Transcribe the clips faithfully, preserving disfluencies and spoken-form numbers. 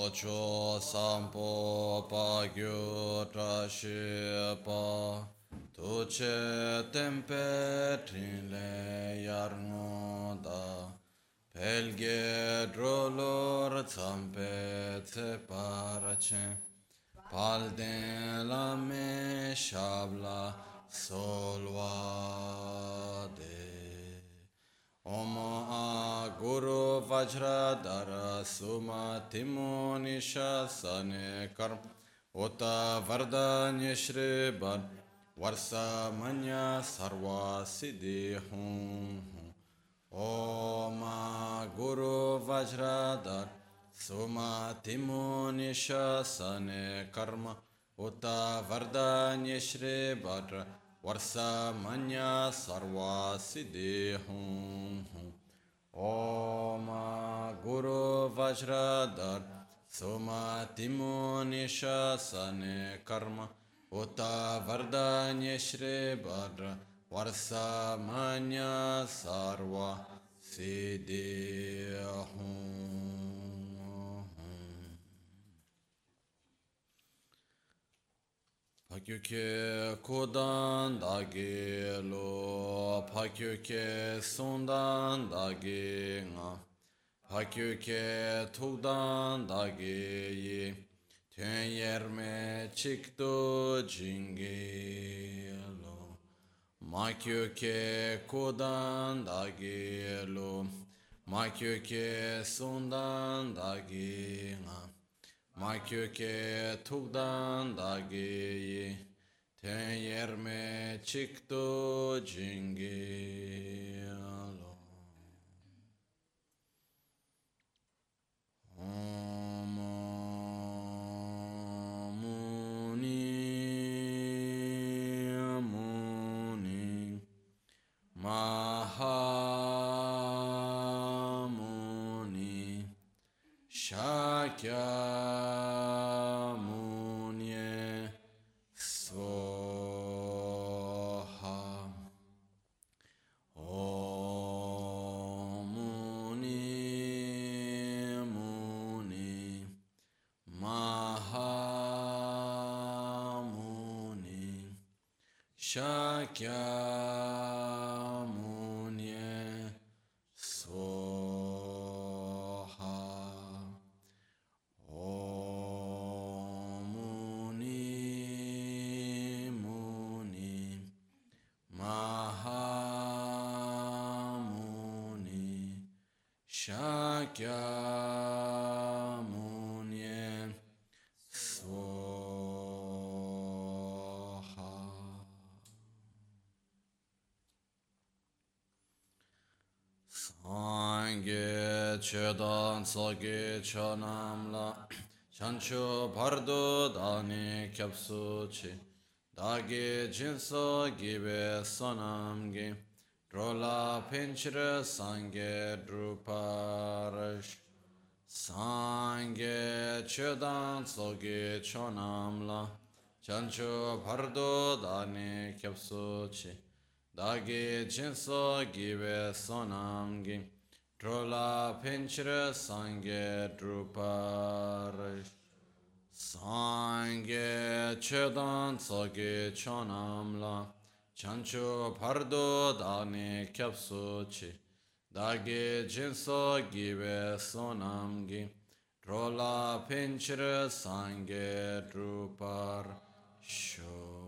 Ocho sampo pa gyu tra shi pa tu che tempe trin le yar ngo da pelge drolor zampe tse parace palden la me shabla solva de Om A Guru Vajradhara Suma Timo Nishasane Karm Ota Vardanya Shri Bad Varsa Manya Sarva Siddhi Hum Om A Guru Vajradhara Suma Timo Nishasane Karma Ota Vardanya Shri Bad Varsa Manya Sarva Siddhi Hum Om Guru Vajradhar Soma Timo Nishasane Karma Uta Vardanya Shri Bhadra Varsa Manya Sarva Siddhi Hum Pakyuke kodan dagi lo, pakyuke sondan dagi nga, pakyuke tugdan dagi yi, tuen yerme chikdo jingi lo. Makyuke kodan dagi lo, makyuke sondan dagi nga. Makyuke tugdan dagi ten yerme chikto jingi alo. Om Muni Muni Mahamuni Shakya Shakyamuni Swaha Om Muni Muni Mahamuni Shakyamuni Sangye chedan soge chanamla chancho bardo dani kyapsu chi dagi jinso gibe sonamgi drola pinchre sangye druparash Sangye chedan soge chanamla chancho bardo dani kyapsu chi Dagi jinso gibe sonamgi Drola pinchre sangye druparish Sangye chedan soge chonamla Chancho pardo dani kyapsu chi Dagi jinso gibe sonamgi Drola pinchre sangye druparish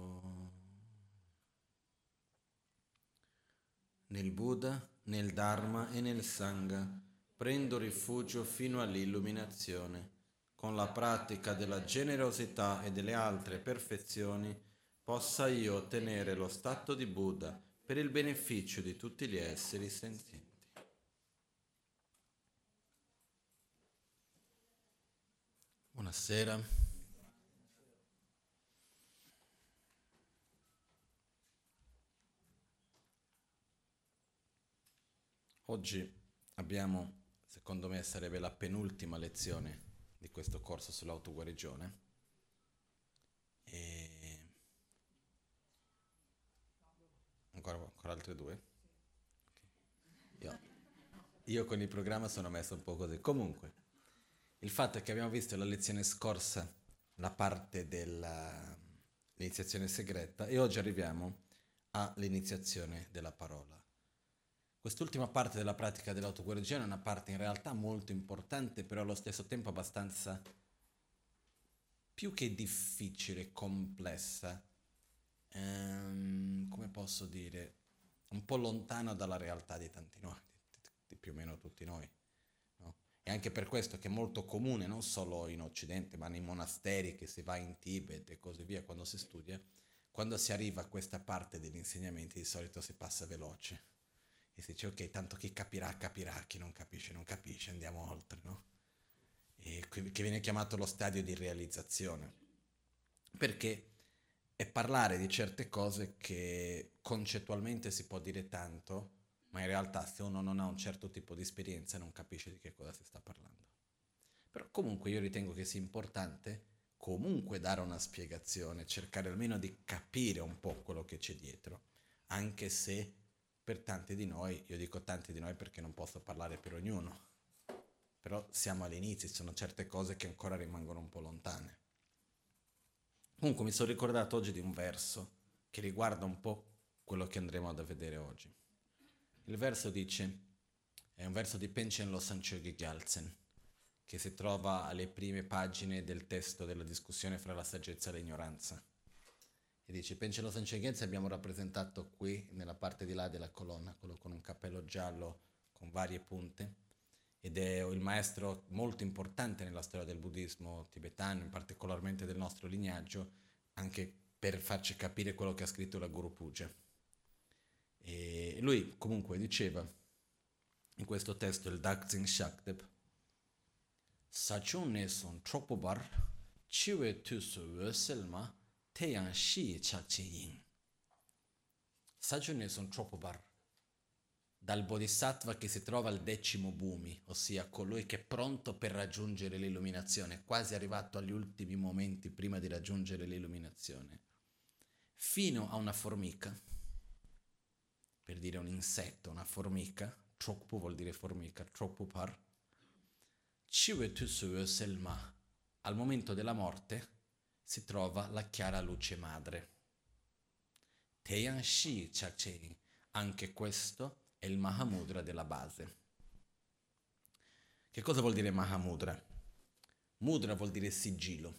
Nel Buddha, nel Dharma e nel Sangha prendo rifugio fino all'illuminazione. Con la pratica della generosità e delle altre perfezioni possa io ottenere lo stato di Buddha per il beneficio di tutti gli esseri senzienti. Buonasera. Oggi abbiamo, secondo me sarebbe la penultima lezione di questo corso sull'autoguarigione e ancora, ancora altre due? Okay. Io, io con il programma sono messo un po' così. Comunque, Il fatto è che abbiamo visto la lezione scorsa la parte dell'iniziazione segreta e oggi arriviamo all'iniziazione della parola. Quest'ultima parte della pratica dell'autoguarigione è una parte in realtà molto importante, però allo stesso tempo abbastanza più che difficile, complessa, ehm, come posso dire, un po' lontana dalla realtà di tanti noi, di, di più o meno tutti noi. No? E anche per questo che è molto comune, non solo in Occidente, ma nei monasteri che si va in Tibet e così via, quando si studia, quando si arriva a questa parte degli insegnamenti di solito si passa veloce. E si dice ok, tanto chi capirà capirà, chi non capisce non capisce, andiamo oltre, no? E che viene chiamato lo stadio di realizzazione, perché è parlare di certe cose che concettualmente si può dire tanto, ma in realtà se uno non ha un certo tipo di esperienza non capisce di che cosa si sta parlando. Però comunque io ritengo che sia importante comunque dare una spiegazione, cercare almeno di capire un po' quello che c'è dietro, anche se per tanti di noi, io dico tanti di noi perché non posso parlare per ognuno, però siamo all'inizio, ci sono certe cose che ancora rimangono un po' lontane. Comunque mi sono ricordato oggi di un verso che riguarda un po' quello che andremo ad vedere oggi. Il verso dice, è un verso di Panchen Losang Chogi Gyaltsen, che si trova alle prime pagine del testo della discussione fra la saggezza e l'ignoranza. E dice, Panchen Losang Chogi Gyaltsen abbiamo rappresentato qui, nella parte di là della colonna, quello con un cappello giallo con varie punte, ed è il maestro molto importante nella storia del buddismo tibetano, in particolarmente del nostro lignaggio, anche per farci capire quello che ha scritto la Guru Puja. E lui comunque diceva in questo testo, il Dakzin Shakdeb, Sachun ne son troppo bar, chiwe tu su selma, teyan shi chakche yin. Sachun ne son troppo bar, dal bodhisattva che si trova al decimo bhumi, ossia colui che è pronto per raggiungere l'illuminazione, quasi arrivato agli ultimi momenti prima di raggiungere l'illuminazione, fino a una formica, per dire un insetto, una formica, Chokpu vuol dire formica, Chokpupar, Chiwetusu Selma, al momento della morte si trova la chiara luce madre. Teyan Shi Chakchen, anche questo è il Mahamudra della base. Che cosa vuol dire Mahamudra? Mudra vuol dire sigillo.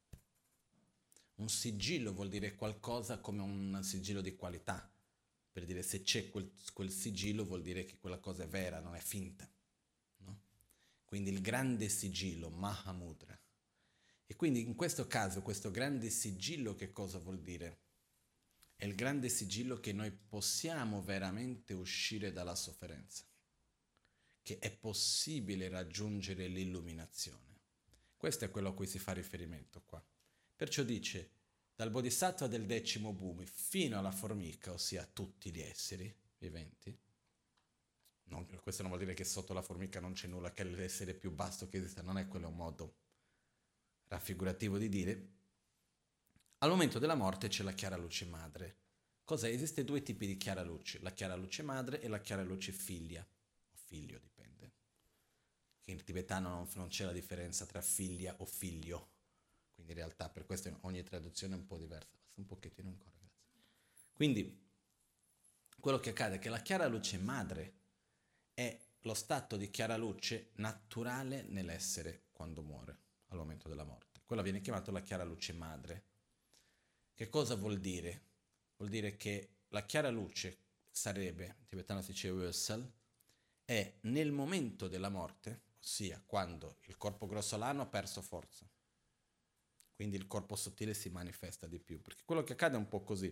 Un sigillo vuol dire qualcosa come un sigillo di qualità. Per dire se c'è quel, quel sigillo vuol dire che quella cosa è vera, non è finta. No? Quindi il grande sigillo, Mahamudra. E quindi in questo caso questo grande sigillo che cosa vuol dire? È il grande sigillo che noi possiamo veramente uscire dalla sofferenza, che è possibile raggiungere l'illuminazione. Questo è quello a cui si fa riferimento qua. Perciò dice, dal bodhisattva del decimo bhumi fino alla formica, ossia tutti gli esseri viventi, non, questo non vuol dire che sotto la formica non c'è nulla, che è l'essere più basso che esista, non è quello un modo raffigurativo di dire. Al momento della morte c'è la chiara luce madre. Cos'è? Esiste due tipi di chiara luce, la chiara luce madre e la chiara luce figlia, o figlio dipende. In tibetano non, non c'è la differenza tra figlia o figlio, quindi in realtà per questo ogni traduzione è un po' diversa, basta un pochettino ancora, grazie. Quindi quello che accade è che la chiara luce madre è lo stato di chiara luce naturale nell'essere quando muore, al momento della morte. Quella viene chiamata la chiara luce madre. Che cosa vuol dire? Vuol dire che la chiara luce sarebbe, in tibetano si dice Wösel, è nel momento della morte, ossia quando il corpo grossolano ha perso forza. Quindi il corpo sottile si manifesta di più, perché quello che accade è un po' così.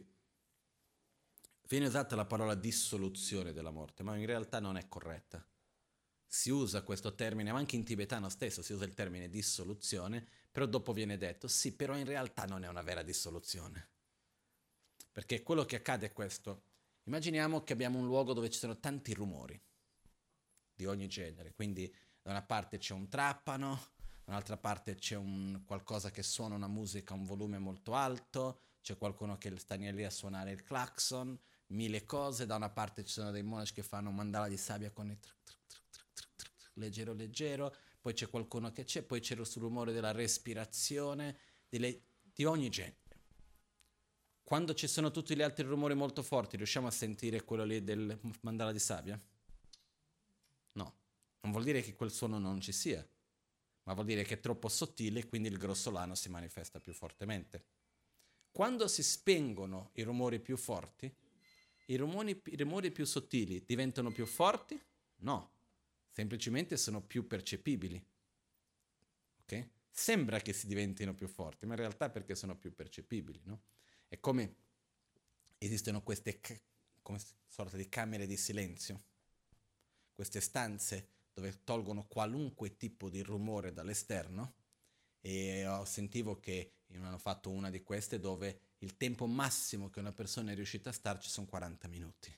Viene usata la parola dissoluzione della morte, ma in realtà non è corretta. Si usa questo termine, ma anche in tibetano stesso si usa il termine dissoluzione, però dopo viene detto, sì, però in realtà non è una vera dissoluzione. Perché quello che accade è questo. Immaginiamo che abbiamo un luogo dove ci sono tanti rumori, di ogni genere, quindi da una parte c'è un trapano, da un'altra parte c'è un qualcosa che suona una musica a un volume molto alto, c'è qualcuno che sta lì a suonare il clacson, mille cose, da una parte ci sono dei monaci che fanno un mandala di sabbia con il truc, truc, truc, truc, truc, truc, leggero leggero, poi c'è qualcuno che c'è, poi c'è il rumore della respirazione, delle, di ogni genere. Quando ci sono tutti gli altri rumori molto forti, riusciamo a sentire quello lì del mandala di sabbia? No, non vuol dire che quel suono non ci sia, ma vuol dire che è troppo sottile e quindi il grossolano si manifesta più fortemente. Quando si spengono i rumori più forti, i rumori, i rumori più sottili diventano più forti? No, semplicemente sono più percepibili. Ok? Sembra che si diventino più forti, ma in realtà è perché sono più percepibili, no? È come esistono queste ca- come sorta di camere di silenzio, queste stanze dove tolgono qualunque tipo di rumore dall'esterno, e ho sentivo che hanno fatto una di queste dove il tempo massimo che una persona è riuscita a starci sono quaranta minuti,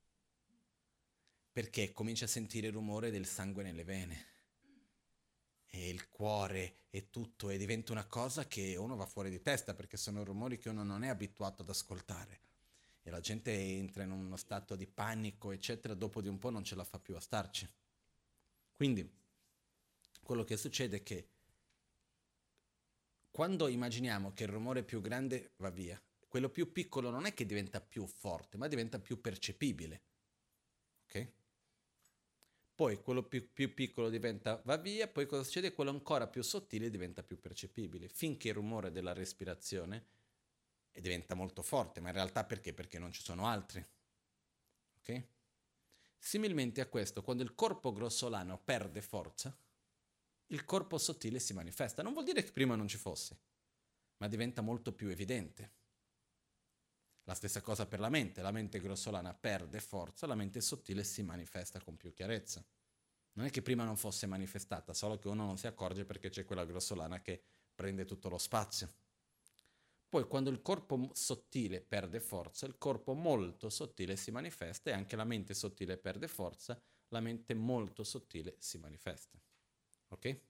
perché comincia a sentire il rumore del sangue nelle vene e il cuore e tutto, e diventa una cosa che uno va fuori di testa, perché sono rumori che uno non è abituato ad ascoltare e la gente entra in uno stato di panico eccetera, dopo di un po' non ce la fa più a starci. Quindi quello che succede è che quando immaginiamo che il rumore più grande va via, quello più piccolo non è che diventa più forte, ma diventa più percepibile. Ok? Poi quello più, più piccolo diventa, va via, poi cosa succede? Quello ancora più sottile diventa più percepibile, finché il rumore della respirazione diventa molto forte, ma in realtà perché? Perché non ci sono altri. Ok? Similmente a questo, quando il corpo grossolano perde forza, il corpo sottile si manifesta. Non vuol dire che prima non ci fosse, ma diventa molto più evidente. La stessa cosa per la mente, la mente grossolana perde forza, la mente sottile si manifesta con più chiarezza. Non è che prima non fosse manifestata, solo che uno non si accorge perché c'è quella grossolana che prende tutto lo spazio. Poi quando il corpo sottile perde forza, il corpo molto sottile si manifesta, e anche la mente sottile perde forza, la mente molto sottile si manifesta. Ok?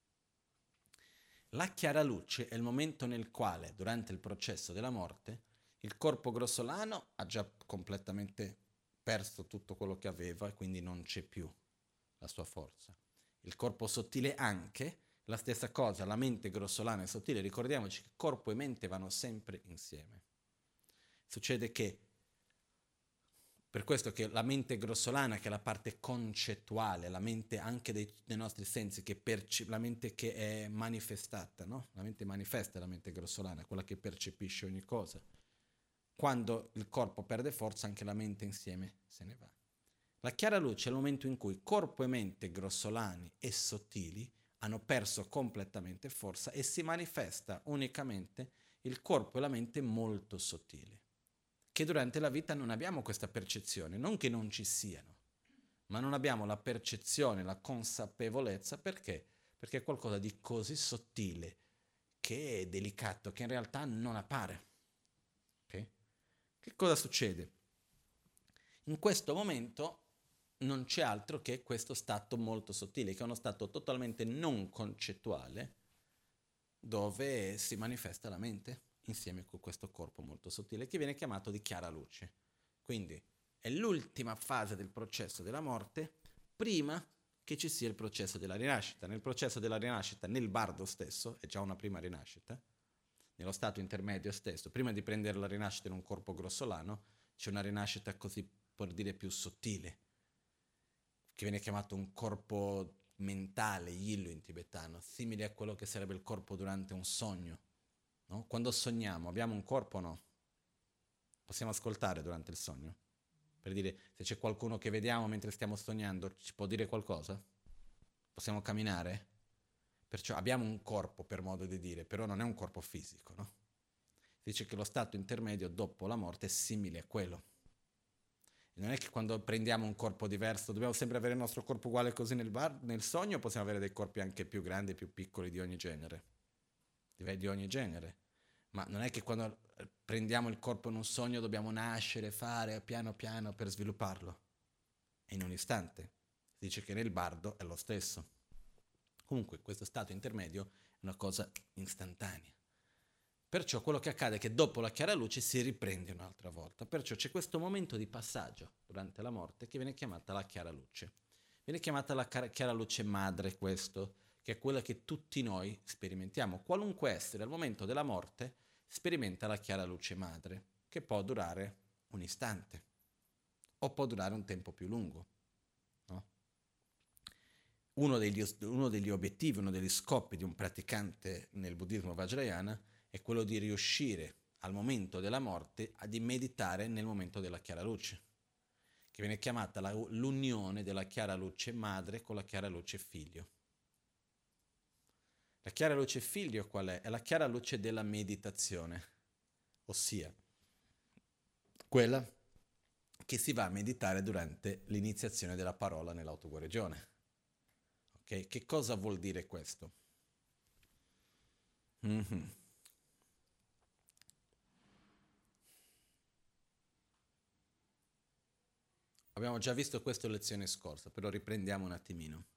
La chiara luce è il momento nel quale, durante il processo della morte, il corpo grossolano ha già completamente perso tutto quello che aveva e quindi non c'è più la sua forza. Il corpo sottile anche, la stessa cosa, la mente grossolana e sottile, ricordiamoci che corpo e mente vanno sempre insieme. Succede che, per questo che la mente grossolana, che è la parte concettuale, la mente anche dei, dei nostri sensi, che perce- la mente che è manifestata, no? La mente manifesta è la mente grossolana, quella che percepisce ogni cosa. Quando il corpo perde forza, anche la mente insieme se ne va. La chiara luce è il momento in cui corpo e mente grossolani e sottili hanno perso completamente forza e si manifesta unicamente il corpo e la mente molto sottili, che durante la vita non abbiamo questa percezione, non che non ci siano, ma non abbiamo la percezione, la consapevolezza, perché? Perché è qualcosa di così sottile, che è delicato, che in realtà non appare. Okay? Che cosa succede? In questo momento non c'è altro che questo stato molto sottile, che è uno stato totalmente non concettuale, dove si manifesta la mente insieme con questo corpo molto sottile, che viene chiamato di chiara luce. Quindi è l'ultima fase del processo della morte, prima che ci sia il processo della rinascita. Nel processo della rinascita, nel bardo stesso, è già una prima rinascita, nello stato intermedio stesso, prima di prendere la rinascita in un corpo grossolano, c'è una rinascita così, per dire, più sottile, che viene chiamato un corpo mentale, yillu in tibetano, simile a quello che sarebbe il corpo durante un sogno. No? Quando sogniamo, abbiamo un corpo o no? Possiamo ascoltare durante il sogno? Per dire, se c'è qualcuno che vediamo mentre stiamo sognando, ci può dire qualcosa? Possiamo camminare? Perciò abbiamo un corpo, per modo di dire, però non è un corpo fisico, no? Dice che lo stato intermedio dopo la morte è simile a quello. E non è che quando prendiamo un corpo diverso dobbiamo sempre avere il nostro corpo uguale così nel, bar, nel sogno, possiamo avere dei corpi anche più grandi, più piccoli, di ogni genere. Di ogni genere. Ma non è che quando prendiamo il corpo in un sogno dobbiamo nascere, fare piano piano per svilupparlo. È in un istante. Dice che nel bardo è lo stesso. Comunque questo stato intermedio è una cosa istantanea. Perciò quello che accade è che dopo la chiara luce si riprende un'altra volta. Perciò c'è questo momento di passaggio durante la morte che viene chiamata la chiara luce. Viene chiamata la chiara luce madre questo, che è quella che tutti noi sperimentiamo. Qualunque essere al momento della morte sperimenta la chiara luce madre, che può durare un istante o può durare un tempo più lungo. No? Uno degli, uno degli obiettivi, uno degli scopi di un praticante nel buddismo vajrayana è quello di riuscire al momento della morte a di meditare nel momento della chiara luce, che viene chiamata la, l'unione della chiara luce madre con la chiara luce figlio. La chiara luce figlio qual è? È la chiara luce della meditazione, ossia quella che si va a meditare durante l'iniziazione della parola nell'autoguarigione. Ok? Che cosa vuol dire questo? Mm-hmm. Abbiamo già visto questo lezione scorsa, però riprendiamo un attimino.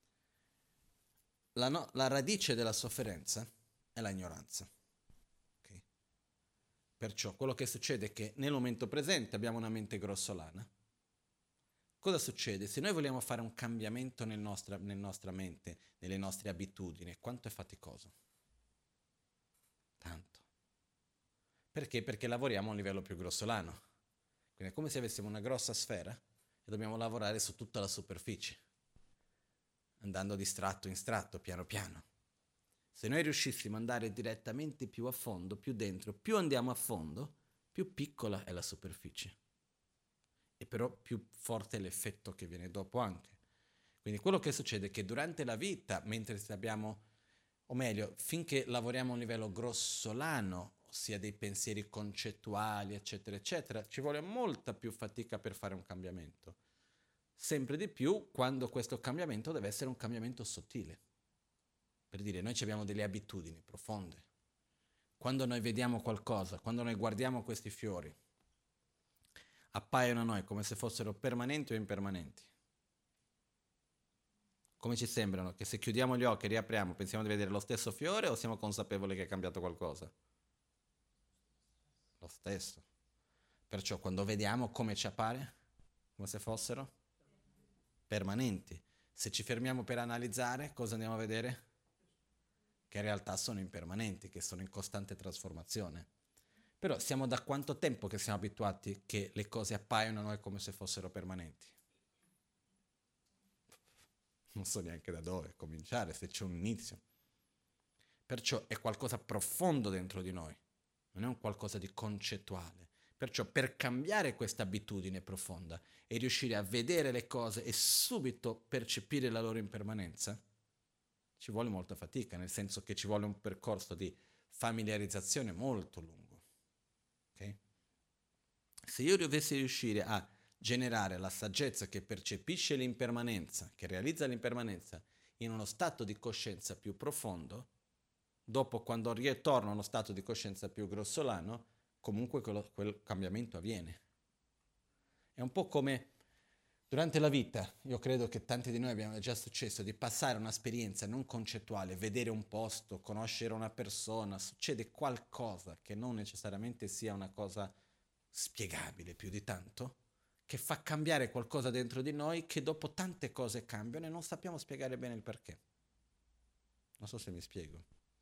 La, no, la radice della sofferenza è la ignoranza. Okay? Perciò quello che succede è che nel momento presente abbiamo una mente grossolana. Cosa succede? Se noi vogliamo fare un cambiamento nel nostra, nella nostra mente, nelle nostre abitudini, quanto è faticoso? Tanto. Perché? Perché lavoriamo a un livello più grossolano. Quindi è come se avessimo una grossa sfera e dobbiamo lavorare su tutta la superficie, andando di stratto in stratto, piano piano. Se noi riuscissimo ad andare direttamente più a fondo, più dentro, più andiamo a fondo, più piccola è la superficie. E però più forte è l'effetto che viene dopo anche. Quindi quello che succede è che durante la vita, mentre abbiamo, o meglio, finché lavoriamo a un livello grossolano, ossia dei pensieri concettuali, eccetera, eccetera, ci vuole molta più fatica per fare un cambiamento. Sempre di più quando questo cambiamento deve essere un cambiamento sottile. Per dire, noi abbiamo delle abitudini profonde. Quando noi vediamo qualcosa, quando noi guardiamo questi fiori, appaiono a noi come se fossero permanenti o impermanenti. Come ci sembrano? Che se chiudiamo gli occhi e riapriamo pensiamo di vedere lo stesso fiore o siamo consapevoli che è cambiato qualcosa? Lo stesso. Perciò quando vediamo come ci appare, come se fossero permanenti. Se ci fermiamo per analizzare, cosa andiamo a vedere? Che in realtà sono impermanenti, che sono in costante trasformazione. Però siamo da quanto tempo che siamo abituati che le cose appaiono a noi come se fossero permanenti? Non so neanche da dove cominciare, se c'è un inizio. Perciò è qualcosa profondo dentro di noi, non è un qualcosa di concettuale. Perciò per cambiare questa abitudine profonda e riuscire a vedere le cose e subito percepire la loro impermanenza, ci vuole molta fatica, nel senso che ci vuole un percorso di familiarizzazione molto lungo. Okay? Se io dovessi riuscire a generare la saggezza che percepisce l'impermanenza, che realizza l'impermanenza in uno stato di coscienza più profondo, dopo quando ritorno a uno stato di coscienza più grossolano, comunque quello, quel cambiamento avviene. È un po' come durante la vita, io credo che tanti di noi abbiamo già successo di passare un'esperienza non concettuale, vedere un posto, conoscere una persona, succede qualcosa che non necessariamente sia una cosa spiegabile più di tanto, che fa cambiare qualcosa dentro di noi che dopo tante cose cambiano e non sappiamo spiegare bene il perché. Non so se mi spiego.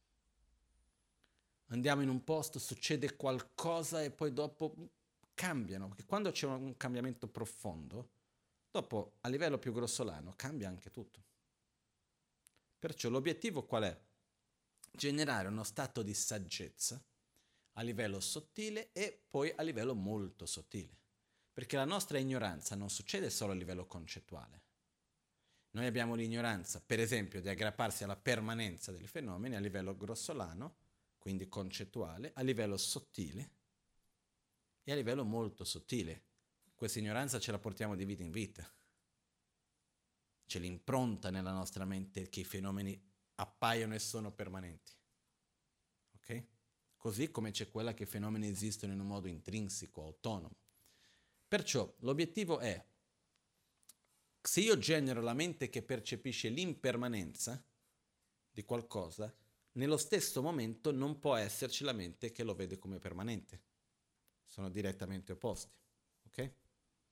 Andiamo in un posto, succede qualcosa e poi dopo cambiano, perché quando c'è un cambiamento profondo, dopo a livello più grossolano cambia anche tutto. Perciò l'obiettivo qual è? Generare uno stato di saggezza a livello sottile e poi a livello molto sottile. Perché la nostra ignoranza non succede solo a livello concettuale. Noi abbiamo l'ignoranza, per esempio, di aggrapparsi alla permanenza dei fenomeni a livello grossolano, quindi concettuale, a livello sottile e a livello molto sottile. Questa ignoranza ce la portiamo di vita in vita. C'è l'impronta nella nostra mente che i fenomeni appaiono e sono permanenti. Ok? Così come c'è quella che i fenomeni esistono in un modo intrinseco, autonomo. Perciò l'obiettivo è, se io genero la mente che percepisce l'impermanenza di qualcosa, nello stesso momento non può esserci la mente che lo vede come permanente. Sono direttamente opposti. Ok?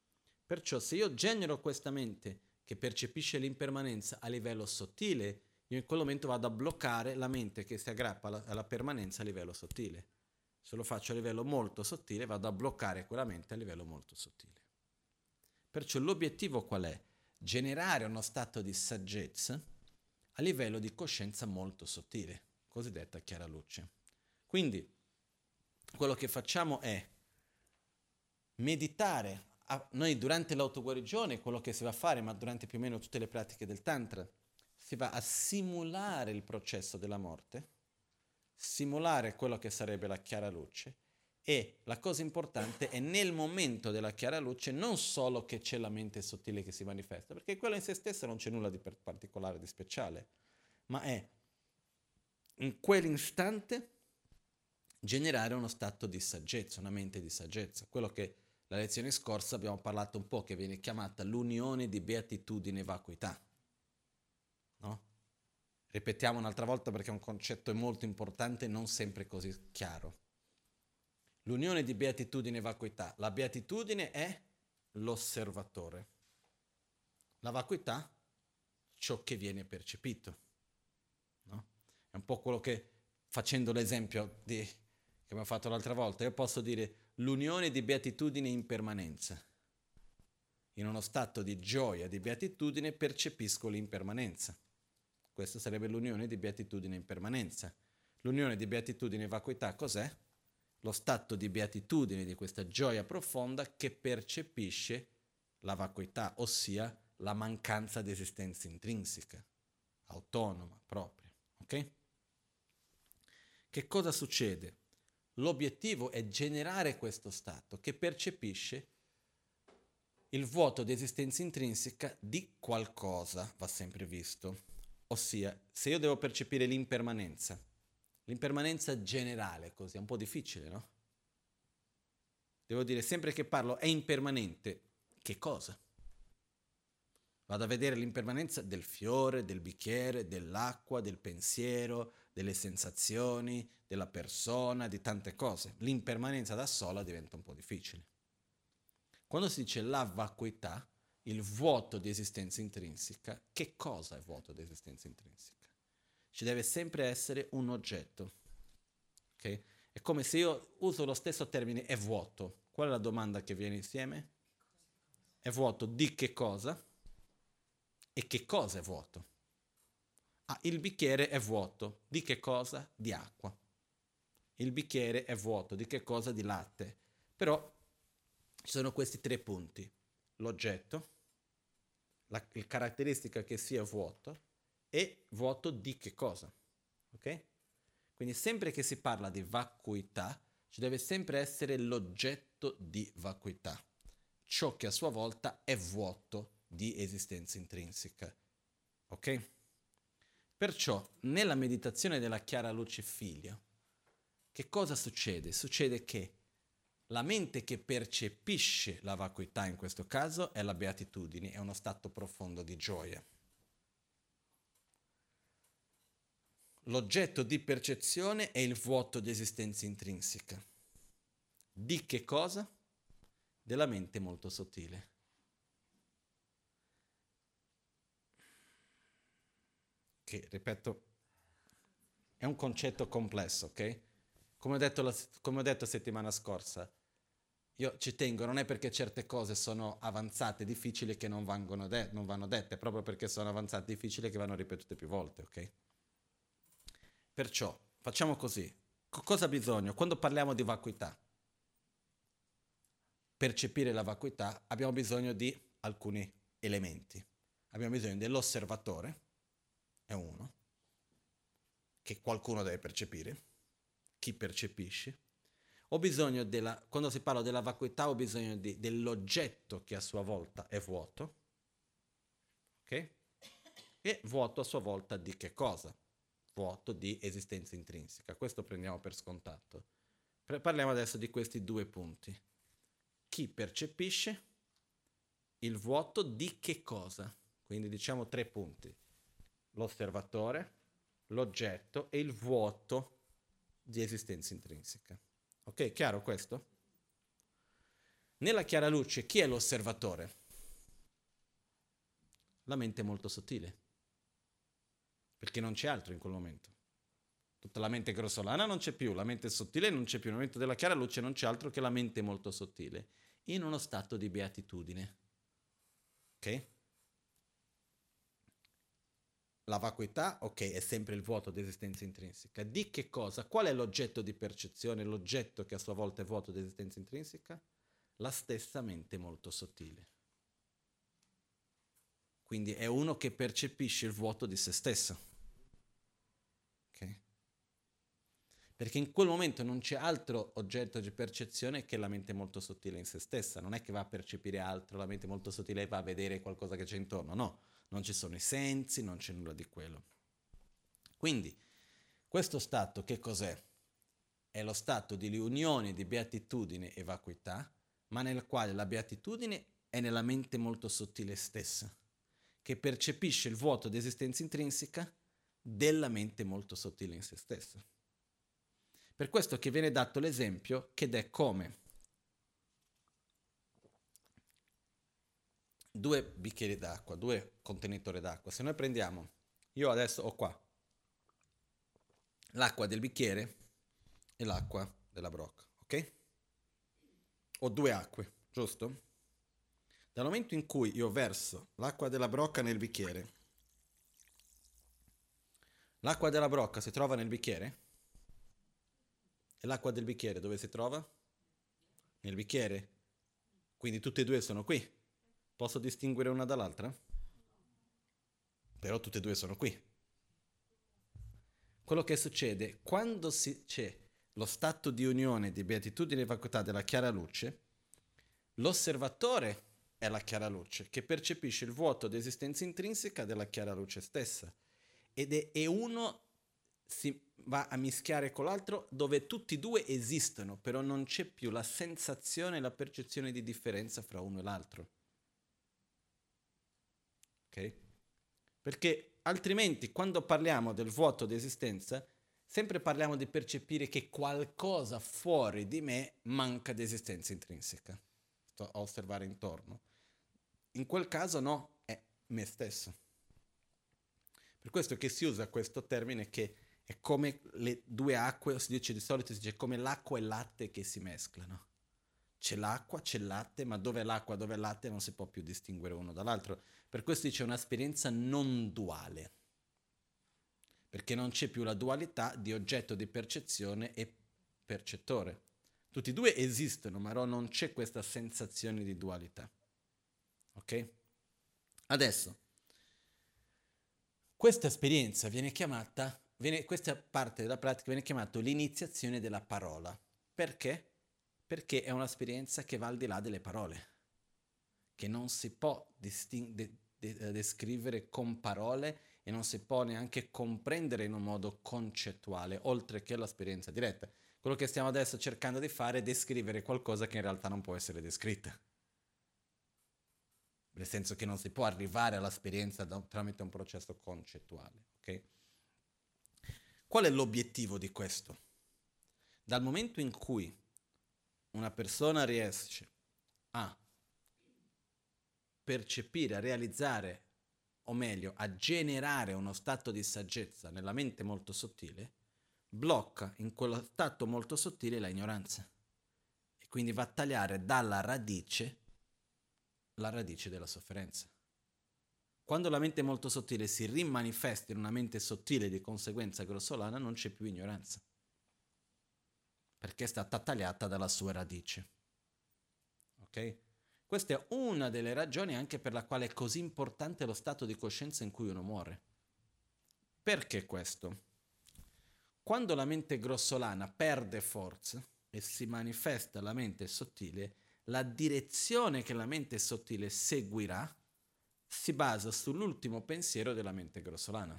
Perciò se io genero questa mente che percepisce l'impermanenza a livello sottile, io in quel momento vado a bloccare la mente che si aggrappa alla, alla permanenza a livello sottile. Se lo faccio a livello molto sottile, vado a bloccare quella mente a livello molto sottile. Perciò l'obiettivo qual è? Generare uno stato di saggezza a livello di coscienza molto sottile, cosiddetta chiara luce. Quindi quello che facciamo è meditare. Noi durante l'autoguarigione, quello che si va a fare, ma durante più o meno tutte le pratiche del Tantra, si va a simulare il processo della morte, simulare quello che sarebbe la chiara luce, e la cosa importante è nel momento della chiara luce non solo che c'è la mente sottile che si manifesta, perché quello in se stessa non c'è nulla di particolare, di speciale, ma è in quell'istante generare uno stato di saggezza, una mente di saggezza, quello che la lezione scorsa abbiamo parlato un po', che viene chiamata l'unione di beatitudine e vacuità. No? Ripetiamo un'altra volta perché è un concetto molto importante e non sempre così chiaro. L'unione di beatitudine e vacuità. La beatitudine è l'osservatore. La vacuità, ciò che viene percepito. No? È un po' quello che, facendo l'esempio di, che abbiamo fatto l'altra volta, io posso dire l'unione di beatitudine e impermanenza. In uno stato di gioia, di beatitudine, percepisco l'impermanenza. Questa sarebbe l'unione di beatitudine e impermanenza. L'unione di beatitudine e vacuità cos'è? Lo stato di beatitudine, di questa gioia profonda che percepisce la vacuità, ossia la mancanza di esistenza intrinseca, autonoma, propria. Ok? Che cosa succede? L'obiettivo è generare questo stato che percepisce il vuoto di esistenza intrinseca di qualcosa, va sempre visto. Ossia, se io devo percepire l'impermanenza, l'impermanenza generale, così è un po' difficile, no? Devo dire, sempre che parlo è impermanente, che cosa? Vado a vedere l'impermanenza del fiore, del bicchiere, dell'acqua, del pensiero, delle sensazioni, della persona, di tante cose. L'impermanenza da sola diventa un po' difficile. Quando si dice la vacuità, il vuoto di esistenza intrinseca, che cosa è vuoto di esistenza intrinseca? Ci deve sempre essere un oggetto. Okay? È come se io uso lo stesso termine è vuoto. Qual è la domanda che viene insieme? È vuoto di che cosa? E che cosa è vuoto? Ah, il bicchiere è vuoto. Di che cosa? Di acqua. Il bicchiere è vuoto. Di che cosa? Di latte. Però ci sono questi tre punti. L'oggetto, la, la caratteristica che sia vuoto e vuoto di che cosa. Ok? Quindi sempre che si parla di vacuità, ci deve sempre essere l'oggetto di vacuità. Ciò che a sua volta è vuoto di esistenza intrinseca. Ok? Perciò, nella meditazione della chiara luce figlio, che cosa succede? Succede che la mente che percepisce la vacuità in questo caso è la beatitudine, è uno stato profondo di gioia. L'oggetto di percezione è il vuoto di esistenza intrinseca. Di che cosa? Della mente molto sottile. Che, ripeto, è un concetto complesso, ok? Come ho detto la, come ho detto settimana scorsa, io ci tengo, non è perché certe cose sono avanzate, difficili che non, vanno de- non vanno dette, proprio perché sono avanzate, difficili che vanno ripetute più volte, ok? Perciò, facciamo così. C- cosa ha bisogno? Quando parliamo di vacuità, percepire la vacuità, abbiamo bisogno di alcuni elementi. Abbiamo bisogno dell'osservatore, è uno, che qualcuno deve percepire, chi percepisce. Ho bisogno della, quando si parla della vacuità, ho bisogno di, dell'oggetto che a sua volta è vuoto, ok? E vuoto a sua volta di che cosa? Vuoto di esistenza intrinseca. Questo prendiamo per scontato. Pre- parliamo adesso di questi due punti. Chi percepisce il vuoto di che cosa? Quindi diciamo tre punti. L'osservatore, l'oggetto e il vuoto di esistenza intrinseca. Ok, chiaro questo? Nella chiara luce, chi è l'osservatore? La mente molto sottile. perché non c'è altro in quel momento. Tutta la mente grossolana non c'è più, la mente sottile non c'è più, nel momento della chiara luce non c'è altro che la mente molto sottile, in uno stato di beatitudine. Ok? La vacuità, ok, è sempre il vuoto di esistenza intrinseca. Di che cosa? Qual è l'oggetto di percezione, l'oggetto che a sua volta è vuoto di esistenza intrinseca? La stessa mente molto sottile. Quindi è uno che percepisce il vuoto di se stesso. Ok? Perché in quel momento non c'è altro oggetto di percezione che la mente molto sottile in se stessa. Non è che va a percepire altro, la mente molto sottile va a vedere qualcosa che c'è intorno, no. Non ci sono i sensi, non c'è nulla di quello. Quindi, questo stato che cos'è? È lo stato di riunione di beatitudine e vacuità, ma nel quale la beatitudine è nella mente molto sottile stessa, che percepisce il vuoto di esistenza intrinseca della mente molto sottile in se stessa. Per questo che viene dato l'esempio che è come due bicchieri d'acqua, due contenitori d'acqua. Se noi prendiamo, io adesso ho qua l'acqua del bicchiere e l'acqua della brocca, ok? Ho due acque, giusto? Dal momento in cui io verso l'acqua della brocca nel bicchiere, l'acqua della brocca si trova nel bicchiere? E l'acqua del bicchiere dove si trova? Nel bicchiere? Quindi tutte e due sono qui. Posso distinguere una dall'altra? Però tutte e due sono qui. Quello che succede quando si, c'è lo stato di unione di beatitudine e vacuità della chiara luce, l'osservatore è la chiara luce che percepisce il vuoto di esistenza intrinseca della chiara luce stessa ed è, è uno si va a mischiare con l'altro dove tutti e due esistono, però non c'è più la sensazione e la percezione di differenza fra uno e l'altro. Ok? Perché altrimenti quando parliamo del vuoto di esistenza sempre parliamo di percepire che qualcosa fuori di me manca di esistenza intrinseca. Sto a osservare intorno. In quel caso no, è me stesso. Per questo che si usa questo termine che è come le due acque, o si dice di solito, si dice come l'acqua e il latte che si mesclano. C'è l'acqua, c'è il latte, ma dove è l'acqua, dove è il latte non si può più distinguere uno dall'altro. Per questo dice un'esperienza non duale, perché non c'è più la dualità di oggetto di percezione e percettore. Tutti e due esistono, ma non c'è questa sensazione di dualità. Ok? Adesso, questa esperienza viene chiamata, viene, questa parte della pratica viene chiamata l'iniziazione della parola. Perché? Perché è un'esperienza che va al di là delle parole, che non si può disting- de- de- descrivere con parole e non si può neanche comprendere in un modo concettuale, oltre che l'esperienza diretta. Quello che stiamo adesso cercando di fare è descrivere qualcosa che in realtà non può essere descritta. Nel senso che non si può arrivare all'esperienza da, tramite un processo concettuale. Okay? Qual è l'obiettivo di questo? Dal momento in cui una persona riesce a percepire, a realizzare, o meglio, a generare uno stato di saggezza nella mente molto sottile, blocca in quello stato molto sottile la ignoranza e quindi va a tagliare dalla radice la radice della sofferenza. Quando la mente molto sottile si rimanifesta in una mente sottile di conseguenza grossolana non c'è più ignoranza, perché è stata tagliata dalla sua radice. Ok? Questa è una delle ragioni anche per la quale è così importante lo stato di coscienza in cui uno muore. Perché questo? Quando la mente grossolana perde forza e si manifesta la mente sottile, la direzione che la mente sottile seguirà si basa sull'ultimo pensiero della mente grossolana.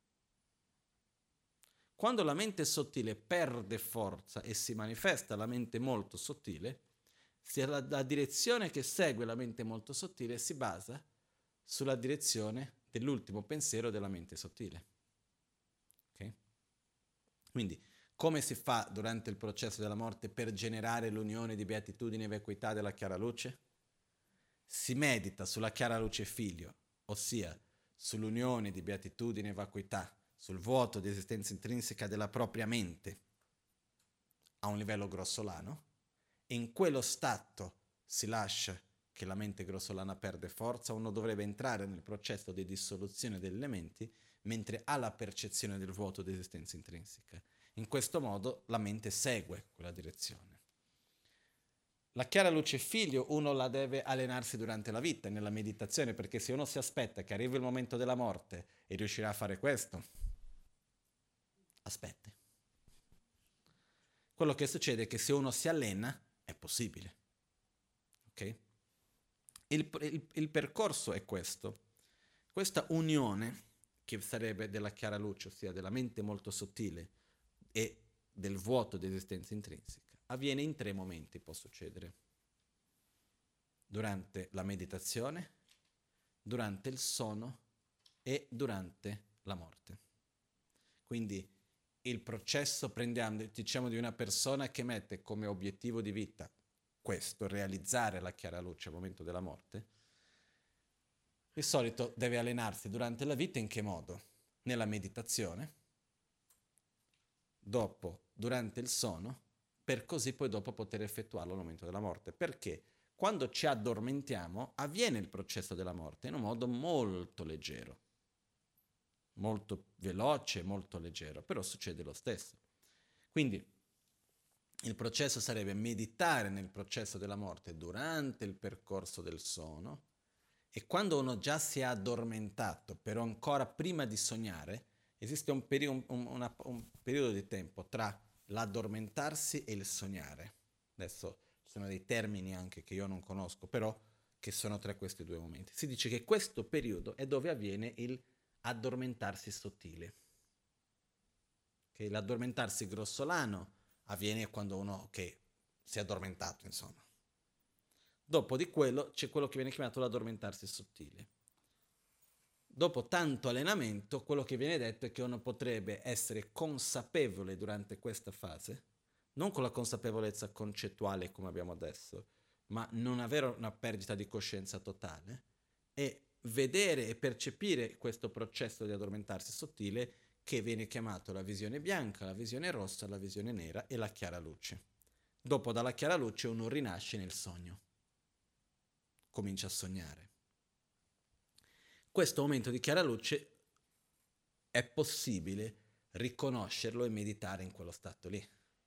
Quando la mente sottile perde forza e si manifesta la mente molto sottile, la, la direzione che segue la mente molto sottile si basa sulla direzione dell'ultimo pensiero della mente sottile. Okay? Quindi, come si fa durante il processo della morte per generare l'unione di beatitudine e vacuità della chiara luce? Si medita sulla chiara luce figlio, ossia sull'unione di beatitudine e vacuità, sul vuoto di esistenza intrinseca della propria mente a un livello grossolano, in quello stato si lascia che la mente grossolana perde forza, uno dovrebbe entrare nel processo di dissoluzione degli elementi mentre ha la percezione del vuoto di esistenza intrinseca. In questo modo la mente segue quella direzione. La chiara luce figlio uno la deve allenarsi durante la vita, nella meditazione, perché se uno si aspetta che arrivi il momento della morte e riuscirà a fare questo, aspetti. Quello che succede è che se uno si allena, è possibile. Ok? Il, il, il percorso è questo. Questa unione, che sarebbe della chiara luce, ossia della mente molto sottile e del vuoto di esistenza intrinseca, avviene in tre momenti, può succedere. Durante la meditazione, durante il sonno e durante la morte. Quindi il processo, prendiamo, diciamo, di una persona che mette come obiettivo di vita questo, realizzare la chiara luce al momento della morte, di solito deve allenarsi durante la vita in che modo? Nella meditazione, dopo, durante il sonno, per così poi dopo poter effettuarlo al momento della morte. Perché quando ci addormentiamo avviene il processo della morte in un modo molto leggero, molto veloce, molto leggero, però succede lo stesso. Quindi il processo sarebbe meditare nel processo della morte durante il percorso del sonno, e quando uno già si è addormentato, però ancora prima di sognare, esiste un, peri- un, una, un periodo di tempo tra l'addormentarsi e il sognare. Adesso ci sono dei termini anche che io non conosco, però che sono tra questi due momenti. Si dice che questo periodo è dove avviene il addormentarsi sottile. Okay? L'addormentarsi grossolano avviene quando uno che si è addormentato, insomma. Dopo di quello c'è quello che viene chiamato l'addormentarsi sottile. Dopo tanto allenamento, quello che viene detto è che uno potrebbe essere consapevole durante questa fase, non con la consapevolezza concettuale come abbiamo adesso, ma non avere una perdita di coscienza totale, e vedere e percepire questo processo di addormentarsi sottile che viene chiamato la visione bianca, la visione rossa, la visione nera e la chiara luce. Dopo dalla chiara luce uno rinasce nel sogno, comincia a sognare. Questo momento di chiara luce è possibile riconoscerlo e meditare in quello stato lì.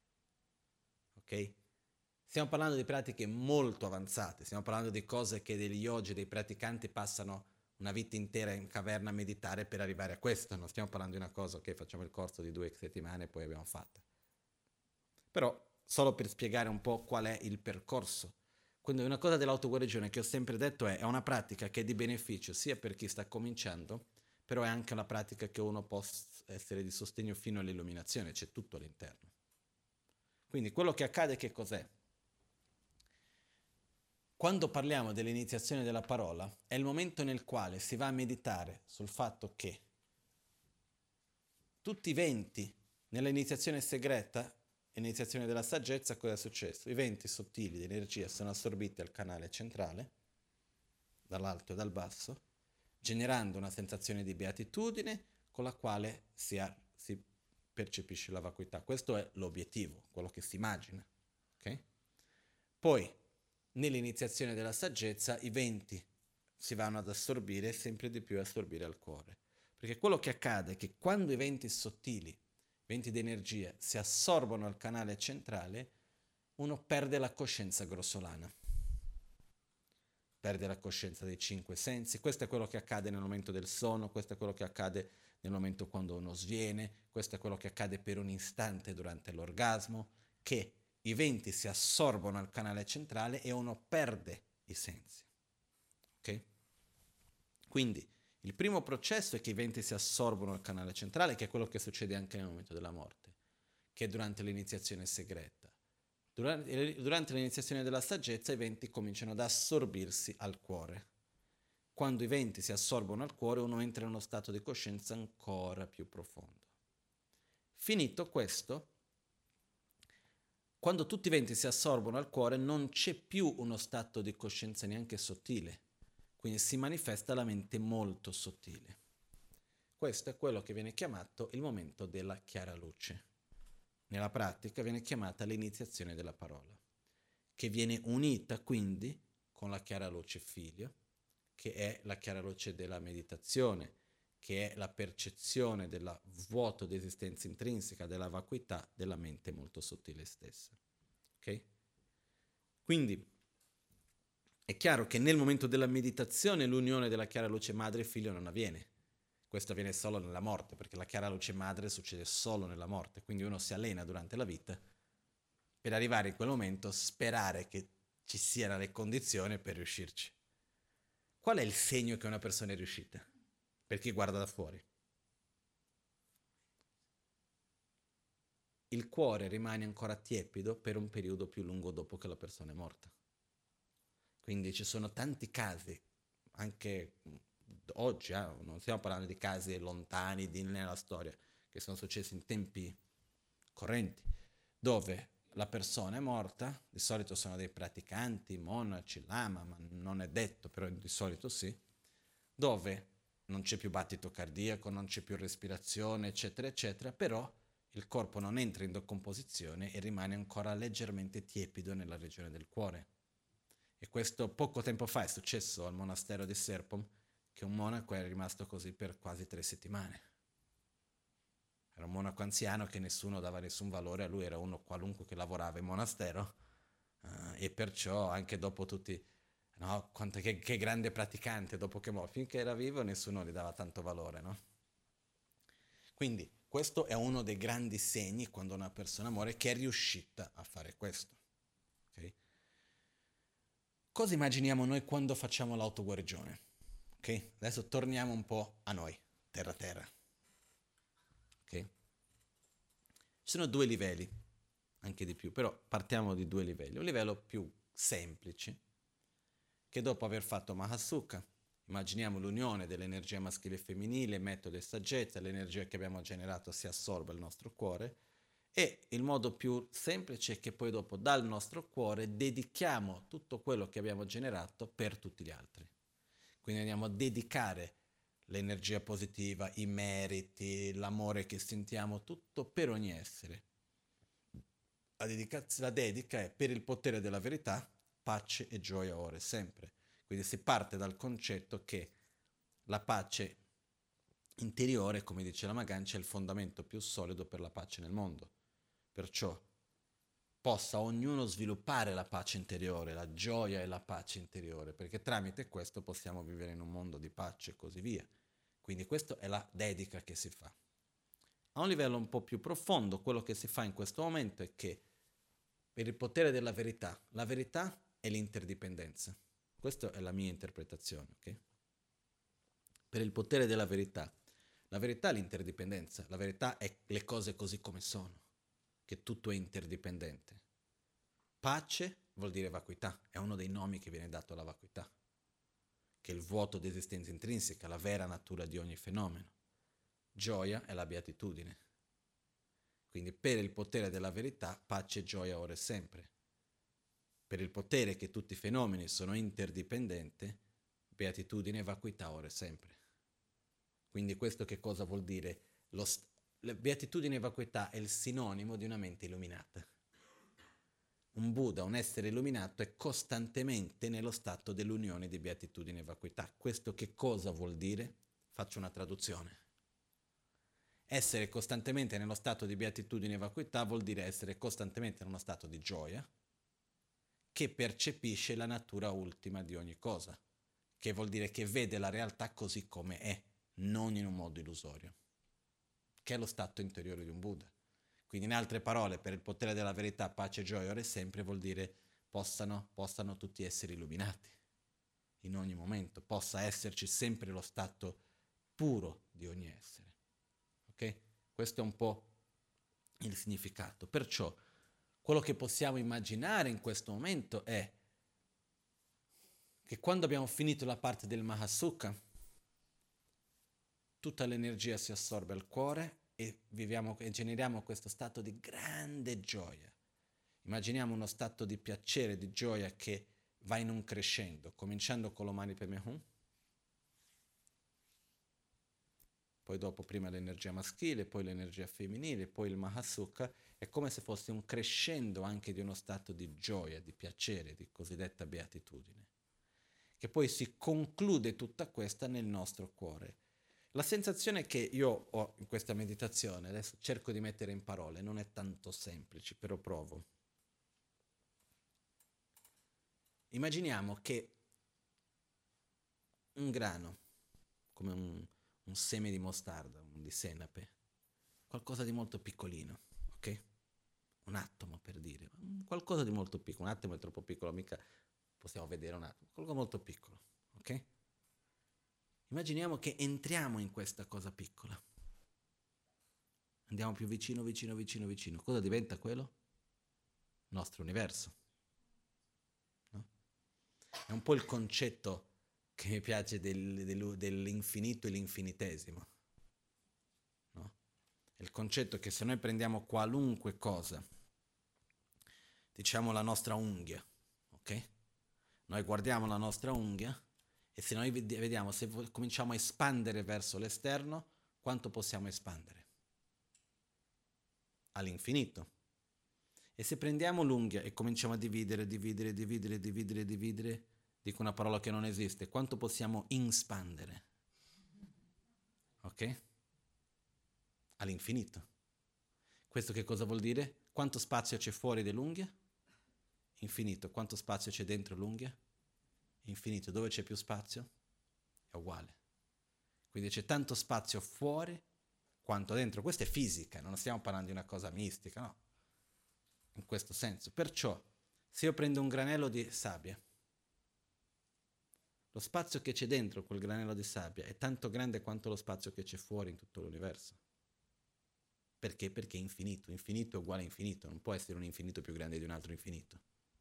Ok? Stiamo parlando di pratiche molto avanzate, stiamo parlando di cose che degli yogi, dei praticanti passano una vita intera in caverna a meditare per arrivare a questo. Non stiamo parlando di una cosa che okay, facciamo il corso di due settimane e poi abbiamo fatto. Però solo per spiegare un po' qual è il percorso. Quindi una cosa dell'autoguarigione che ho sempre detto è, è una pratica che è di beneficio sia per chi sta cominciando, però è anche una pratica che uno può essere di sostegno fino all'illuminazione, c'è tutto all'interno. Quindi quello che accade che cos'è? Quando parliamo dell'iniziazione della parola, è il momento nel quale si va a meditare sul fatto che tutti i venti nell'iniziazione segreta, iniziazione della saggezza, cosa è successo? I venti sottili di energia sono assorbiti al canale centrale, dall'alto e dal basso, generando una sensazione di beatitudine con la quale si, ha, si percepisce la vacuità. Questo è l'obiettivo, quello che si immagina. Okay? Poi, nell'iniziazione della saggezza, i venti si vanno ad assorbire, sempre di più assorbire al cuore. Perché quello che accade è che quando i venti sottili, venti di energia, si assorbono al canale centrale, uno perde la coscienza grossolana. Perde la coscienza dei cinque sensi. Questo è quello che accade nel momento del sonno, questo è quello che accade nel momento quando uno sviene, questo è quello che accade per un istante durante l'orgasmo, che i venti si assorbono al canale centrale e uno perde i sensi. Ok? Quindi il primo processo è che i venti si assorbono al canale centrale, che è quello che succede anche nel momento della morte, che è durante l'iniziazione segreta. Durante, durante l'iniziazione della saggezza i venti cominciano ad assorbirsi al cuore. Quando i venti si assorbono al cuore uno entra in uno stato di coscienza ancora più profondo. Finito questo, quando tutti i venti si assorbono al cuore non c'è più uno stato di coscienza neanche sottile, quindi si manifesta la mente molto sottile. Questo è quello che viene chiamato il momento della chiara luce. Nella pratica viene chiamata l'iniziazione della parola, che viene unita quindi con la chiara luce figlio, che è la chiara luce della meditazione, che è la percezione del vuoto di esistenza intrinseca, della vacuità della mente molto sottile stessa. Ok? Quindi è chiaro che nel momento della meditazione l'unione della chiara luce madre e figlio non avviene. Questo avviene solo nella morte, perché la chiara luce madre succede solo nella morte, quindi uno si allena durante la vita per arrivare in quel momento, sperare che ci siano le condizioni per riuscirci. Qual è il segno che una persona è riuscita? Per chi guarda da fuori. Il cuore rimane ancora tiepido per un periodo più lungo dopo che la persona è morta. Quindi ci sono tanti casi, anche oggi, eh, non stiamo parlando di casi lontani di, nella storia, che sono successi in tempi correnti, dove la persona è morta, di solito sono dei praticanti, monaci, lama, ma non è detto, però di solito sì, dove non c'è più battito cardiaco, non c'è più respirazione, eccetera, eccetera, però il corpo non entra in decomposizione e rimane ancora leggermente tiepido nella regione del cuore. E questo poco tempo fa è successo al monastero di Serpom, che un monaco è rimasto così per quasi tre settimane. Era un monaco anziano che nessuno dava nessun valore a lui, era uno qualunque che lavorava in monastero, uh, e perciò anche dopo tutti, no, quanto, che, che grande praticante dopo che morì, finché era vivo nessuno gli dava tanto valore, no? Quindi questo è uno dei grandi segni quando una persona muore, che è riuscita a fare questo. Okay? Cosa immaginiamo noi quando facciamo l'autoguarigione? Okay? Adesso torniamo un po' a noi, terra terra. Okay? Ci sono due livelli, anche di più, però partiamo di due livelli. Un livello più semplice, che dopo aver fatto Mahasukha, immaginiamo l'unione dell'energia maschile e femminile, metodo e saggezza, l'energia che abbiamo generato si assorbe al nostro cuore, e il modo più semplice è che poi dopo dal nostro cuore dedichiamo tutto quello che abbiamo generato per tutti gli altri. Quindi andiamo a dedicare l'energia positiva, i meriti, l'amore che sentiamo, tutto per ogni essere. La, dedica- la dedica è per il potere della verità, pace e gioia ora e sempre. Quindi si parte dal concetto che la pace interiore, come dice la Magancia, è il fondamento più solido per la pace nel mondo. Perciò possa ognuno sviluppare la pace interiore, la gioia e la pace interiore, perché tramite questo possiamo vivere in un mondo di pace e così via. Quindi questa è la dedica che si fa. A un livello un po' più profondo, quello che si fa in questo momento è che per il potere della verità, la verità è l'interdipendenza. Questa è la mia interpretazione, ok? Per il potere della verità, la verità è l'interdipendenza, la verità è le cose così come sono, che tutto è interdipendente. Pace vuol dire vacuità, è uno dei nomi che viene dato alla vacuità, che è il vuoto di esistenza intrinseca, la vera natura di ogni fenomeno. Gioia è la beatitudine. Quindi per il potere della verità, pace e gioia ora e sempre. Per il potere che tutti i fenomeni sono interdipendenti, beatitudine e vacuità ora e sempre. Quindi questo che cosa vuol dire? Lo st- beatitudine e vacuità è il sinonimo di una mente illuminata. Un Buddha, un essere illuminato, è costantemente nello stato dell'unione di beatitudine e vacuità. Questo che cosa vuol dire? Faccio una traduzione. Essere costantemente nello stato di beatitudine e vacuità vuol dire essere costantemente in uno stato di gioia che percepisce la natura ultima di ogni cosa, che vuol dire che vede la realtà così come è, non in un modo illusorio, che è lo stato interiore di un Buddha. Quindi in altre parole, per il potere della verità, pace e gioia ora e sempre vuol dire possano, possano tutti essere illuminati in ogni momento, possa esserci sempre lo stato puro di ogni essere. Ok? Questo è un po' il significato. Perciò quello che possiamo immaginare in questo momento è che quando abbiamo finito la parte del Mahasukha, tutta l'energia si assorbe al cuore e viviamo e generiamo questo stato di grande gioia. Immaginiamo uno stato di piacere, di gioia che va in un crescendo, cominciando con l'Omani Padme Hum, poi dopo prima l'energia maschile, poi l'energia femminile, poi il Mahasukha, è come se fosse un crescendo anche di uno stato di gioia, di piacere, di cosiddetta beatitudine, che poi si conclude tutta questa nel nostro cuore. La sensazione che io ho in questa meditazione, adesso cerco di mettere in parole, non è tanto semplice, però provo. Immaginiamo che un grano, come un, un seme di mostarda, un di senape, qualcosa di molto piccolino, ok? Un atomo per dire, qualcosa di molto piccolo, un atomo è troppo piccolo, mica possiamo vedere un atomo, qualcosa molto piccolo, ok? Immaginiamo che entriamo in questa cosa piccola, andiamo più vicino, vicino, vicino, vicino, cosa diventa quello? Il nostro universo. No? È un po' il concetto che mi piace del, del, dell'infinito e l'infinitesimo. No? È il concetto che se noi prendiamo qualunque cosa, diciamo la nostra unghia, ok? Noi guardiamo la nostra unghia e se noi vediamo, se cominciamo a espandere verso l'esterno, quanto possiamo espandere? All'infinito. E se prendiamo l'unghia e cominciamo a dividere, dividere, dividere, dividere, dividere, dico una parola che non esiste, quanto possiamo inspandere? Ok? All'infinito. Questo che cosa vuol dire? Quanto spazio c'è fuori dell'unghia? Infinito. Quanto spazio c'è dentro l'unghia? Infinito. Dove c'è più spazio? È uguale. Quindi c'è tanto spazio fuori quanto dentro. Questa è fisica, non stiamo parlando di una cosa mistica, no? In questo senso. Perciò, se io prendo un granello di sabbia, lo spazio che c'è dentro quel granello di sabbia è tanto grande quanto lo spazio che c'è fuori in tutto l'universo. Perché? Perché è infinito. Infinito è uguale a infinito. Non può essere un infinito più grande di un altro infinito.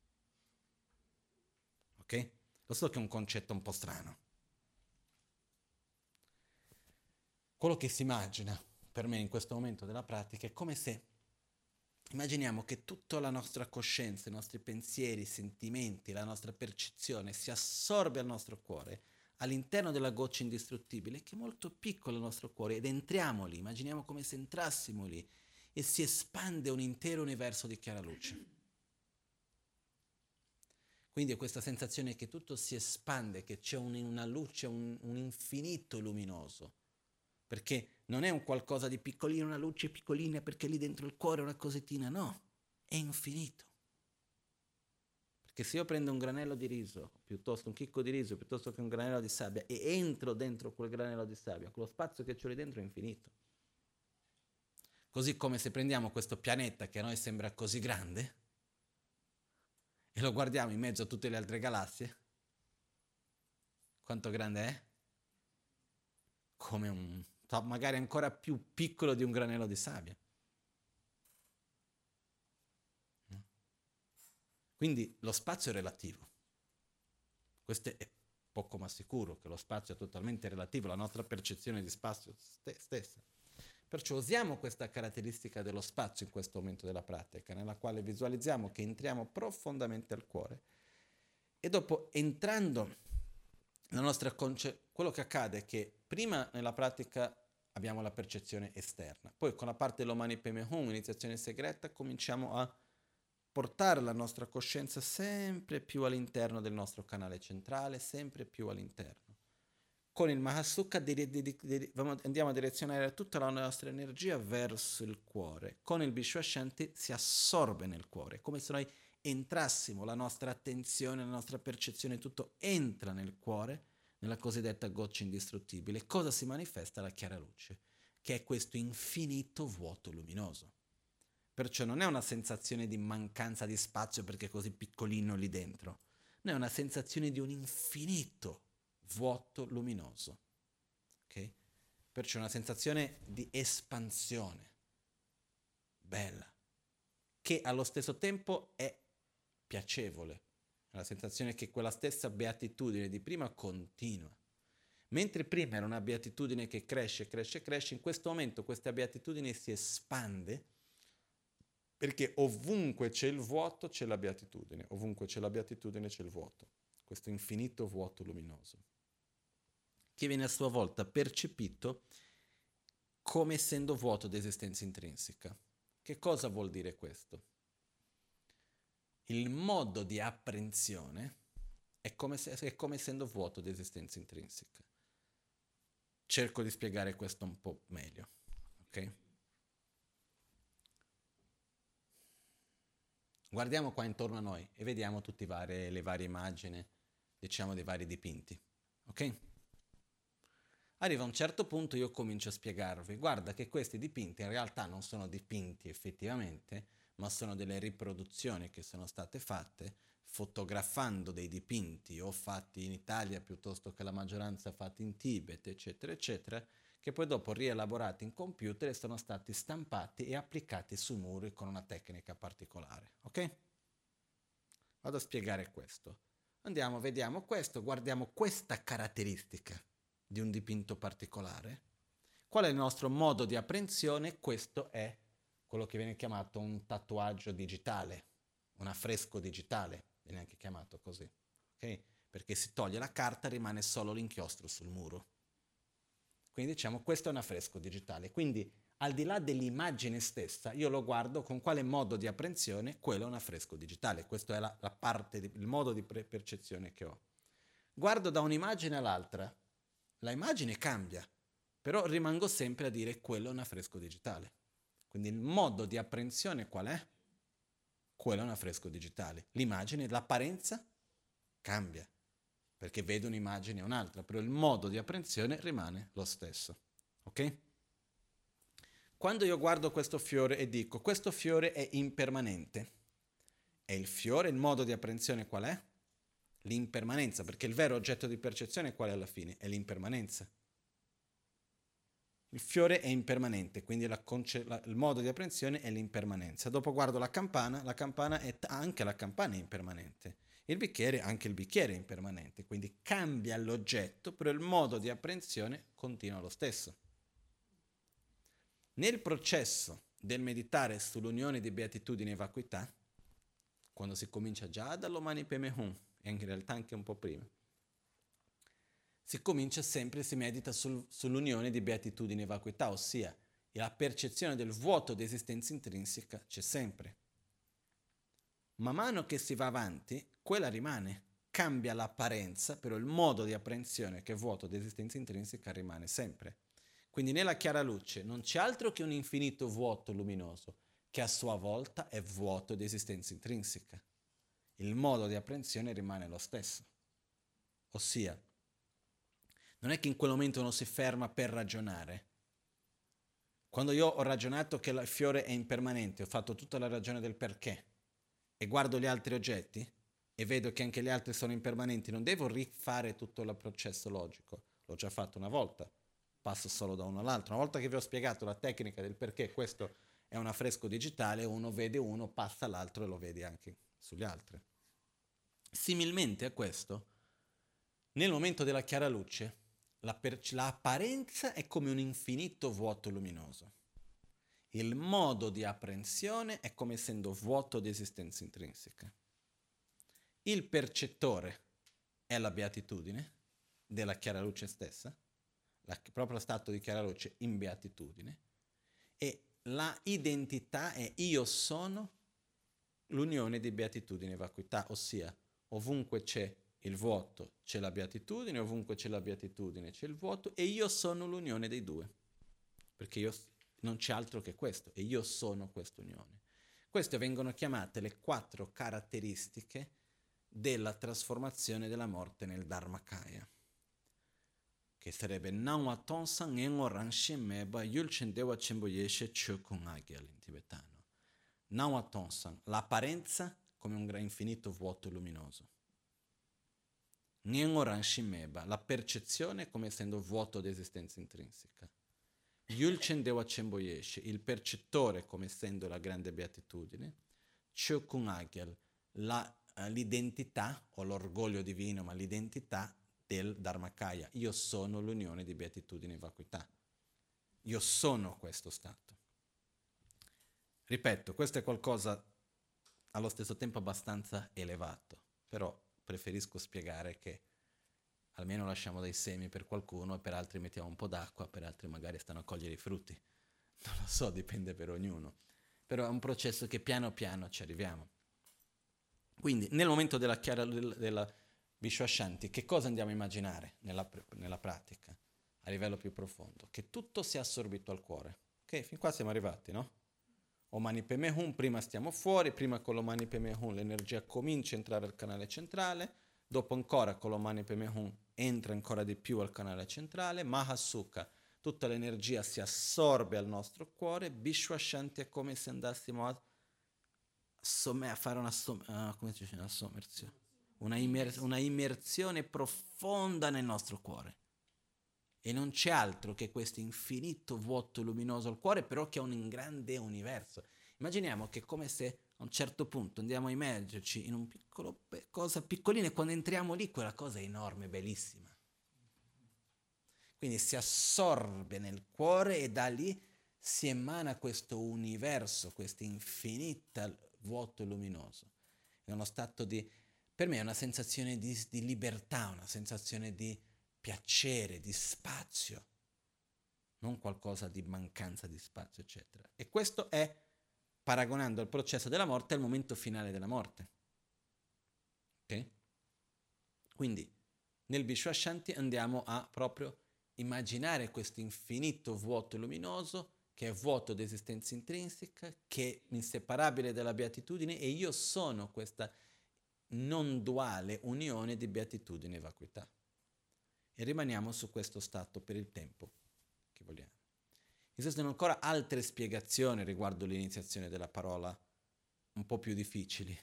Ok? Lo so che è un concetto un po' strano. Quello che si immagina per me in questo momento della pratica è come se immaginiamo che tutta la nostra coscienza, i nostri pensieri, i sentimenti, la nostra percezione si assorbe al nostro cuore, all'interno della goccia indistruttibile, che è molto piccolo il nostro cuore, ed entriamo lì, immaginiamo come se entrassimo lì, e si espande un intero universo di chiara luce. Quindi è questa sensazione che tutto si espande, che c'è un, una luce, un, un infinito luminoso, perché non è un qualcosa di piccolino, una luce piccolina perché lì dentro il cuore è una cosettina, no, è infinito. Perché se io prendo un granello di riso, piuttosto un chicco di riso, piuttosto che un granello di sabbia, e entro dentro quel granello di sabbia, quello spazio che c'ho lì dentro è infinito. Così come se prendiamo questo pianeta che a noi sembra così grande, e lo guardiamo in mezzo a tutte le altre galassie, quanto grande è? Come un... magari ancora più piccolo di un granello di sabbia. Quindi lo spazio è relativo. Questo è poco ma sicuro, che lo spazio è totalmente relativo alla nostra percezione di spazio st- stessa. Perciò usiamo questa caratteristica dello spazio in questo momento della pratica, nella quale visualizziamo che entriamo profondamente al cuore e dopo entrando nella nostra conce- quello che accade è che prima nella pratica abbiamo la percezione esterna, poi con la parte dell'Omani Padme Hum, iniziazione segreta, cominciamo a portare la nostra coscienza sempre più all'interno del nostro canale centrale, sempre più all'interno. Con il Mahasukha di, di, di, di, andiamo a direzionare tutta la nostra energia verso il cuore. Con il Vishwashanti si assorbe nel cuore, come se noi entrassimo, la nostra attenzione, la nostra percezione, tutto entra nel cuore, nella cosiddetta goccia indistruttibile. Cosa si manifesta? La chiara luce, che è questo infinito vuoto luminoso. Perciò non è una sensazione di mancanza di spazio perché è così piccolino lì dentro, no, è una sensazione di un infinito vuoto luminoso. Ok? Perciò è una sensazione di espansione, bella, che allo stesso tempo è piacevole. È la sensazione che quella stessa beatitudine di prima continua. Mentre prima era una beatitudine che cresce, cresce, cresce, in questo momento questa beatitudine si espande perché ovunque c'è il vuoto c'è la beatitudine, ovunque c'è la beatitudine c'è il vuoto, questo infinito vuoto luminoso, che viene a sua volta percepito come essendo vuoto di esistenza intrinseca. Che cosa vuol dire questo? Il modo di apprensione è come, se, è come essendo vuoto di esistenza intrinseca. Cerco di spiegare questo un po' meglio, ok? Guardiamo qua intorno a noi e vediamo tutte varie, le varie immagini, diciamo dei vari dipinti, ok? Arriva a un certo punto io comincio a spiegarvi, guarda che questi dipinti in realtà non sono dipinti effettivamente, ma sono delle riproduzioni che sono state fatte fotografando dei dipinti o fatti in Italia piuttosto che la maggioranza fatti in Tibet, eccetera, eccetera, che poi dopo rielaborati in computer e sono stati stampati e applicati su muri con una tecnica particolare, ok? Vado a spiegare questo. Andiamo, vediamo questo, guardiamo questa caratteristica di un dipinto particolare. Qual è il nostro modo di apprensione? Questo è quello che viene chiamato un tatuaggio digitale, un affresco digitale, viene anche chiamato così, ok? Perché si toglie la carta, rimane solo l'inchiostro sul muro. Quindi diciamo questo è un affresco digitale. Quindi al di là dell'immagine stessa, io lo guardo con quale modo di apprensione, quello è un affresco digitale. Questo è la, la parte, di, il modo di pre- percezione che ho. Guardo da un'immagine all'altra, la immagine cambia, però rimango sempre a dire quello è un affresco digitale. Quindi il modo di apprensione qual è? Quello è un affresco digitale. L'immagine, l'apparenza cambia, perché vedo un'immagine o un'altra, però il modo di apprensione rimane lo stesso. Ok? Quando io guardo questo fiore e dico questo fiore è impermanente, è il fiore, il modo di apprensione qual è? L'impermanenza, perché il vero oggetto di percezione qual è alla fine? È l'impermanenza. Il fiore è impermanente, quindi la conce- la, il modo di apprensione è l'impermanenza. Dopo guardo la campana, la campana è t- anche la campana è impermanente. Il bicchiere, anche il bicchiere è impermanente, quindi cambia l'oggetto, però il modo di apprensione continua lo stesso. Nel processo del meditare sull'unione di beatitudine e vacuità, quando si comincia già dall'Omani Padme Hum, e in realtà anche un po' prima, si comincia sempre, si medita sul, sull'unione di beatitudine e vacuità, ossia la percezione del vuoto di esistenza intrinseca c'è sempre. Man mano che si va avanti, quella rimane, cambia l'apparenza, però il modo di apprensione che è vuoto di esistenza intrinseca rimane sempre. Quindi nella chiara luce non c'è altro che un infinito vuoto luminoso, che a sua volta è vuoto di esistenza intrinseca. Il modo di apprensione rimane lo stesso. Ossia, non è che in quel momento uno si ferma per ragionare. Quando io ho ragionato che il fiore è impermanente, ho fatto tutta la ragione del perché, e guardo gli altri oggetti e vedo che anche gli altri sono impermanenti, non devo rifare tutto il processo logico. L'ho già fatto una volta, passo solo da uno all'altro. Una volta che vi ho spiegato la tecnica del perché questo è un affresco digitale, uno vede uno, passa all'altro e lo vedi anche sugli altri. Similmente a questo, nel momento della chiara luce, la per- l'apparenza è come un infinito vuoto luminoso. Il modo di apprensione è come essendo vuoto di esistenza intrinseca. Il percettore è la beatitudine della chiara luce stessa, la, proprio stato di chiara luce in beatitudine, e la identità è io sono l'unione di beatitudine e vacuità, ossia ovunque c'è il vuoto c'è la beatitudine, ovunque c'è la beatitudine c'è il vuoto e io sono l'unione dei due, perché io non c'è altro che questo e io sono questa unione. Queste vengono chiamate le quattro caratteristiche della trasformazione della morte nel Dharmakaya, che sarebbe Nawa Tonsan Engo Ranshin Meba Yulchen Dewa Chemboyeshe Chokun Agyal in tibetano. Nawa Tonsan, l'apparenza come un infinito vuoto luminoso. Nyengo Ranshin Meba, la percezione come essendo vuoto di esistenza intrinseca. Yulchen Dewa Chemboyeshe, il percettore come essendo la grande beatitudine. Chokun Agyal, la, uh, l'identità o l'orgoglio divino, ma l'identità del Dharmakaya. Io sono l'unione di beatitudine e vacuità. Io sono questo stato. Ripeto, questo è qualcosa allo stesso tempo abbastanza elevato, però preferisco spiegare che almeno lasciamo dei semi per qualcuno e per altri mettiamo un po' d'acqua, per altri magari stanno a cogliere i frutti. Non lo so, dipende per ognuno. Però è un processo che piano piano ci arriviamo. Quindi nel momento della, chiara, della Vishwashanti, che cosa andiamo a immaginare nella, nella pratica, a livello più profondo? Che tutto sia assorbito al cuore. Ok, fin qua siamo arrivati, no? O Mani Padme Hum, prima stiamo fuori, prima con lo Mani Padme Hum l'energia comincia a entrare al canale centrale, dopo ancora con lo Mani Padme Hum entra ancora di più al canale centrale, Mahasukha, tutta l'energia si assorbe al nostro cuore, Vishwashanti è come se andassimo a, somme- a fare una, som- uh, come si dice, una sommersione, una, immer- una immersione profonda nel nostro cuore. E non c'è altro che questo infinito vuoto luminoso al cuore, però che è un grande universo. Immaginiamo che è come se a un certo punto andiamo a immergerci in un piccolo pe- cosa piccolina e quando entriamo lì quella cosa è enorme, bellissima. Quindi si assorbe nel cuore e da lì si emana questo universo, questo infinito vuoto luminoso. È uno stato di, per me è una sensazione di, di libertà, una sensazione di piacere, di spazio, non qualcosa di mancanza di spazio, eccetera. E questo è, paragonando il processo della morte, al momento finale della morte. Ok? Quindi nel Vishwashanti andiamo a proprio immaginare questo infinito vuoto luminoso che è vuoto di esistenza intrinseca, che è inseparabile dalla beatitudine e io sono questa non duale unione di beatitudine e vacuità. E rimaniamo su questo stato per il tempo che vogliamo. Esistono ancora altre spiegazioni riguardo l'iniziazione della parola un po' più difficili,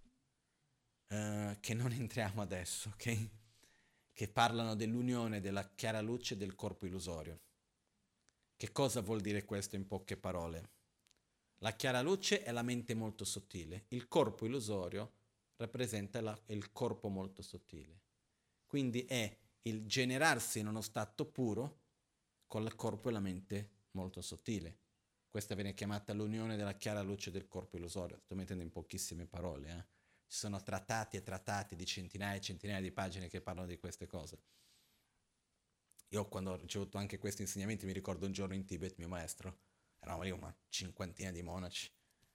eh, che non entriamo adesso, ok? Che parlano dell'unione della chiara luce e del corpo illusorio. Che cosa vuol dire questo in poche parole? La chiara luce è la mente molto sottile, il corpo illusorio rappresenta la, il corpo molto sottile. Quindi è il generarsi in uno stato puro con il corpo e la mente molto sottile. Questa viene chiamata l'unione della chiara luce del corpo illusorio. Sto mettendo in pochissime parole, eh? Ci sono trattati e trattati di centinaia e centinaia di pagine che parlano di queste cose. Io quando ho ricevuto anche questi insegnamenti mi ricordo un giorno in Tibet, mio maestro, eravamo lì una cinquantina di monaci,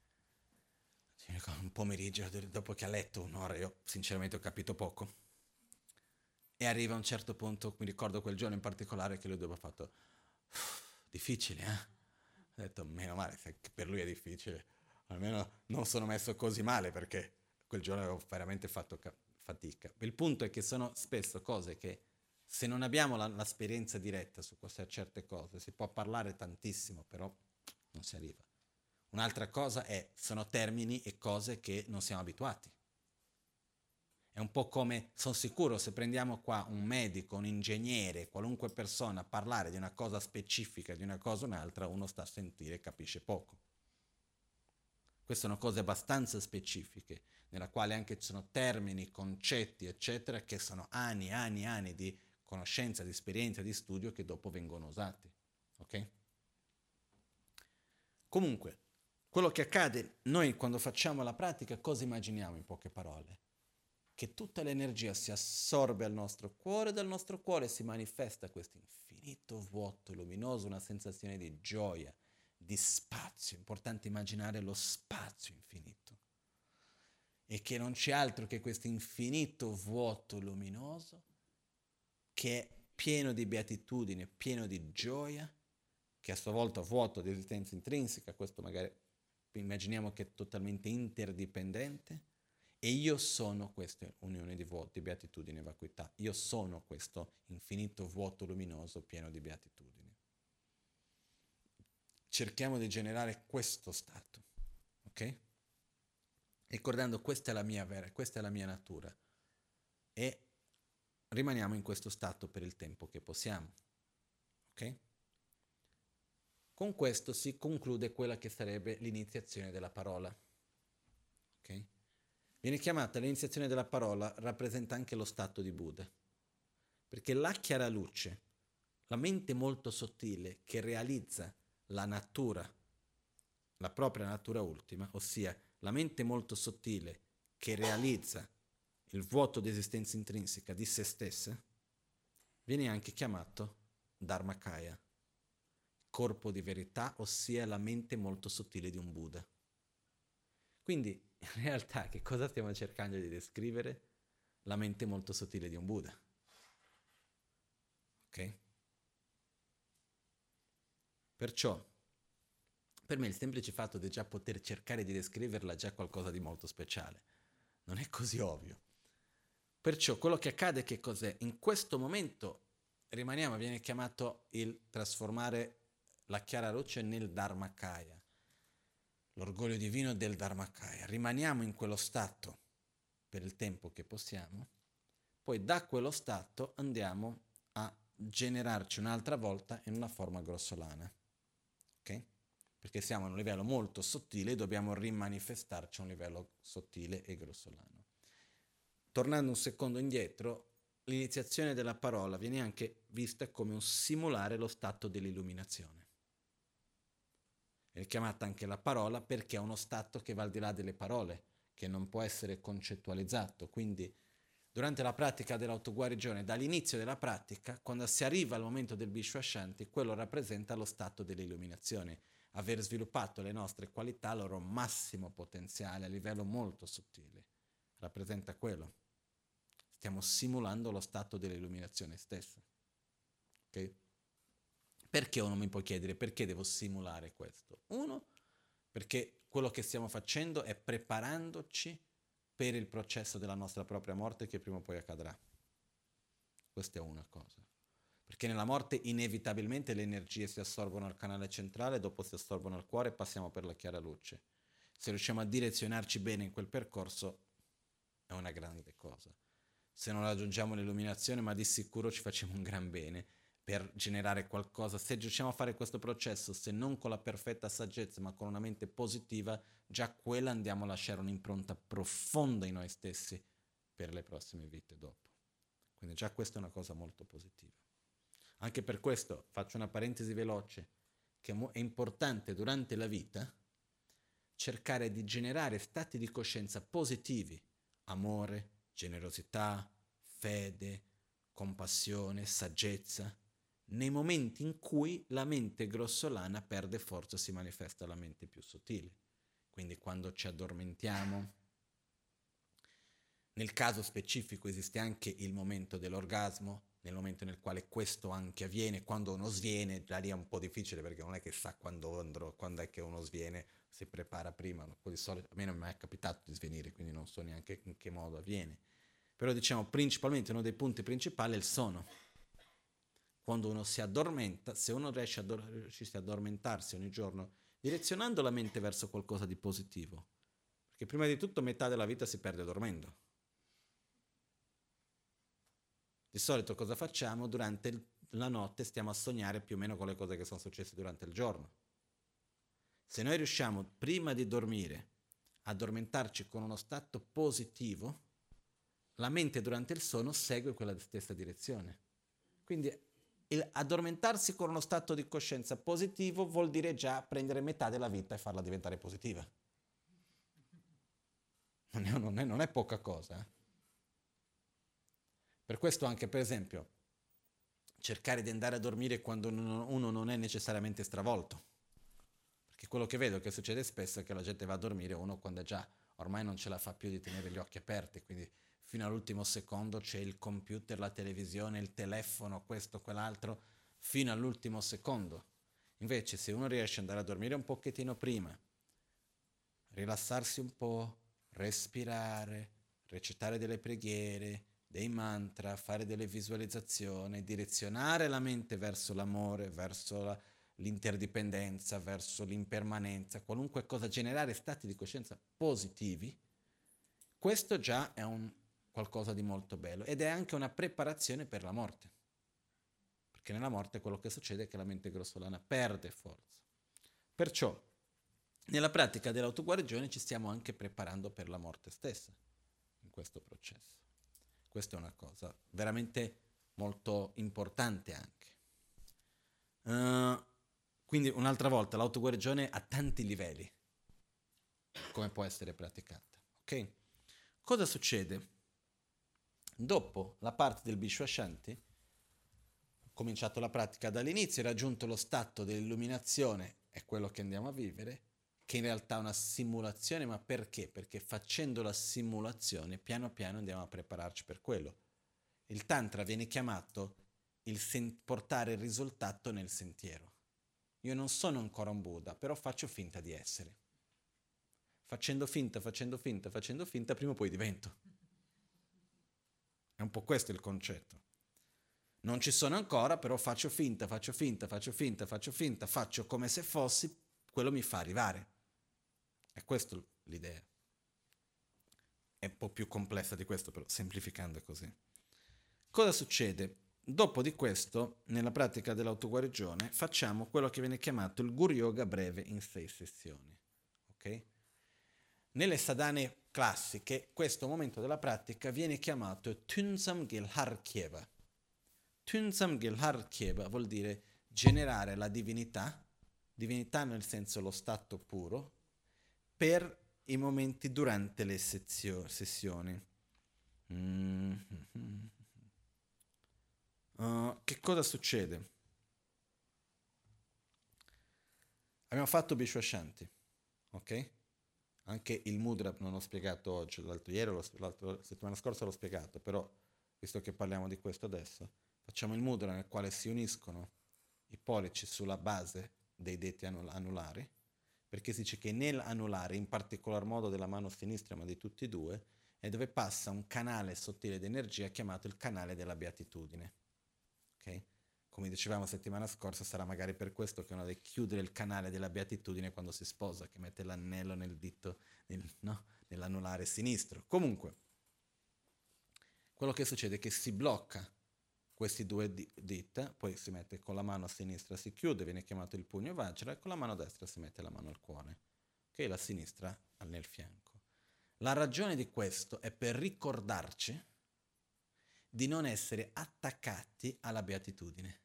un pomeriggio, dopo che ha letto un'ora, io sinceramente ho capito poco, e arriva a un certo punto, mi ricordo quel giorno in particolare che lui dopo ha fatto, difficile eh? Ho detto, meno male, se per lui è difficile, almeno non sono messo così male perché quel giorno avevo veramente fatto ca- fatica. Il punto è che sono spesso cose che se non abbiamo la, l'esperienza diretta su queste certe cose, si può parlare tantissimo, però non si arriva. Un'altra cosa è, sono termini e cose che non siamo abituati. È un po' come, sono sicuro, se prendiamo qua un medico, un ingegnere, qualunque persona a parlare di una cosa specifica, di una cosa o un'altra, uno sta a sentire e capisce poco. Queste sono cose abbastanza specifiche, nella quale anche ci sono termini, concetti, eccetera, che sono anni e anni e anni di conoscenza, di esperienza, di studio che dopo vengono usati. Ok? Comunque, quello che accade, noi quando facciamo la pratica, cosa immaginiamo in poche parole? Che tutta l'energia si assorbe al nostro cuore, dal nostro cuore si manifesta questo infinito vuoto luminoso, una sensazione di gioia, di spazio. È importante immaginare lo spazio infinito. E che non c'è altro che questo infinito vuoto luminoso che è pieno di beatitudine, pieno di gioia, che a sua volta è vuoto di esistenza intrinseca, questo magari immaginiamo che è totalmente interdipendente, e io sono questa unione di vuoto, di beatitudine e vacuità. Io sono questo infinito vuoto luminoso pieno di beatitudine. Cerchiamo di generare questo stato, ok? Ricordando questa è la mia vera, questa è la mia natura. E rimaniamo in questo stato per il tempo che possiamo, ok? Con questo si conclude quella che sarebbe l'iniziazione della parola, ok? Viene chiamata l'iniziazione della parola, rappresenta anche lo stato di Buddha, perché la chiara luce, la mente molto sottile che realizza la natura, la propria natura ultima, ossia la mente molto sottile che realizza il vuoto di esistenza intrinseca di se stessa, viene anche chiamato Dharmakaya, corpo di verità, ossia la mente molto sottile di un Buddha. Quindi, in realtà, che cosa stiamo cercando di descrivere? La mente molto sottile di un Buddha. Ok? Perciò, per me il semplice fatto di già poter cercare di descriverla è già qualcosa di molto speciale. Non è così ovvio. Perciò quello che accade che cos'è? In questo momento rimaniamo, viene chiamato il trasformare la chiara luce nel Dharmakaya, l'orgoglio divino del Dharmakaya. Rimaniamo in quello stato per il tempo che possiamo, poi da quello stato andiamo a generarci un'altra volta in una forma grossolana, ok? Perché siamo a un livello molto sottile e dobbiamo rimanifestarci a un livello sottile e grossolano. Tornando un secondo indietro, l'iniziazione della parola viene anche vista come un simulare lo stato dell'illuminazione. È chiamata anche la parola perché è uno stato che va al di là delle parole, che non può essere concettualizzato. Quindi durante la pratica dell'autoguarigione, dall'inizio della pratica, quando si arriva al momento del Vishwashanti, quello rappresenta lo stato dell'illuminazione, aver sviluppato le nostre qualità al loro massimo potenziale a livello molto sottile. Rappresenta quello. Stiamo simulando lo stato dell'illuminazione stessa. Ok? Perché uno mi può chiedere perché devo simulare questo? Uno, perché quello che stiamo facendo è preparandoci per il processo della nostra propria morte che prima o poi accadrà. Questa è una cosa. Perché nella morte inevitabilmente le energie si assorbono al canale centrale, dopo si assorbono al cuore e passiamo per la chiara luce. Se riusciamo a direzionarci bene in quel percorso è una grande cosa. Se non raggiungiamo l'illuminazione, ma di sicuro ci facciamo un gran bene per generare qualcosa. Se riusciamo a fare questo processo, se non con la perfetta saggezza, ma con una mente positiva, già quella andiamo a lasciare un'impronta profonda in noi stessi per le prossime vite dopo. Quindi già questa è una cosa molto positiva. Anche per questo faccio una parentesi veloce, che è importante durante la vita cercare di generare stati di coscienza positivi, amore, generosità, fede, compassione, saggezza, nei momenti in cui la mente grossolana perde forza, si manifesta la mente più sottile. Quindi quando ci addormentiamo, nel caso specifico esiste anche il momento dell'orgasmo, nel momento nel quale questo anche avviene, quando uno sviene, già lì è un po' difficile perché non è che sa quando andrò, quando è che uno sviene, si prepara prima, di solito, a me non mi è capitato di svenire, quindi non so neanche in che modo avviene. Però diciamo principalmente uno dei punti principali è il sonno. Quando uno si addormenta, se uno riesce a, do- riesce ad addormentarsi ogni giorno, direzionando la mente verso qualcosa di positivo, perché prima di tutto metà della vita si perde dormendo. Di solito cosa facciamo? Durante il, la notte stiamo a sognare più o meno con le cose che sono successe durante il giorno. Se noi riusciamo prima di dormire a addormentarci con uno stato positivo, la mente durante il sonno segue quella stessa direzione. Quindi il addormentarsi con uno stato di coscienza positivo vuol dire già prendere metà della vita e farla diventare positiva. Non è, non è, non è poca cosa. Eh? Per questo anche, per esempio, cercare di andare a dormire quando uno non è necessariamente stravolto. Perché quello che vedo che succede spesso è che la gente va a dormire uno quando già ormai non ce la fa più di tenere gli occhi aperti, quindi fino all'ultimo secondo c'è il computer, la televisione, il telefono, questo, quell'altro, fino all'ultimo secondo. Invece se uno riesce ad andare a dormire un pochettino prima, rilassarsi un po', respirare, recitare delle preghiere, dei mantra, fare delle visualizzazioni, direzionare la mente verso l'amore, verso la, l'interdipendenza, verso l'impermanenza, qualunque cosa, generare stati di coscienza positivi, questo già è un qualcosa di molto bello ed è anche una preparazione per la morte, perché nella morte quello che succede è che la mente grossolana perde forza. Perciò nella pratica dell'autoguarigione ci stiamo anche preparando per la morte stessa in questo processo. Questa è una cosa veramente molto importante anche. Uh, quindi un'altra volta l'autoguarigione ha tanti livelli come può essere praticata. Ok? Cosa succede? Dopo la parte del Vishwashanti cominciato la pratica dall'inizio e raggiunto lo stato dell'illuminazione, è quello che andiamo a vivere, che in realtà è una simulazione, ma perché? Perché facendo la simulazione piano piano andiamo a prepararci per quello. Il Tantra viene chiamato il sen- portare il risultato nel sentiero. Io non sono ancora un Buddha, però faccio finta di essere. Facendo finta, facendo finta, facendo finta, prima o poi divento. È un po' questo il concetto. Non ci sono ancora, però faccio finta, faccio finta, faccio finta, faccio finta, faccio come se fossi, quello mi fa arrivare. È questa l'idea. È un po' più complessa di questo, però semplificando così. Cosa succede? Dopo di questo, nella pratica dell'autoguarigione, facciamo quello che viene chiamato il Guru Yoga breve in sei sessioni. Ok? Nelle sadhane classiche, questo momento della pratica viene chiamato Tunsam Gilhar Kyeva. Tunsam Gilhar Kyeva vuol dire generare la divinità, divinità nel senso lo stato puro, per i momenti durante le sezio- sessioni. Mm-hmm. Uh, che cosa succede? Abbiamo fatto Bishwashanti, ok? Anche il mudra non l'ho spiegato oggi, l'altro ieri, l'altra settimana scorsa l'ho spiegato, però visto che parliamo di questo adesso, facciamo il mudra nel quale si uniscono i pollici sulla base dei denti anulari, perché si dice che nell'anulare, in particolar modo della mano sinistra, ma di tutti e due, è dove passa un canale sottile di energia chiamato il canale della beatitudine. Okay? Come dicevamo settimana scorsa, sarà magari per questo che uno deve chiudere il canale della beatitudine quando si sposa, che mette l'anello nel dito, nel, no? nell'anulare sinistro. Comunque, quello che succede è che si blocca questi due di- dita, poi si mette con la mano a sinistra, si chiude, viene chiamato il pugno Vajra, e con la mano a destra si mette la mano al cuore, che è la sinistra nel fianco. La ragione di questo è per ricordarci di non essere attaccati alla beatitudine.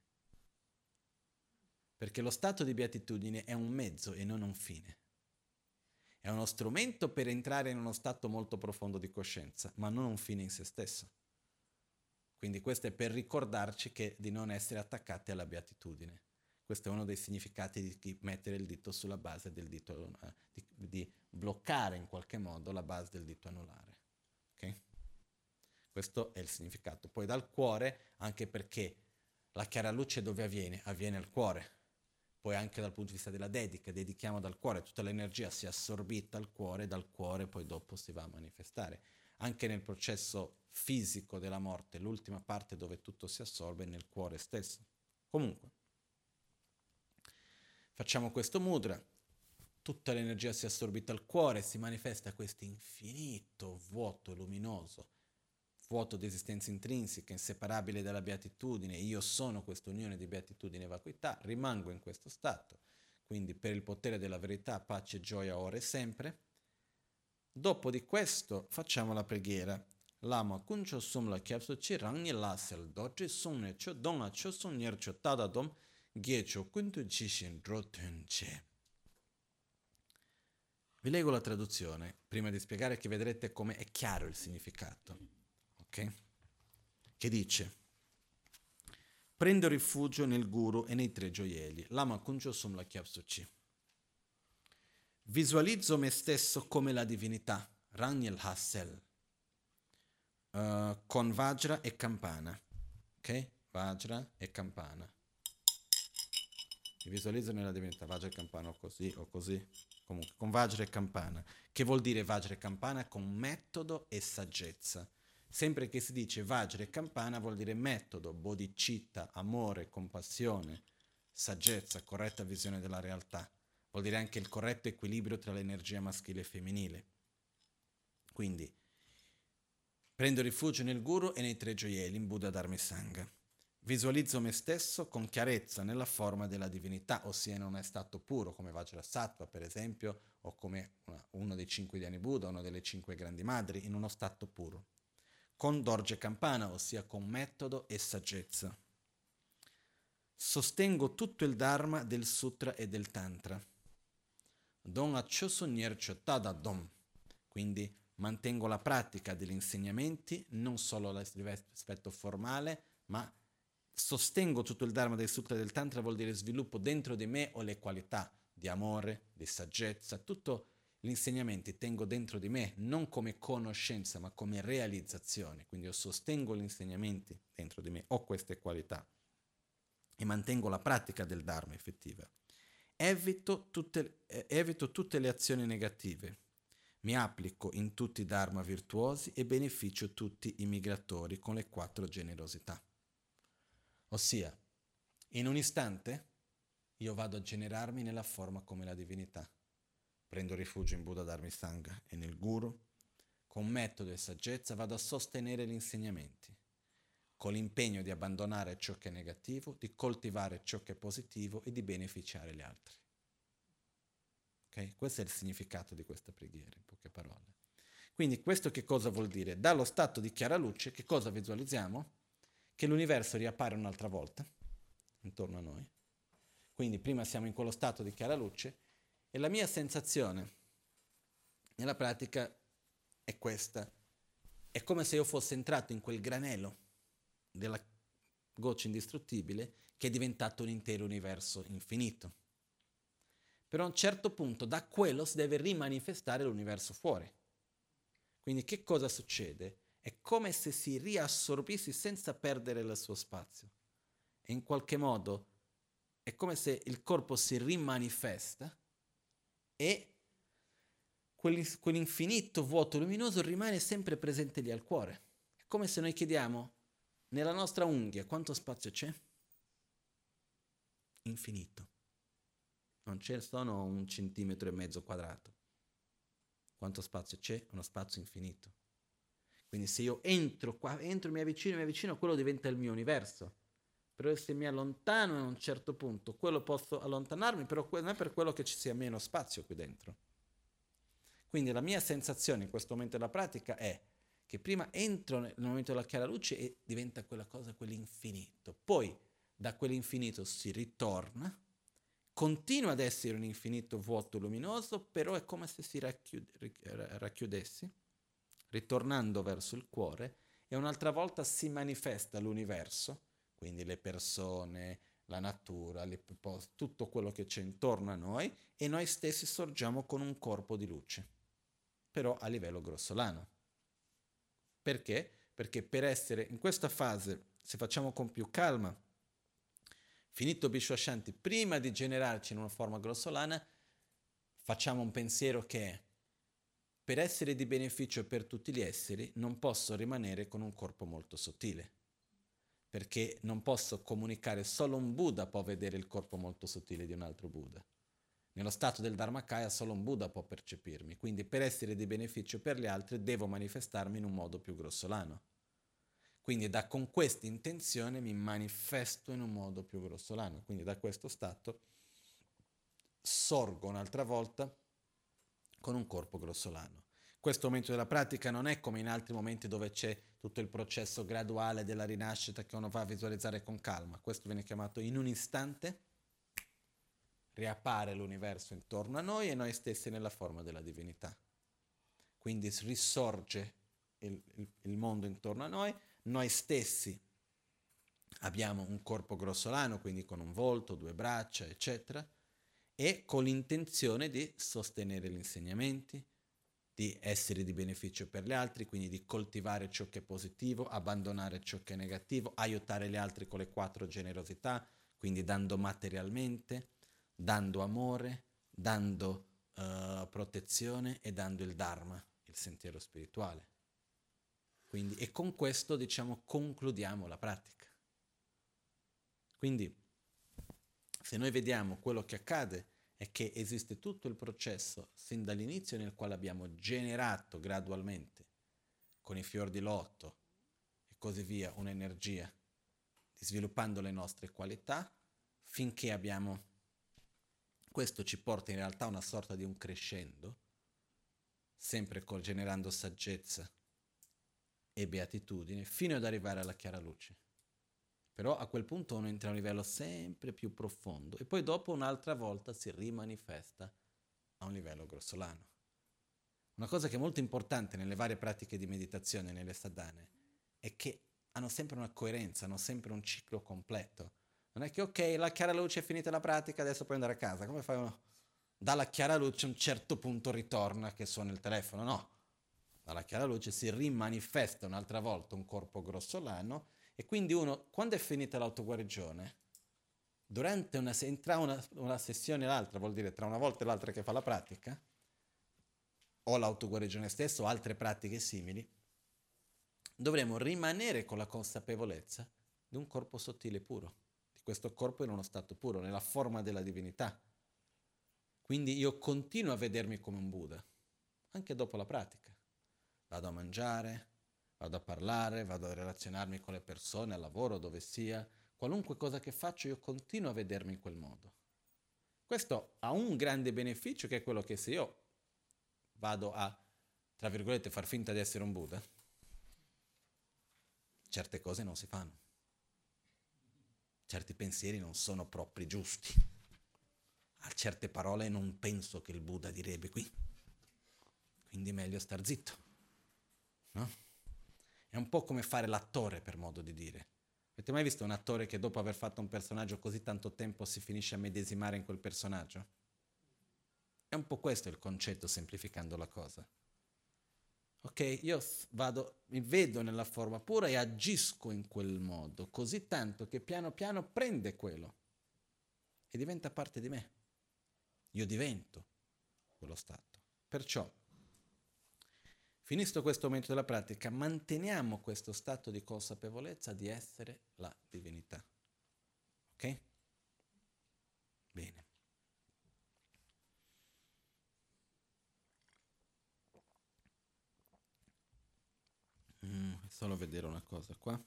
Perché lo stato di beatitudine è un mezzo e non un fine. È uno strumento per entrare in uno stato molto profondo di coscienza, ma non un fine in se stesso. Quindi questo è per ricordarci che di non essere attaccati alla beatitudine. Questo è uno dei significati di mettere il dito sulla base del dito, eh, di, di bloccare in qualche modo la base del dito anulare. Ok? Questo è il significato. Poi dal cuore, anche perché la chiara luce dove avviene? Avviene al cuore. Poi anche dal punto di vista della dedica, dedichiamo dal cuore, tutta l'energia si è assorbita al cuore, dal cuore poi dopo si va a manifestare. Anche nel processo fisico della morte, l'ultima parte dove tutto si assorbe è nel cuore stesso. Comunque, facciamo questo mudra, tutta l'energia si è assorbita al cuore, si manifesta questo infinito vuoto luminoso, vuoto di esistenza intrinseca, inseparabile dalla beatitudine. Io sono questa unione di beatitudine e vacuità, rimango in questo stato. Quindi per il potere della verità, pace e gioia ora e sempre. Dopo di questo facciamo la preghiera. Lama kuncho sumla kyapso chi rangni la sel doji sumne cho donga cho sumnyer cho tada dom gyecho kuntu jishin drotun che. Vi leggo la traduzione prima di spiegare, che vedrete come è chiaro il significato. Okay? Che dice: prendo rifugio nel guru e nei tre gioielli. Lama kuncho sumla kyapso chi. Visualizzo me stesso come la divinità, Rangel Hassel, uh, con Vajra e campana. Ok? Vajra e campana. Mi visualizzo nella divinità, Vajra e campana, o così, o così. Comunque, con Vajra e campana. Che vuol dire Vajra e campana? Con metodo e saggezza. Sempre che si dice Vajra e campana vuol dire metodo, bodhicitta, amore, compassione, saggezza, corretta visione della realtà. Vuol dire anche il corretto equilibrio tra l'energia maschile e femminile. Quindi, prendo rifugio nel guru e nei tre gioielli, in Buddha, Dharma e Sangha. Visualizzo me stesso con chiarezza nella forma della divinità, ossia in un stato puro, come Vajrasattva per esempio, o come una, uno dei cinque Dhyani Buddha, una delle cinque grandi madri, in uno stato puro. Con Dorje Campana, ossia con metodo e saggezza. Sostengo tutto il Dharma del Sutra e del Tantra. Don acchoso niercho tada dom. Quindi mantengo la pratica degli insegnamenti, non solo l'aspetto formale, ma sostengo tutto il Dharma dei Sutra del Tantra vuol dire sviluppo dentro di me ho le qualità di amore, di saggezza, tutto gli insegnamenti tengo dentro di me, non come conoscenza, ma come realizzazione. Quindi io sostengo gli insegnamenti dentro di me, ho queste qualità e mantengo la pratica del Dharma effettiva. Evito tutte, eh, evito tutte le azioni negative. Mi applico in tutti i Dharma virtuosi e beneficio tutti i migratori con le quattro generosità. Ossia, in un istante io vado a generarmi nella forma come la divinità. Prendo rifugio in Buddha, Dharma e Sangha e nel Guru. Con metodo e saggezza vado a sostenere gli insegnamenti, con l'impegno di abbandonare ciò che è negativo, di coltivare ciò che è positivo e di beneficiare gli altri. Okay? Questo è il significato di questa preghiera, in poche parole. Quindi questo che cosa vuol dire? Dallo stato di chiara luce, che cosa visualizziamo? Che l'universo riappare un'altra volta intorno a noi. Quindi prima siamo in quello stato di chiara luce e la mia sensazione nella pratica è questa. È come se io fossi entrato in quel granello della goccia indistruttibile che è diventato un intero universo infinito. Però a un certo punto da quello si deve rimanifestare l'universo fuori. Quindi che cosa succede? È come se si riassorbisse senza perdere il suo spazio. E in qualche modo è come se il corpo si rimanifesta e quell'infinito vuoto luminoso rimane sempre presente lì al cuore. È come se noi chiediamo, nella nostra unghia quanto spazio c'è? Infinito. Non c'è solo un centimetro e mezzo quadrato. Quanto spazio c'è? Uno spazio infinito. Quindi se io entro qua, entro, mi avvicino, mi avvicino, quello diventa il mio universo. Però se mi allontano a un certo punto, quello posso allontanarmi, però non è per quello che ci sia meno spazio qui dentro. Quindi la mia sensazione in questo momento della pratica è che prima entro nel momento della chiara luce e diventa quella cosa, quell'infinito. Poi da quell'infinito si ritorna, continua ad essere un infinito vuoto luminoso, però è come se si racchiude, racchiudesse, ritornando verso il cuore, e un'altra volta si manifesta l'universo, quindi le persone, la natura, le, tutto quello che c'è intorno a noi, e noi stessi sorgiamo con un corpo di luce, però a livello grossolano. Perché? Perché per essere in questa fase, se facciamo con più calma, finito Vishwashanti, prima di generarci in una forma grossolana, facciamo un pensiero che è: per essere di beneficio per tutti gli esseri, non posso rimanere con un corpo molto sottile, perché non posso comunicare, solo un Buddha può vedere il corpo molto sottile di un altro Buddha. Nello stato del Dharmakaya solo un Buddha può percepirmi, quindi per essere di beneficio per gli altri devo manifestarmi in un modo più grossolano. Quindi da, con questa intenzione mi manifesto in un modo più grossolano, quindi da questo stato sorgo un'altra volta con un corpo grossolano. Questo momento della pratica non è come in altri momenti dove c'è tutto il processo graduale della rinascita che uno va a visualizzare con calma. Questo viene chiamato in un istante, riappare l'universo intorno a noi e noi stessi nella forma della divinità. Quindi risorge il, il, il mondo intorno a noi, noi stessi abbiamo un corpo grossolano, quindi con un volto, due braccia, eccetera, e con l'intenzione di sostenere gli insegnamenti, di essere di beneficio per gli altri, quindi di coltivare ciò che è positivo, abbandonare ciò che è negativo, aiutare gli altri con le quattro generosità, quindi dando materialmente, dando amore, dando uh, protezione e dando il Dharma, il sentiero spirituale. Quindi, e con questo, diciamo, concludiamo la pratica. Quindi, se noi vediamo quello che accade, è che esiste tutto il processo sin dall'inizio nel quale abbiamo generato gradualmente, con i fior di loto e così via, un'energia, sviluppando le nostre qualità, finché abbiamo... Questo ci porta in realtà a una sorta di un crescendo, sempre generando saggezza e beatitudine, fino ad arrivare alla chiara luce. Però a quel punto uno entra a un livello sempre più profondo e poi dopo un'altra volta si rimanifesta a un livello grossolano. Una cosa che è molto importante nelle varie pratiche di meditazione, nelle sadhane, è che hanno sempre una coerenza, hanno sempre un ciclo completo. Non è che ok, la chiara luce è finita la pratica, adesso puoi andare a casa. Come fai uno? Dalla chiara luce a un certo punto ritorna che suona il telefono, no. Dalla chiara luce si rimanifesta un'altra volta un corpo grossolano e quindi uno, quando è finita l'autoguarigione, durante una, tra una, una sessione e l'altra, vuol dire tra una volta e l'altra che fa la pratica, o l'autoguarigione stessa o altre pratiche simili, dovremo rimanere con la consapevolezza di un corpo sottile puro, di questo corpo in uno stato puro, nella forma della divinità. Quindi io continuo a vedermi come un Buddha, anche dopo la pratica. Vado a mangiare, vado a parlare, vado a relazionarmi con le persone, al lavoro, dove sia. Qualunque cosa che faccio io continuo a vedermi in quel modo. Questo ha un grande beneficio, che è quello che se io vado a, tra virgolette, far finta di essere un Buddha, certe cose non si fanno. Certi pensieri non sono proprio giusti. A certe parole non penso che il Buddha direbbe qui. Quindi è meglio star zitto. No? È un po' come fare l'attore, per modo di dire. Avete mai visto un attore che dopo aver fatto un personaggio così tanto tempo si finisce a medesimare in quel personaggio? È un po' questo il concetto, semplificando la cosa. Ok, io vado, mi vedo nella forma pura e agisco in quel modo, così tanto che piano piano prende quello e diventa parte di me. Io divento quello stato. Perciò, finito questo momento della pratica, manteniamo questo stato di consapevolezza di essere la divinità. Ok? Bene. Mm, solo vedere una cosa qua.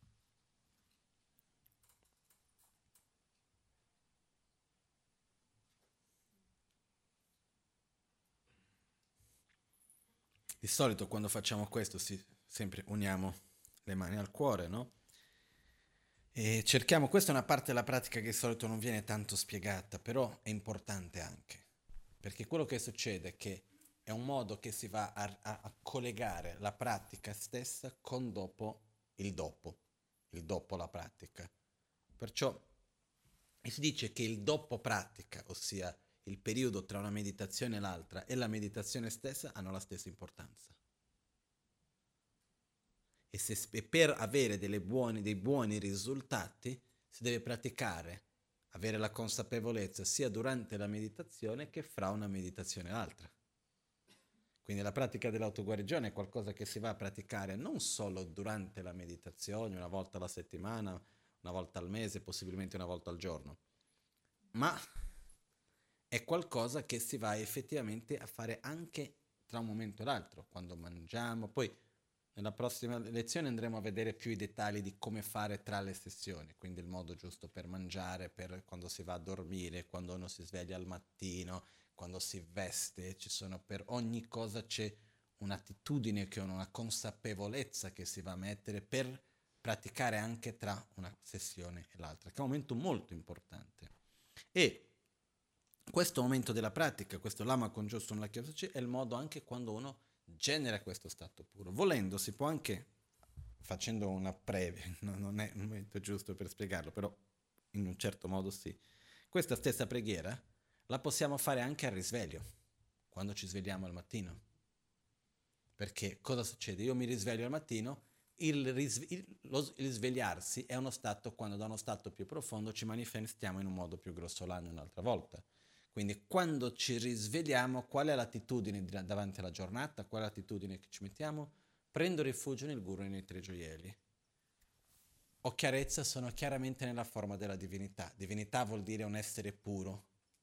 Di solito quando facciamo questo si, sempre uniamo le mani al cuore, no? E cerchiamo, questa è una parte della pratica che di solito non viene tanto spiegata, però è importante anche, perché quello che succede è che è un modo che si va a, a, a collegare la pratica stessa con dopo il dopo, il dopo la pratica. Perciò si dice che il dopo pratica, ossia il periodo tra una meditazione e l'altra e la meditazione stessa, hanno la stessa importanza. E, se, e per avere delle buoni, dei buoni risultati si deve praticare, avere la consapevolezza sia durante la meditazione che fra una meditazione e l'altra. Quindi la pratica dell'autoguarigione è qualcosa che si va a praticare non solo durante la meditazione, una volta alla settimana, una volta al mese, possibilmente una volta al giorno, ma è qualcosa che si va effettivamente a fare anche tra un momento e l'altro, quando mangiamo. Poi nella prossima lezione andremo a vedere più i dettagli di come fare tra le sessioni, quindi il modo giusto per mangiare, per quando si va a dormire, quando uno si sveglia al mattino, quando si veste, ci sono per ogni cosa c'è un'attitudine, che una consapevolezza che si va a mettere per praticare anche tra una sessione e l'altra, che è un momento molto importante. E questo momento della pratica, questo lama congiunto nella chiave, è il modo anche quando uno genera questo stato puro. Volendo si può anche, facendo una breve, no, non è il momento giusto per spiegarlo, però in un certo modo sì. Questa stessa preghiera la possiamo fare anche al risveglio, quando ci svegliamo al mattino. Perché cosa succede? Io mi risveglio al mattino, il, risve- il, lo, il svegliarsi è uno stato, quando da uno stato più profondo ci manifestiamo in un modo più grossolano un'altra volta. Quindi quando ci risvegliamo, qual è l'attitudine davanti alla giornata? Qual è l'attitudine che ci mettiamo? Prendo rifugio nel Guru e nei tre gioielli. Ho chiarezza, sono chiaramente nella forma della divinità. Divinità vuol dire un essere puro.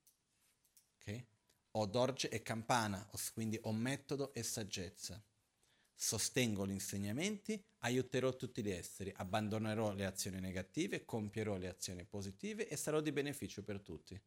Okay? Ho dorje e campana, quindi ho metodo e saggezza. Sostengo gli insegnamenti, aiuterò tutti gli esseri, abbandonerò le azioni negative, compierò le azioni positive e sarò di beneficio per tutti.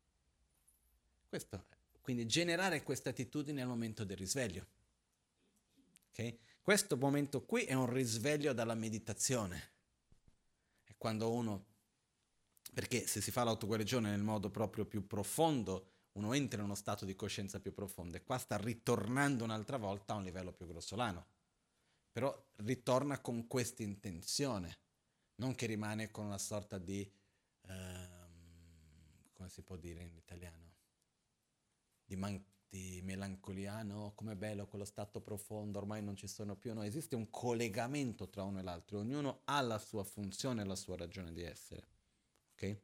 Questo, quindi generare questa attitudine al momento del risveglio. Okay? Questo momento qui è un risveglio dalla meditazione. È quando uno, perché se si fa l'autoguarigione nel modo proprio più profondo, uno entra in uno stato di coscienza più profondo e qua sta ritornando un'altra volta a un livello più grossolano. però ritorna con questa intenzione, non che rimane con una sorta di, ehm, come si può dire in italiano, di, man- di melancolia, no? Com'è bello quello stato profondo, ormai non ci sono più, no, esiste un collegamento tra uno e l'altro, ognuno ha la sua funzione e la sua ragione di essere, ok?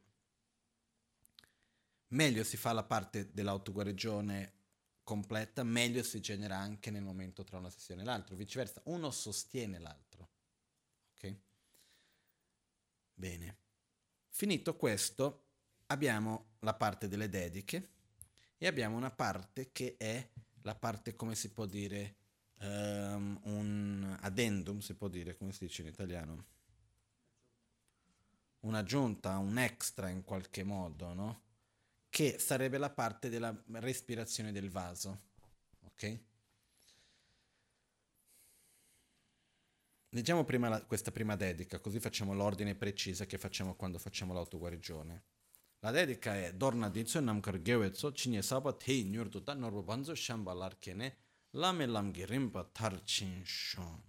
Meglio si fa la parte dell'autoguarigione completa, meglio si genera anche nel momento tra una sessione e l'altra, viceversa, uno sostiene l'altro, ok? Bene. Finito questo, abbiamo la parte delle dediche e abbiamo una parte che è la parte, come si può dire, um, un addendum, si può dire, come si dice in italiano? Un'aggiunta, un extra in qualche modo, no? Che sarebbe la parte della respirazione del vaso, ok? Leggiamo prima la, questa prima dedica, così facciamo l'ordine preciso che facciamo quando facciamo l'autoguarigione. La dedica è Dorna Dinso Namkar Gewetso Chinye Saba Tei Nyurdu Da Norbo Banzo Shamba Larkene Lame Lamgi Rimpa Tarchin Shon.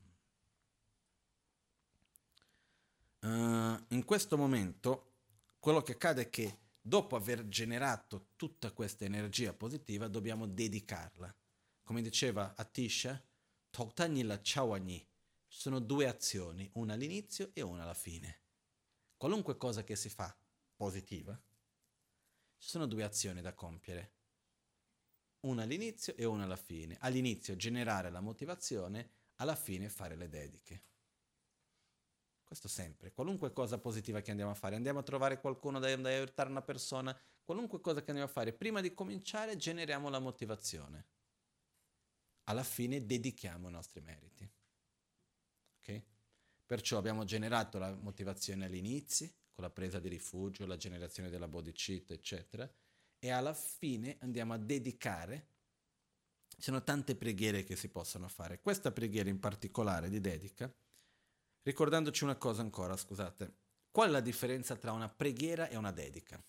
Uh, in questo momento quello che accade è che dopo aver generato tutta questa energia positiva dobbiamo dedicarla. Come diceva Atisha, Toktani la Chawani. Ci sono due azioni, una all'inizio e una alla fine. Qualunque cosa che si fa positiva, ci sono due azioni da compiere. Una all'inizio e una alla fine. All'inizio generare la motivazione, alla fine fare le dediche. Questo sempre. Qualunque cosa positiva che andiamo a fare, andiamo a trovare qualcuno da, da aiutare una persona, qualunque cosa che andiamo a fare, prima di cominciare generiamo la motivazione. Alla fine dedichiamo i nostri meriti. Ok? Perciò abbiamo generato la motivazione all'inizio, con la presa di rifugio, la generazione della bodhicitta, eccetera, e alla fine andiamo a dedicare. Ci sono tante preghiere che si possono fare. Questa preghiera in particolare di dedica, ricordandoci una cosa ancora, scusate, qual è la differenza tra una preghiera e una dedica?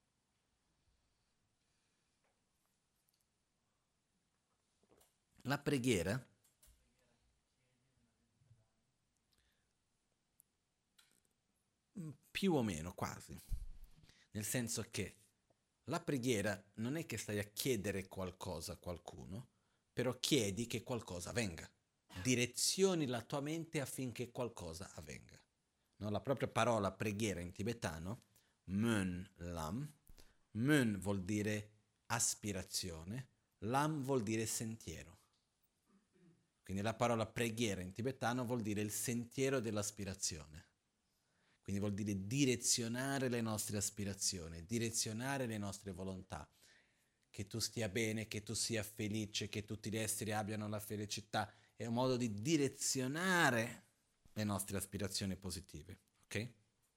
La preghiera più o meno, quasi, nel senso che la preghiera non è che stai a chiedere qualcosa a qualcuno, però chiedi che qualcosa avvenga. Direzioni la tua mente affinché qualcosa avvenga. No, la propria parola preghiera in tibetano, Mön Lam, Mön vuol dire aspirazione, Lam vuol dire sentiero. Quindi la parola preghiera in tibetano vuol dire il sentiero dell'aspirazione. Quindi vuol dire direzionare le nostre aspirazioni, direzionare le nostre volontà. Che tu stia bene, che tu sia felice, che tutti gli esseri abbiano la felicità. È un modo di direzionare le nostre aspirazioni positive. Ok?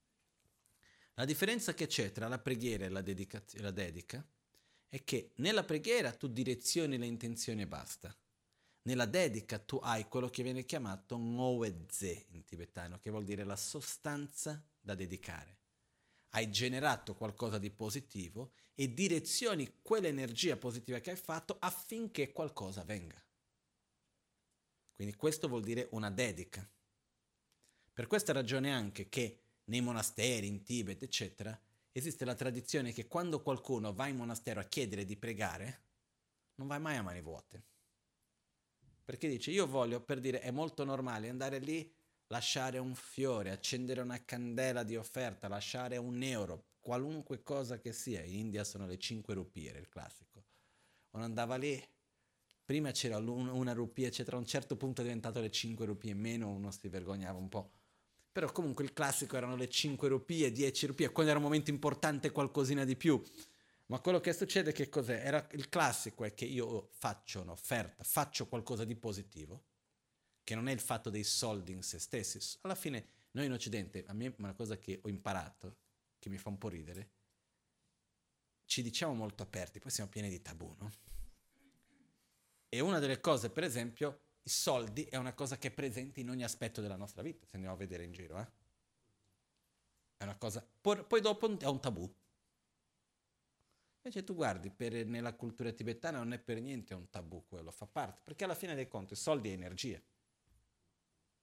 La differenza che c'è tra la preghiera e la, dedica, la dedica è che nella preghiera tu direzioni le intenzioni e basta. Nella dedica tu hai quello che viene chiamato ngoweze in tibetano, che vuol dire la sostanza da dedicare. Hai generato qualcosa di positivo e direzioni quell'energia positiva che hai fatto affinché qualcosa avvenga. Quindi questo vuol dire una dedica. Per questa ragione anche che nei monasteri, in Tibet, eccetera, esiste la tradizione che quando qualcuno va in monastero a chiedere di pregare, non vai mai a mani vuote. Perché dice, io voglio, per dire, è molto normale andare lì, lasciare un fiore, accendere una candela di offerta, lasciare un euro, qualunque cosa che sia. In India sono le cinque rupie, era il classico. Uno andava lì, prima c'era una rupia, eccetera, a un certo punto è diventato le cinque rupie in meno, uno si vergognava un po'. Però comunque il classico erano le cinque rupie, dieci rupie, quando era un momento importante qualcosina di più. Ma quello che succede che cos'è? Era il classico è che io faccio un'offerta, faccio qualcosa di positivo, che non è il fatto dei soldi in se stessi. Alla fine noi in Occidente, a me una cosa che ho imparato, che mi fa un po' ridere, ci diciamo molto aperti, poi siamo pieni di tabù, no? E una delle cose, per esempio, i soldi è una cosa che è presente in ogni aspetto della nostra vita, se andiamo a vedere in giro, eh? È una cosa, poi dopo è un tabù. Invece tu guardi, per, nella cultura tibetana non è per niente un tabù quello, fa parte, perché alla fine dei conti soldi è energia.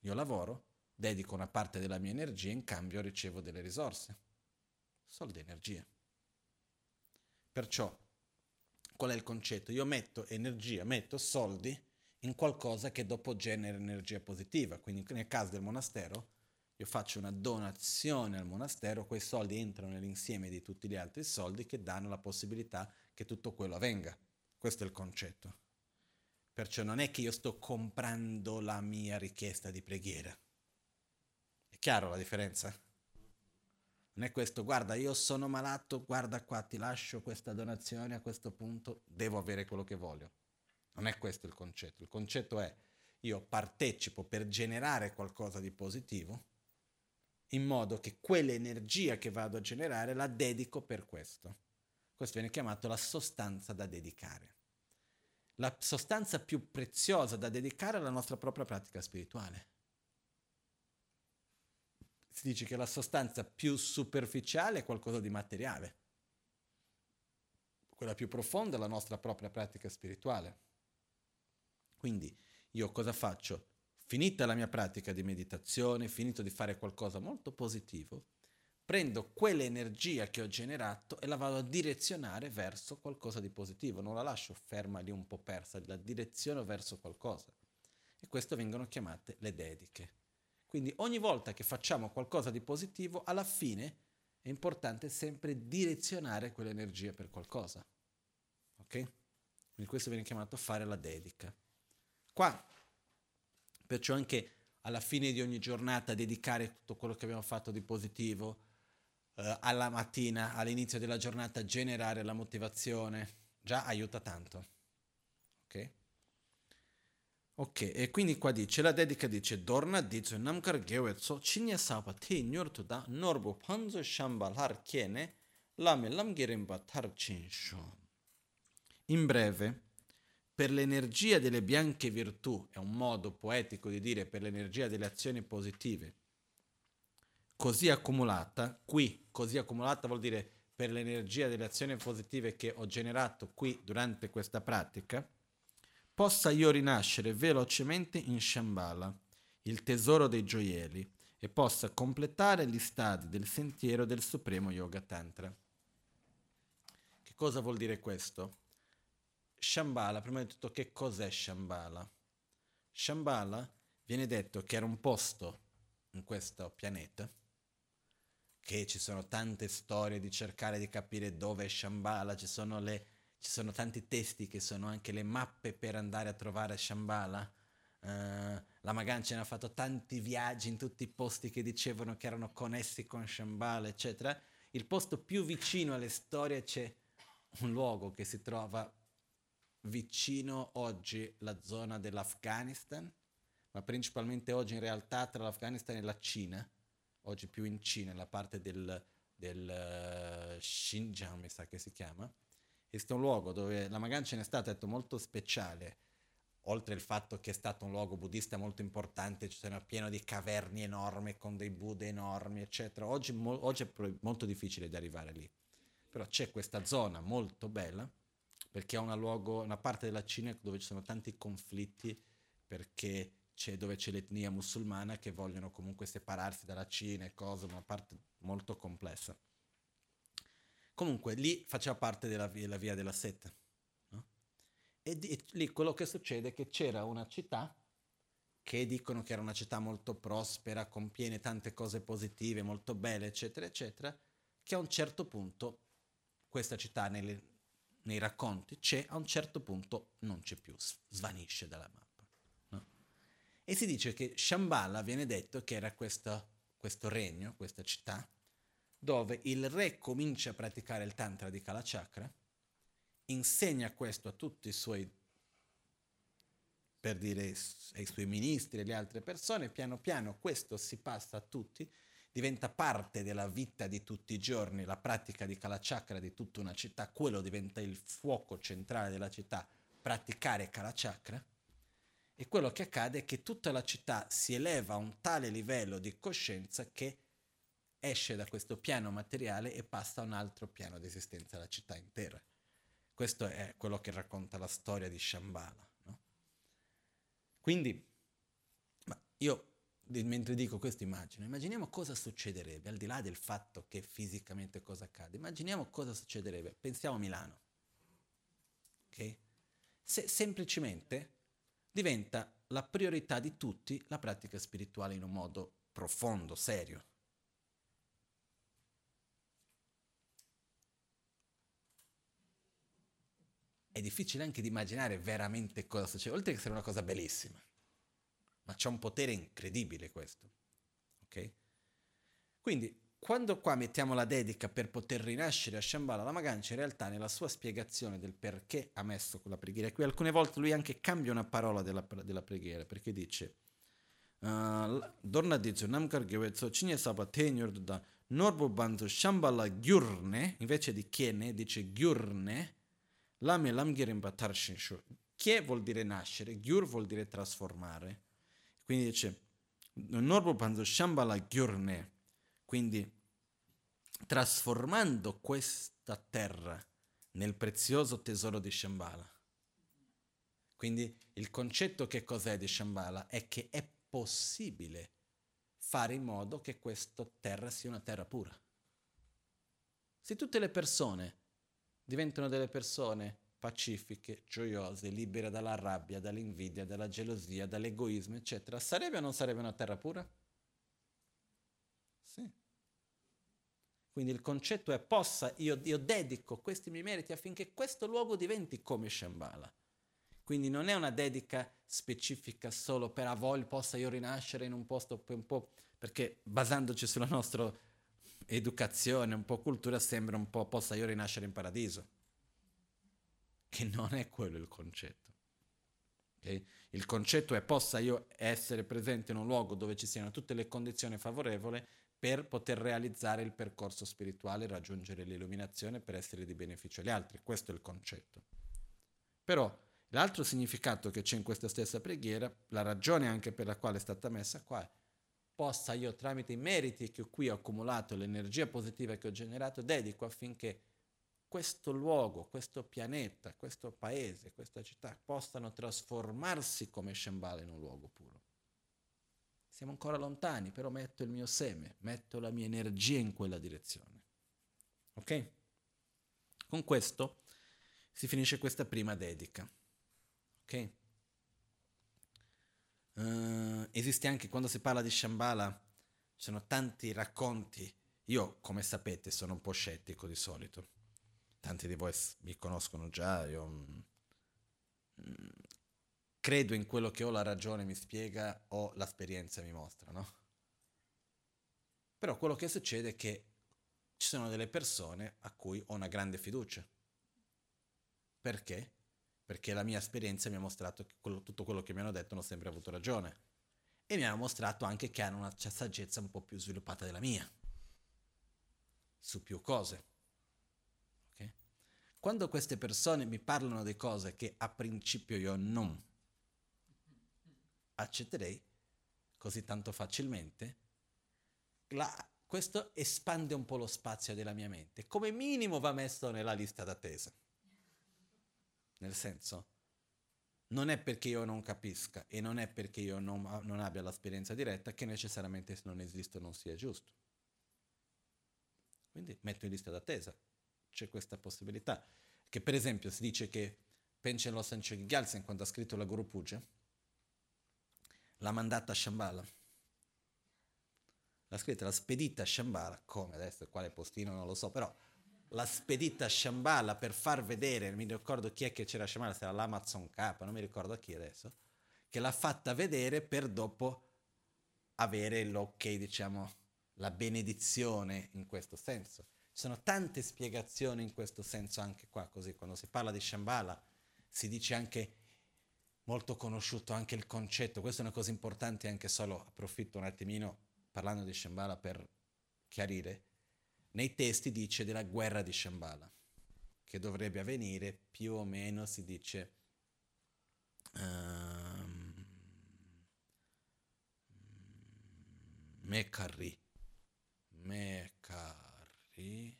Io lavoro, dedico una parte della mia energia, in cambio ricevo delle risorse. Soldi e energia. Perciò, qual è il concetto? Io metto energia, metto soldi in qualcosa che dopo genera energia positiva. Quindi nel caso del monastero, io faccio una donazione al monastero, quei soldi entrano nell'insieme di tutti gli altri soldi che danno la possibilità che tutto quello avvenga. Questo è il concetto. Perciò non è che io sto comprando la mia richiesta di preghiera. È chiaro la differenza? Non è questo, guarda, io sono malato, guarda qua, ti lascio questa donazione a questo punto, devo avere quello che voglio. Non è questo il concetto. Il concetto è, io partecipo per generare qualcosa di positivo, in modo che quell'energia che vado a generare la dedico per questo. Questo viene chiamato la sostanza da dedicare. La sostanza più preziosa da dedicare è la nostra propria pratica spirituale. Si dice che la sostanza più superficiale è qualcosa di materiale. Quella più profonda è la nostra propria pratica spirituale. Quindi io cosa faccio? Finita la mia pratica di meditazione, finito di fare qualcosa molto positivo, prendo quell'energia che ho generato e la vado a direzionare verso qualcosa di positivo. Non la lascio ferma lì un po' persa, la direziono verso qualcosa. E questo vengono chiamate le dediche. Quindi ogni volta che facciamo qualcosa di positivo, alla fine è importante sempre direzionare quell'energia per qualcosa. Ok? Quindi questo viene chiamato fare la dedica. Qua, perciò anche alla fine di ogni giornata dedicare tutto quello che abbiamo fatto di positivo, eh, alla mattina, all'inizio della giornata generare la motivazione, già aiuta tanto. Ok? Ok, e quindi qua dice, la dedica dice, Dorna dice, Namkar Gewetso, Chinya Sapati, Nyurtuda, Norbu Panzo Shambal Har Kiene, Lame Lamgirimba Tarcinsho. In breve, per l'energia delle bianche virtù, è un modo poetico di dire per l'energia delle azioni positive, così accumulata, qui, così accumulata vuol dire per l'energia delle azioni positive che ho generato qui durante questa pratica, possa io rinascere velocemente in Shambhala, il tesoro dei gioielli, e possa completare gli stadi del sentiero del Supremo Yoga Tantra. Che cosa vuol dire questo? Shambhala, prima di tutto, che cos'è Shambhala? Shambhala viene detto che era un posto in questo pianeta, che ci sono tante storie di cercare di capire dove è Shambhala, ci sono, le, ci sono tanti testi che sono anche le mappe per andare a trovare Shambhala. Uh, la Magancia ha fatto tanti viaggi in tutti i posti che dicevano che erano connessi con Shambhala, eccetera. Il posto più vicino alle storie c'è un luogo che si trova vicino oggi alla zona dell'Afghanistan, ma principalmente oggi in realtà tra l'Afghanistan e la Cina, oggi più in Cina, la parte del, del uh, Xinjiang mi sa che si chiama. Questo è un luogo dove la Magancia è stato detto molto speciale, oltre il fatto che è stato un luogo buddista molto importante, ci sono pieno di caverni enormi con dei Buddha enormi, eccetera. Oggi, mo- oggi è pro- molto difficile di arrivare lì, però c'è questa zona molto bella, perché è una, luogo, una parte della Cina dove ci sono tanti conflitti, perché c'è dove c'è l'etnia musulmana che vogliono comunque separarsi dalla Cina e cose, una parte molto complessa. Comunque lì faceva parte della via, la via della setta, no? E, di, e lì quello che succede è che c'era una città che dicono che era una città molto prospera, contiene tante cose positive, molto belle, eccetera, eccetera, che a un certo punto questa città nelle nei racconti c'è, a un certo punto non c'è più, svanisce dalla mappa. No? E si dice che Shambhala viene detto che era questo, questo regno, questa città, dove il re comincia a praticare il tantra di Kalachakra, insegna questo a tutti i suoi, per dire, ai suoi ministri e alle altre persone, piano piano questo si passa a tutti, diventa parte della vita di tutti i giorni, la pratica di Kalachakra di tutta una città, quello diventa il fuoco centrale della città, praticare Kalachakra, e quello che accade è che tutta la città si eleva a un tale livello di coscienza che esce da questo piano materiale e passa a un altro piano di esistenza, la città intera. Questo è quello che racconta la storia di Shambhala, no? Quindi, ma io mentre dico questa immagine, immaginiamo cosa succederebbe, al di là del fatto che fisicamente cosa accade, immaginiamo cosa succederebbe, pensiamo a Milano, ok? Se semplicemente diventa la priorità di tutti la pratica spirituale in un modo profondo, serio. È difficile anche di immaginare veramente cosa succede, oltre che essere una cosa bellissima. Ma c'è un potere incredibile questo. Ok? Quindi, quando qua mettiamo la dedica per poter rinascere a Shambhala, la Magancia in realtà nella sua spiegazione del perché ha messo quella preghiera, qui alcune volte lui anche cambia una parola della, della preghiera, perché dice Dorna dice Namkar Gyevetso Cinye Sapa Tenyor da Norbo Banzo Shambhala Gyurne, invece di Kiene dice Gyurne, Lame Lamgirin Batar Shinshu. Kie vuol dire nascere, Gyur vuol dire trasformare. Quindi dice Norbo Banzo Shambhala Gyurne, quindi trasformando questa terra nel prezioso tesoro di Shambhala. Quindi il concetto che cos'è di Shambhala è che è possibile fare in modo che questa terra sia una terra pura. Se tutte le persone diventano delle persone pacifiche, gioiose, libere dalla rabbia, dall'invidia, dalla gelosia, dall'egoismo, eccetera, sarebbe o non sarebbe una terra pura? Sì. Quindi il concetto è possa, io, io dedico questi miei meriti affinché questo luogo diventi come Shambhala. Quindi non è una dedica specifica solo per a voglio possa io rinascere in un posto un po', perché basandoci sulla nostra educazione, un po' cultura, sembra un po' possa io rinascere in paradiso, che non è quello il concetto. Okay? Il concetto è possa io essere presente in un luogo dove ci siano tutte le condizioni favorevoli per poter realizzare il percorso spirituale, raggiungere l'illuminazione per essere di beneficio agli altri. Questo è il concetto. Però l'altro significato che c'è in questa stessa preghiera, la ragione anche per la quale è stata messa qua è possa io tramite i meriti che qui ho accumulato, l'energia positiva che ho generato, dedico affinché questo luogo, questo pianeta, questo paese, questa città possano trasformarsi come Shambhala in un luogo puro. Siamo ancora lontani, però metto il mio seme, metto la mia energia in quella direzione. Ok? Con questo si finisce questa prima dedica. Ok? Uh, esiste anche, quando si parla di Shambhala, ci sono tanti racconti. Io, come sapete, sono un po' scettico di solito. Tanti di voi mi conoscono già, io mm, credo in quello che ho la ragione mi spiega o l'esperienza mi mostra, no? Però quello che succede è che ci sono delle persone a cui ho una grande fiducia. Perché? Perché la mia esperienza mi ha mostrato che quello, tutto quello che mi hanno detto hanno sempre avuto ragione. E mi hanno mostrato anche che hanno una saggezza un po' più sviluppata della mia, su più cose. Okay? Quando queste persone mi parlano di cose che a principio io non accetterei così tanto facilmente, la, questo espande un po' lo spazio della mia mente. Come minimo va messo nella lista d'attesa. Nel senso, non è perché io non capisca e non è perché io non, non abbia l'esperienza diretta che necessariamente non esiste o non sia giusto. Quindi metto in lista d'attesa. C'è questa possibilità. Che per esempio si dice che Panchen Losang Gyaltsen, quando ha scritto la Guru Puja, l'ha mandata a Shambhala. L'ha scritta, l'ha spedita a Shambhala. Come adesso, quale postino non lo so, però l'ha spedita a Shambhala per far vedere, non mi ricordo chi è che c'era a Shambhala, se era l'Amazon K, non mi ricordo chi adesso, che l'ha fatta vedere per dopo avere l'ok, diciamo, la benedizione in questo senso. Ci sono tante spiegazioni in questo senso anche qua, così quando si parla di Shambhala si dice anche, molto conosciuto anche il concetto, questa è una cosa importante anche solo, approfitto un attimino parlando di Shambhala per chiarire, nei testi dice della guerra di Shambhala, che dovrebbe avvenire più o meno, si dice, um, Mekarri, Mekarri,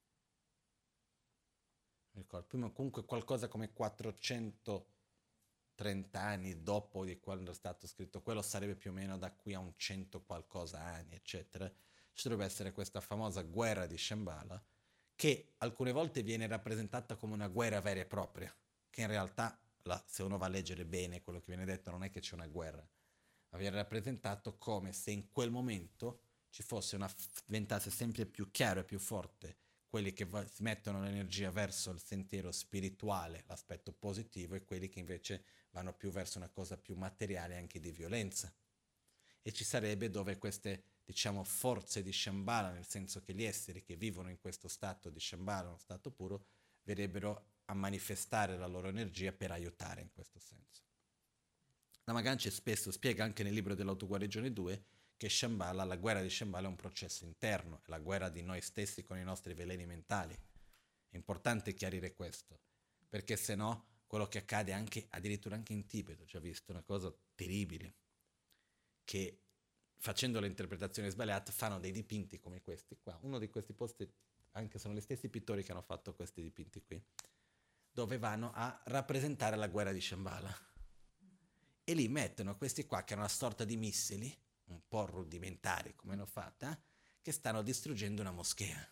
mi ricordo, prima comunque qualcosa come quattrocento trenta anni dopo di quando è stato scritto quello, sarebbe più o meno da qui a un cento qualcosa anni, eccetera. Ci dovrebbe essere questa famosa guerra di Shambhala, che alcune volte viene rappresentata come una guerra vera e propria, che in realtà, la, se uno va a leggere bene quello che viene detto, non è che c'è una guerra, ma viene rappresentato come se in quel momento ci fosse una, diventasse sempre più chiaro e più forte quelli che va, mettono l'energia verso il sentiero spirituale, l'aspetto positivo, e quelli che invece vanno più verso una cosa più materiale, anche di violenza. E ci sarebbe dove queste, diciamo, forze di Shambhala, nel senso che gli esseri che vivono in questo stato di Shambhala, uno stato puro, verrebbero a manifestare la loro energia per aiutare in questo senso. La Maganci spesso spiega anche nel libro dell'autoguarigione due che Shambhala, la guerra di Shambhala è un processo interno, è la guerra di noi stessi con i nostri veleni mentali. È importante chiarire questo, perché se no quello che accade anche, addirittura anche in Tibet, ho già visto una cosa terribile, che facendo l'interpretazione sbagliata fanno dei dipinti come questi qua. Uno di questi posti, anche sono gli stessi pittori che hanno fatto questi dipinti qui, dove vanno a rappresentare la guerra di Shambhala. E lì mettono questi qua che hanno una sorta di missili, un po' rudimentari come l'ho fatta, che stanno distruggendo una moschea.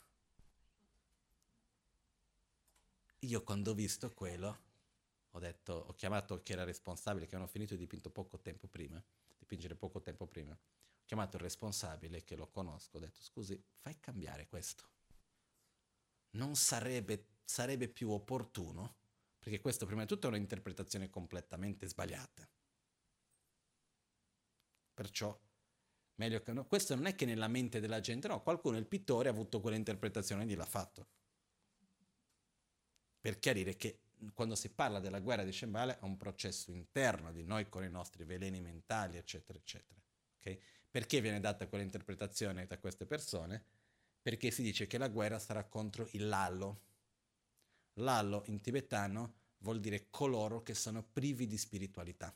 Io quando ho visto quello, ho detto, ho chiamato chi era responsabile, che avevano finito il dipinto poco tempo prima, dipingere poco tempo prima, ho chiamato il responsabile, che lo conosco, ho detto, scusi, fai cambiare questo. Non sarebbe, sarebbe più opportuno, perché questo prima di tutto è un'interpretazione completamente sbagliata. Perciò, meglio che no. Questo non è che nella mente della gente, no, qualcuno, il pittore, ha avuto quell'interpretazione e gliel'ha fatto. Per chiarire che quando si parla della guerra di Shambhala è un processo interno di noi con i nostri veleni mentali, eccetera, eccetera. Okay? Perché viene data quell'interpretazione da queste persone? Perché si dice che la guerra sarà contro il lallo. Lallo in tibetano vuol dire coloro che sono privi di spiritualità.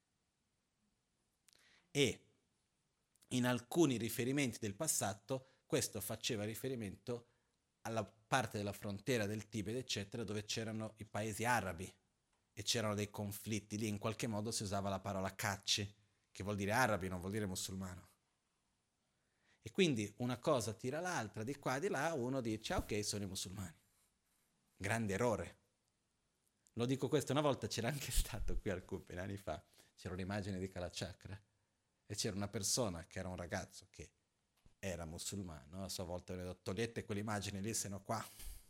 E in alcuni riferimenti del passato questo faceva riferimento alla parte della frontiera del Tibet, eccetera, dove c'erano i paesi arabi e c'erano dei conflitti. Lì in qualche modo si usava la parola cacci, che vuol dire arabi, non vuol dire musulmano. E quindi una cosa tira l'altra, di qua e di là, uno dice, ok, sono i musulmani. Grande errore. Lo dico questo, una volta c'era anche stato qui al Cupen, anni fa, c'era un'immagine di Kalachakra, e c'era una persona che era un ragazzo che era musulmano, a sua volta aveva detto, togliete quell'immagine lì, se no qua.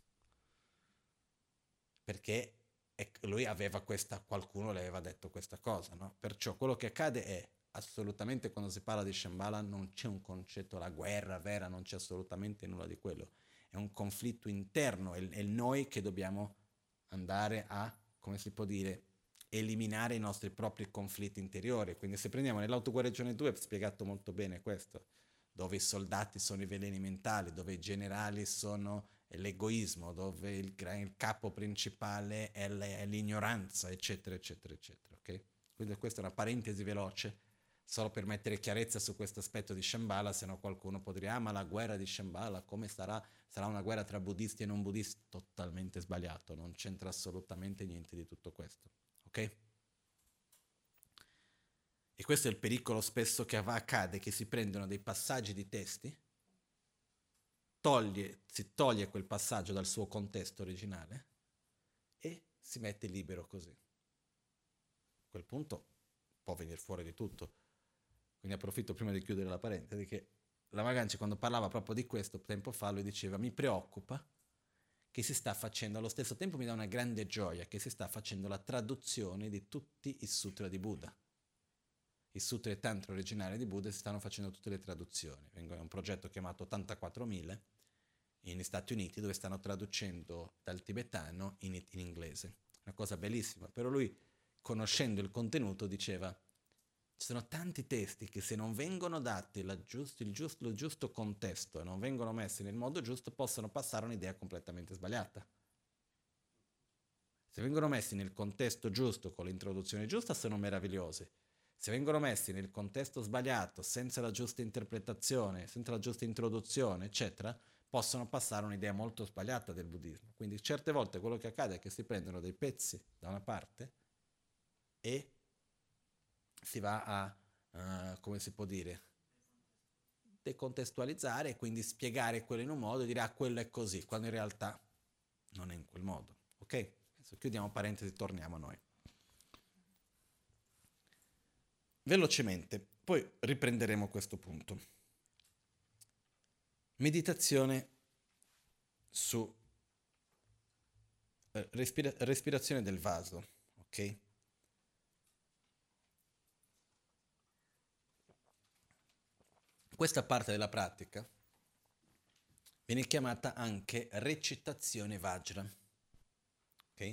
Perché lui aveva questa, qualcuno le aveva detto questa cosa, no? Perciò quello che accade è, assolutamente quando si parla di Shambhala non c'è un concetto, la guerra vera, non c'è assolutamente nulla di quello. È un conflitto interno, è, è noi che dobbiamo andare a, come si può dire, eliminare i nostri propri conflitti interiori. Quindi se prendiamo nell'autoguarigione due è spiegato molto bene questo, dove i soldati sono i veleni mentali, dove i generali sono l'egoismo, dove il, il capo principale è, le, è l'ignoranza, eccetera, eccetera, eccetera. Okay? Quindi questa è una parentesi veloce, solo per mettere chiarezza su questo aspetto di Shambhala, se no qualcuno può dire, ah ma la guerra di Shambhala, come sarà? Sarà una guerra tra buddisti e non buddisti? Totalmente sbagliato, non c'entra assolutamente niente di tutto questo. Ok? E questo è il pericolo spesso che accade, che si prendono dei passaggi di testi, toglie, si toglie quel passaggio dal suo contesto originale e si mette libero così. A quel punto può venire fuori di tutto. Quindi approfitto prima di chiudere la parentesi che la Maganci, quando parlava proprio di questo tempo fa, lui diceva, mi preoccupa che si sta facendo, allo stesso tempo mi dà una grande gioia, che si sta facendo la traduzione di tutti i sutra di Buddha. I sutra e tantra originali di Buddha si stanno facendo tutte le traduzioni. È un progetto chiamato ottantaquattromila negli Stati Uniti, dove stanno traducendo dal tibetano in, in inglese. Una cosa bellissima. Però lui, conoscendo il contenuto, diceva, ci sono tanti testi che se non vengono dati la giusto, il, giusto, il giusto contesto e non vengono messi nel modo giusto, possono passare un'idea completamente sbagliata. Se vengono messi nel contesto giusto, con l'introduzione giusta, sono meravigliosi. Se vengono messi nel contesto sbagliato, senza la giusta interpretazione, senza la giusta introduzione, eccetera, possono passare un'idea molto sbagliata del buddismo. Quindi certe volte quello che accade è che si prendono dei pezzi da una parte e si va a, uh, come si può dire, decontestualizzare e quindi spiegare quello in un modo e dire ah, quello è così, quando in realtà non è in quel modo. Ok? Adesso chiudiamo parentesi, torniamo a noi. Velocemente, poi riprenderemo questo punto. Meditazione su eh, respira- respirazione del vaso, ok? Questa parte della pratica viene chiamata anche recitazione Vajra, ok?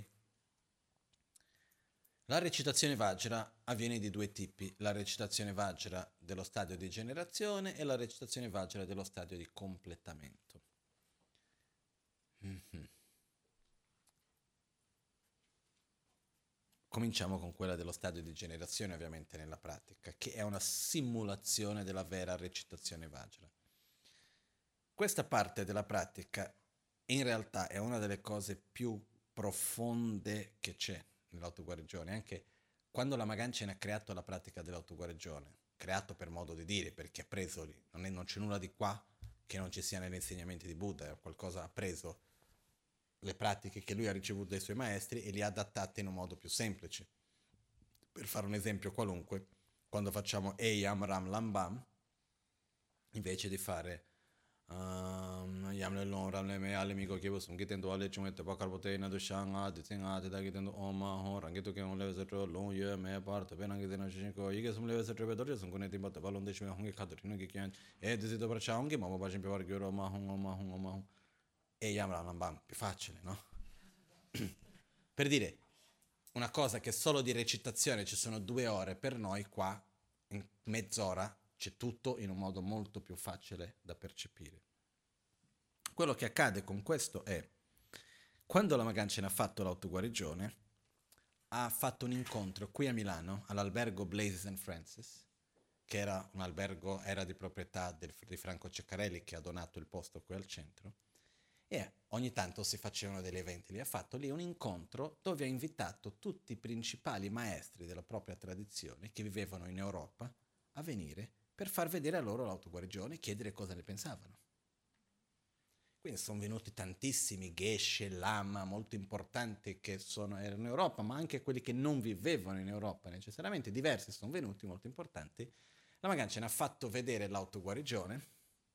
La recitazione Vajra avviene di due tipi, la recitazione Vajra dello stadio di generazione e la recitazione Vajra dello stadio di completamento. Mm-hmm. Cominciamo con quella dello stadio di generazione, ovviamente nella pratica, che è una simulazione della vera recitazione Vajra. Questa parte della pratica in realtà è una delle cose più profonde che c'è nell'autoguarigione, anche quando la Magancia ha creato la pratica dell'autoguarigione, creato per modo di dire, perché ha preso, non, è, non c'è nulla di qua che non ci sia negli insegnamenti di Buddha, qualcosa ha preso le pratiche che lui ha ricevuto dai suoi maestri e le ha adattate in un modo più semplice. Per fare un esempio qualunque, quando facciamo Eyam Ram Lambam, invece di fare Yamle long ramle me ale mi ko kebo sum ki tendo ale chungete pa karbote na do shanga de tinga de da ki tendo oma ho range to ke on le setro long ye me par to benang de na shin ko yige sum le setro be dor sum ko ne timba ta balon de chme honge khadir no ki kyan e de to bracha honge ma ba jin pe war gyoro ma hong ma hong ma hong e yamra lambam più facile, no? Per dire una cosa che solo di recitazione ci sono due ore, per noi qua in mezz'ora c'è tutto in un modo molto più facile da percepire. Quello che accade con questo è, quando la Magancia ha fatto l'autoguarigione, ha fatto un incontro qui a Milano, all'albergo Blazes and Francis, che era un albergo, era di proprietà del, di Franco Ceccarelli, che ha donato il posto qui al centro, e ogni tanto si facevano degli eventi lì. Ha fatto lì un incontro dove ha invitato tutti i principali maestri della propria tradizione che vivevano in Europa a venire per far vedere a loro l'autoguarigione e chiedere cosa ne pensavano. Quindi sono venuti tantissimi geshe, lama molto importanti che sono, erano in Europa, ma anche quelli che non vivevano in Europa necessariamente, diversi sono venuti, molto importanti. La Magancia ne ha fatto vedere l'autoguarigione.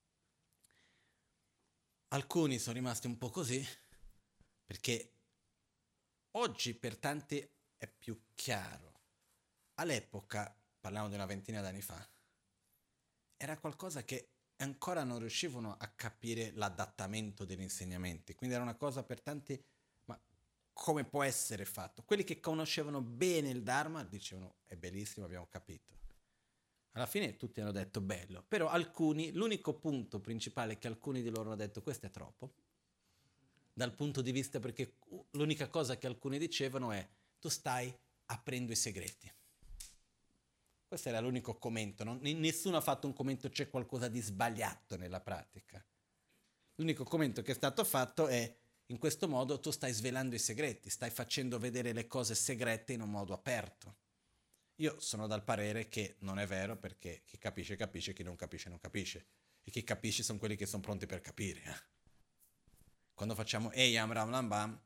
Alcuni sono rimasti un po' così, perché oggi per tanti è più chiaro. All'epoca, parliamo di una ventina d'anni fa, era qualcosa che ancora non riuscivano a capire l'adattamento degli insegnamenti, quindi era una cosa per tanti, ma come può essere fatto? Quelli che conoscevano bene il Dharma dicevano è bellissimo, abbiamo capito. Alla fine tutti hanno detto bello, però alcuni, l'unico punto principale che alcuni di loro hanno detto questo è troppo, dal punto di vista perché l'unica cosa che alcuni dicevano è tu stai aprendo i segreti. Questo era l'unico commento, non? Nessuno ha fatto un commento c'è qualcosa di sbagliato nella pratica. L'unico commento che è stato fatto è in questo modo tu stai svelando i segreti, stai facendo vedere le cose segrete in un modo aperto. Io sono dal parere che non è vero, perché chi capisce capisce, chi non capisce non capisce. E chi capisce sono quelli che sono pronti per capire. Quando facciamo Eyam Ram Lambam,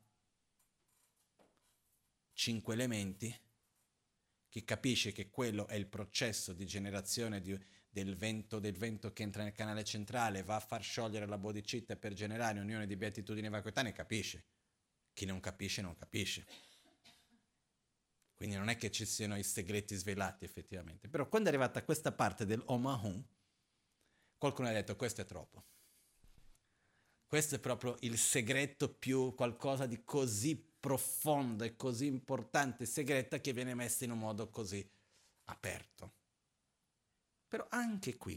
cinque elementi, chi capisce che quello è il processo di generazione di, del, vento, del vento che entra nel canale centrale, va a far sciogliere la bodhicitta per generare unione di beatitudine vacuità, capisce. Chi non capisce non capisce. Quindi non è che ci siano i segreti svelati effettivamente. Però quando è arrivata questa parte del Om Ahum, qualcuno ha detto questo è troppo. Questo è proprio il segreto più qualcosa di così profondo e così importante, segreta, che viene messa in un modo così aperto. Però anche qui,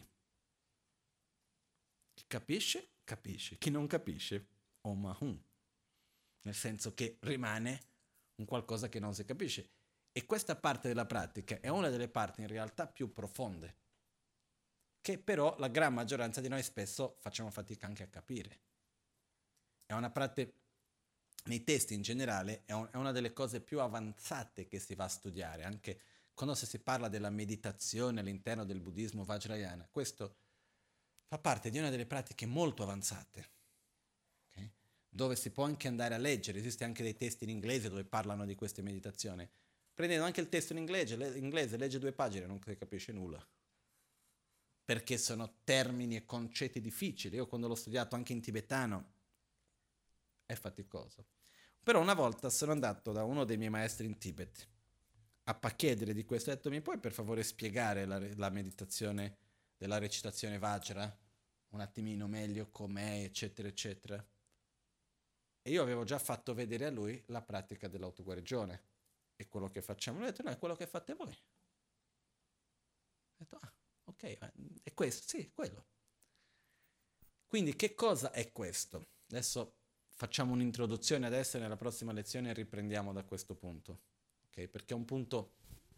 chi capisce, capisce. Chi non capisce, Om Ahum. Nel senso che rimane un qualcosa che non si capisce. E questa parte della pratica è una delle parti in realtà più profonde, che però la gran maggioranza di noi spesso facciamo fatica anche a capire. È una parte nei testi in generale è, un, è una delle cose più avanzate che si va a studiare, anche quando si parla della meditazione all'interno del buddismo vajrayana. Questo fa parte di una delle pratiche molto avanzate, okay? Dove si può anche andare a leggere, esiste anche dei testi in inglese dove parlano di queste meditazioni. Prendendo anche il testo in inglese, le, inglese legge due pagine e non si capisce nulla, perché sono termini e concetti difficili. Io quando l'ho studiato anche in tibetano è faticoso. Però una volta sono andato da uno dei miei maestri in Tibet a chiedere di questo, ho detto: mi puoi per favore spiegare la, la meditazione della recitazione Vajra un attimino meglio com'è, eccetera eccetera. E io avevo già fatto vedere a lui la pratica dell'autoguarigione e quello che facciamo. Lui ha detto: no, è quello che fate voi. Ho detto: ah, ok, è questo? Sì, è quello. Quindi che cosa è questo? Adesso facciamo un'introduzione adesso e nella prossima lezione riprendiamo da questo punto, okay? Perché è un punto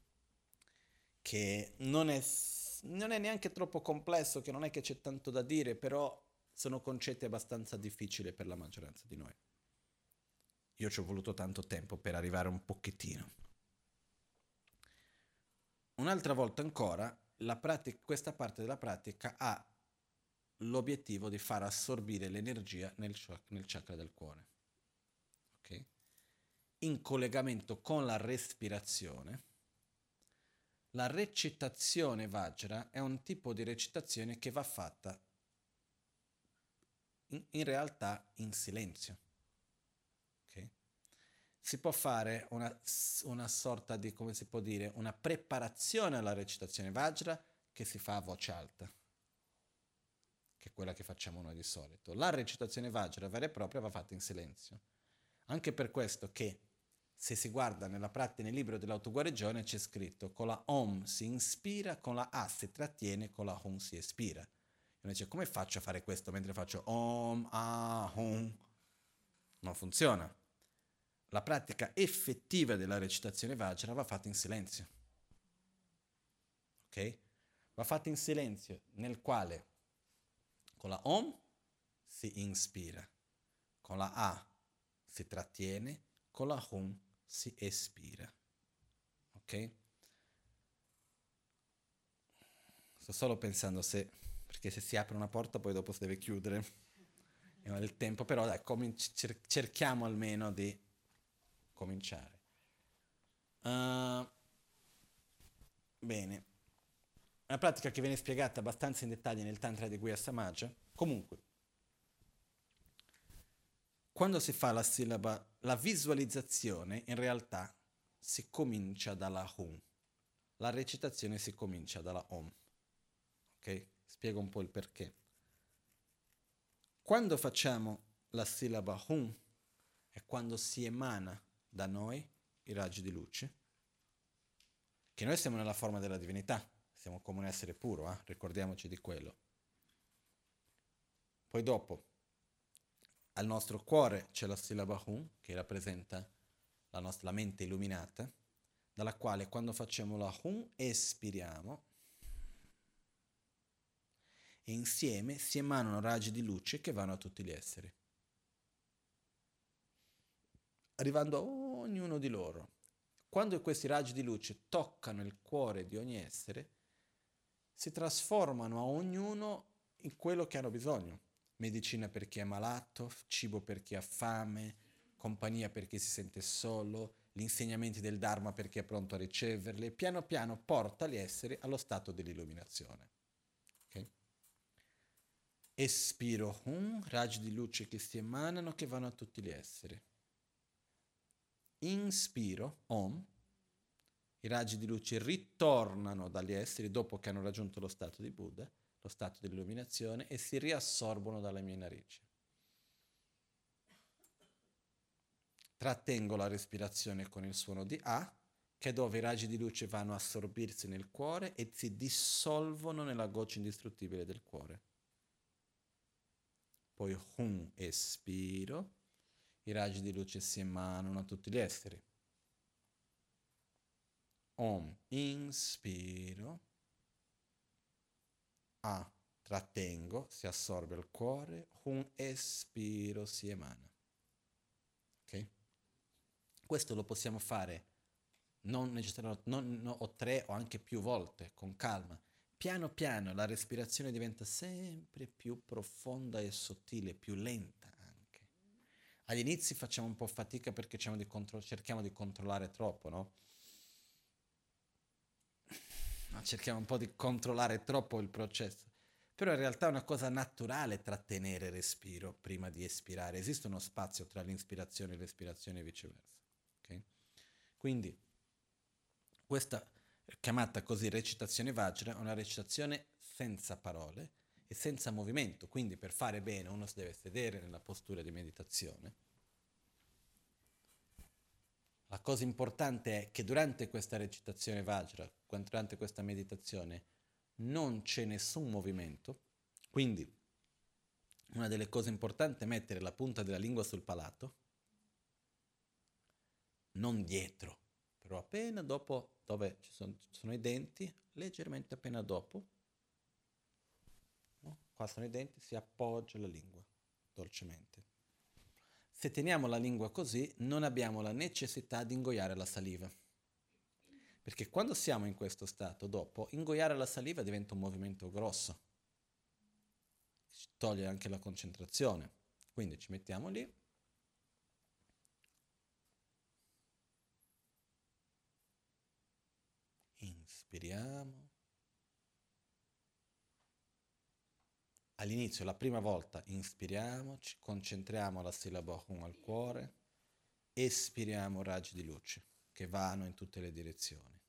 che non è, non è neanche troppo complesso, che non è che c'è tanto da dire, però sono concetti abbastanza difficili per la maggioranza di noi. Io ci ho voluto tanto tempo per arrivare un pochettino. Un'altra volta ancora, la pratica, questa parte della pratica ha l'obiettivo di far assorbire l'energia nel, nel chakra del cuore. Okay? In collegamento con la respirazione. La recitazione Vajra è un tipo di recitazione che va fatta in, in realtà in silenzio. Okay? Si può fare una, una sorta di, come si può dire, una preparazione alla recitazione Vajra che si fa a voce alta, che è quella che facciamo noi di solito. La recitazione Vajra vera e propria va fatta in silenzio. Anche per questo che se si guarda nella pratica, nel libro dell'autoguarigione c'è scritto: con la Om si inspira, con la A si trattiene, con la Hum si espira. E uno dice: come faccio a fare questo mentre faccio Om, A, Hum? Non funziona. La pratica effettiva della recitazione Vajra va fatta in silenzio. Ok? Va fatta in silenzio, nel quale con la Om si inspira, con la A si trattiene, con la Hum si espira. Ok? Sto solo pensando se, perché se si apre una porta poi dopo si deve chiudere. E non è il tempo, però dai, cominci, cer- cerchiamo almeno di cominciare. Uh, bene. È una pratica che viene spiegata abbastanza in dettaglio nel Tantra di Guhya Samaja. Comunque, quando si fa la sillaba, la visualizzazione in realtà si comincia dalla Hum. La recitazione si comincia dalla Om. Ok? Spiego un po' il perché. Quando facciamo la sillaba Hum è quando si emana da noi i raggi di luce, che noi siamo nella forma della divinità, siamo come un essere puro, eh? Ricordiamoci di quello. Poi dopo, al nostro cuore c'è la sillaba Hum, che rappresenta la nostra la mente illuminata, dalla quale quando facciamo la Hum espiriamo e insieme si emanano raggi di luce che vanno a tutti gli esseri, arrivando a ognuno di loro. Quando questi raggi di luce toccano il cuore di ogni essere, si trasformano a ognuno in quello che hanno bisogno. Medicina per chi è malato, cibo per chi ha fame, compagnia per chi si sente solo, gli insegnamenti del Dharma per chi è pronto a riceverli, e piano piano porta gli esseri allo stato dell'illuminazione. Okay? Espiro Hum, raggi di luce che si emanano, che vanno a tutti gli esseri. Inspiro Om, i raggi di luce ritornano dagli esseri dopo che hanno raggiunto lo stato di Buddha, lo stato dell'illuminazione, e si riassorbono dalle mie narici. Trattengo la respirazione con il suono di A, che è dove i raggi di luce vanno a assorbirsi nel cuore e si dissolvono nella goccia indistruttibile del cuore. Poi Hum, espiro, i raggi di luce si emanano a tutti gli esseri. Om, inspiro, A, trattengo, si assorbe il cuore, Hum, espiro, si emana. Ok? Questo lo possiamo fare non necessariamente non, no, o tre o anche più volte, con calma. Piano piano la respirazione diventa sempre più profonda e sottile, più lenta anche. Agli inizi facciamo un po' fatica perché cerchiamo di, contro- cerchiamo di controllare troppo, no? Cerchiamo un po' di controllare troppo il processo. Però in realtà è una cosa naturale trattenere il respiro prima di espirare. Esiste uno spazio tra l'inspirazione e l'espirazione e viceversa. Okay? Quindi questa chiamata così recitazione Vajra è una recitazione senza parole e senza movimento. Quindi per fare bene uno si deve sedere nella postura di meditazione. La cosa importante è che durante questa recitazione Vajra, durante questa meditazione, non c'è nessun movimento, quindi una delle cose importanti è mettere la punta della lingua sul palato, non dietro, però appena dopo, dove ci sono, ci sono i denti, leggermente appena dopo, no? Qua sono i denti, si appoggia la lingua dolcemente. Se teniamo la lingua così, non abbiamo la necessità di ingoiare la saliva. Perché quando siamo in questo stato, dopo, ingoiare la saliva diventa un movimento grosso. Ci toglie anche la concentrazione. Quindi ci mettiamo lì. Inspiriamo. All'inizio, la prima volta, inspiriamo, ci concentriamo la sillaba Hum al cuore, espiriamo raggi di luce che vanno in tutte le direzioni.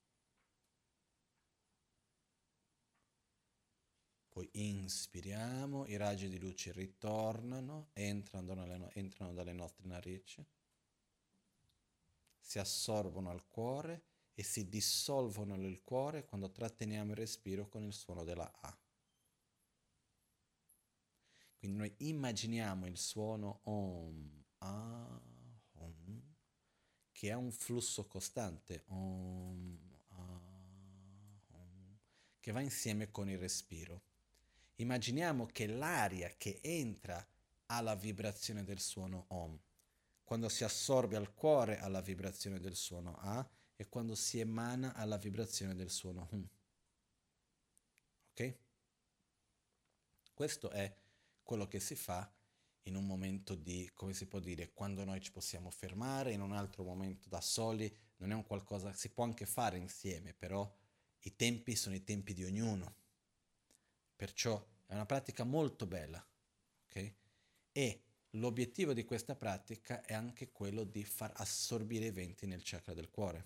Poi inspiriamo, i raggi di luce ritornano, entrano dalle, entrano dalle nostre narici, si assorbono al cuore e si dissolvono nel cuore quando tratteniamo il respiro con il suono della A. Quindi noi immaginiamo il suono Om, A, Om, che ha un flusso costante, Om, A, Om, che va insieme con il respiro. Immaginiamo che l'aria che entra ha la vibrazione del suono Om. Quando si assorbe al cuore ha la vibrazione del suono A e quando si emana ha la vibrazione del suono Hum. Ok? Questo è quello che si fa in un momento di, come si può dire, quando noi ci possiamo fermare, in un altro momento da soli, non è un qualcosa, si può anche fare insieme, però i tempi sono i tempi di ognuno. Perciò è una pratica molto bella, ok? E l'obiettivo di questa pratica è anche quello di far assorbire i venti nel chakra del cuore.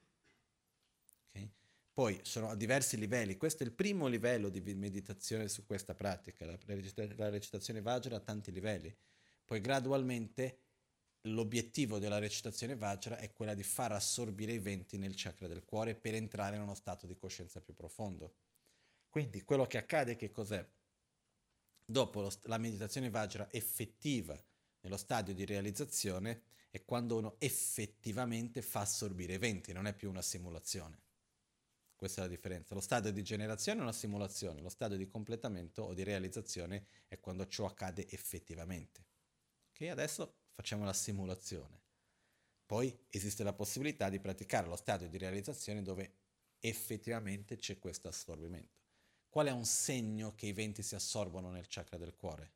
Okay? Poi sono a diversi livelli, questo è il primo livello di meditazione su questa pratica, la, la recitazione Vajra ha tanti livelli, poi gradualmente l'obiettivo della recitazione Vajra è quella di far assorbire i venti nel chakra del cuore per entrare in uno stato di coscienza più profondo. Quindi quello che accade che cos'è? Dopo lo, la meditazione Vajra effettiva nello stadio di realizzazione è quando uno effettivamente fa assorbire i venti, non è più una simulazione. Questa è la differenza. Lo stadio di generazione è una simulazione, lo stadio di completamento o di realizzazione è quando ciò accade effettivamente. Ok, adesso facciamo la simulazione. Poi esiste la possibilità di praticare lo stadio di realizzazione dove effettivamente c'è questo assorbimento. Qual è un segno che i venti si assorbono nel chakra del cuore?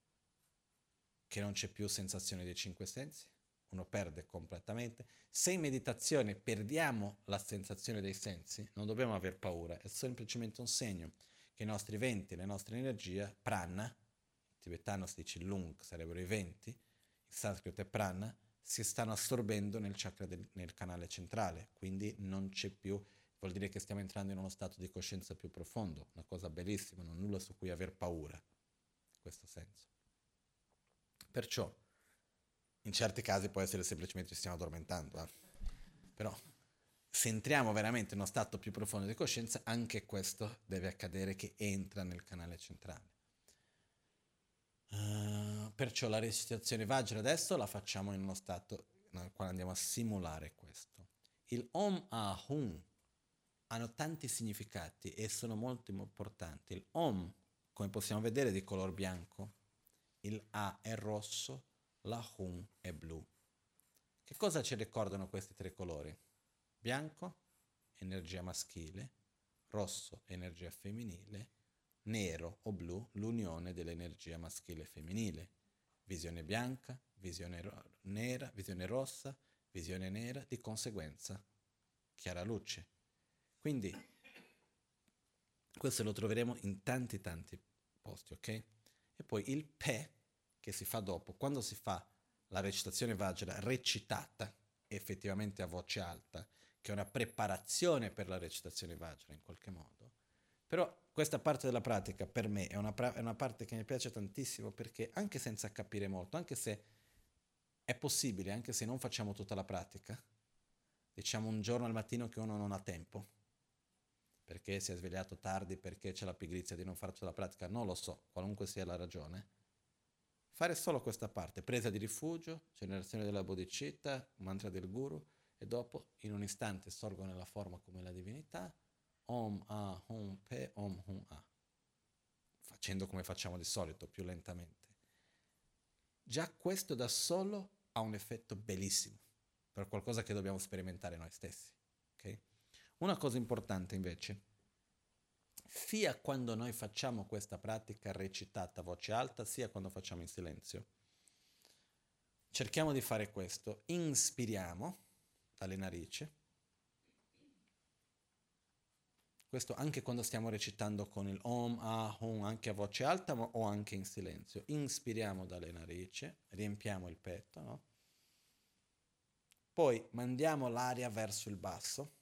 Che non c'è più sensazione dei cinque sensi? Uno perde completamente. Se in meditazione perdiamo la sensazione dei sensi, non dobbiamo aver paura, è semplicemente un segno che i nostri venti, le nostre energie, prana, in tibetano si dice lung, sarebbero i venti, in sanscrito è prana, si stanno assorbendo nel chakra del, nel canale centrale, quindi non c'è più, vuol dire che stiamo entrando in uno stato di coscienza più profondo, una cosa bellissima, non nulla su cui aver paura, in questo senso. Perciò in certi casi può essere semplicemente ci stiamo addormentando, eh? Però se entriamo veramente in uno stato più profondo di coscienza, anche questo deve accadere che entra nel canale centrale. Uh, perciò la recitazione Vajra adesso la facciamo in uno stato nel quale andiamo a simulare questo. Il Om Ahum hanno tanti significati e sono molto importanti. Il Om, come possiamo vedere, è di color bianco, il A è rosso, la Hum è blu. Che cosa ci ricordano questi tre colori? Bianco, energia maschile, rosso, energia femminile, nero o blu, l'unione dell'energia maschile e femminile. Visione bianca, visione ro- nera, visione rossa, visione nera, di conseguenza chiara luce. Quindi questo lo troveremo in tanti tanti posti, ok? E poi il Pe, che si fa dopo, quando si fa la recitazione Vajra recitata, effettivamente a voce alta, che è una preparazione per la recitazione Vajra in qualche modo. Però questa parte della pratica per me è una, pra- è una parte che mi piace tantissimo, perché anche senza capire molto, anche se è possibile, anche se non facciamo tutta la pratica, diciamo un giorno al mattino che uno non ha tempo, perché si è svegliato tardi, perché c'è la pigrizia di non farci la pratica, non lo so, qualunque sia la ragione, fare solo questa parte, presa di rifugio, generazione della bodhicitta, mantra del guru, e dopo in un istante sorgo nella forma come la divinità, Om A Hum Pe Om Hum A, facendo come facciamo di solito, più lentamente. Già questo da solo ha un effetto bellissimo, per qualcosa che dobbiamo sperimentare noi stessi. Okay? Una cosa importante invece, sia quando noi facciamo questa pratica recitata a voce alta, sia quando facciamo in silenzio, cerchiamo di fare questo. Inspiriamo dalle narici, questo anche quando stiamo recitando con il Om, Ah, Hum, anche a voce alta ma, o anche in silenzio. Inspiriamo dalle narici, riempiamo il petto, no? Poi mandiamo l'aria verso il basso,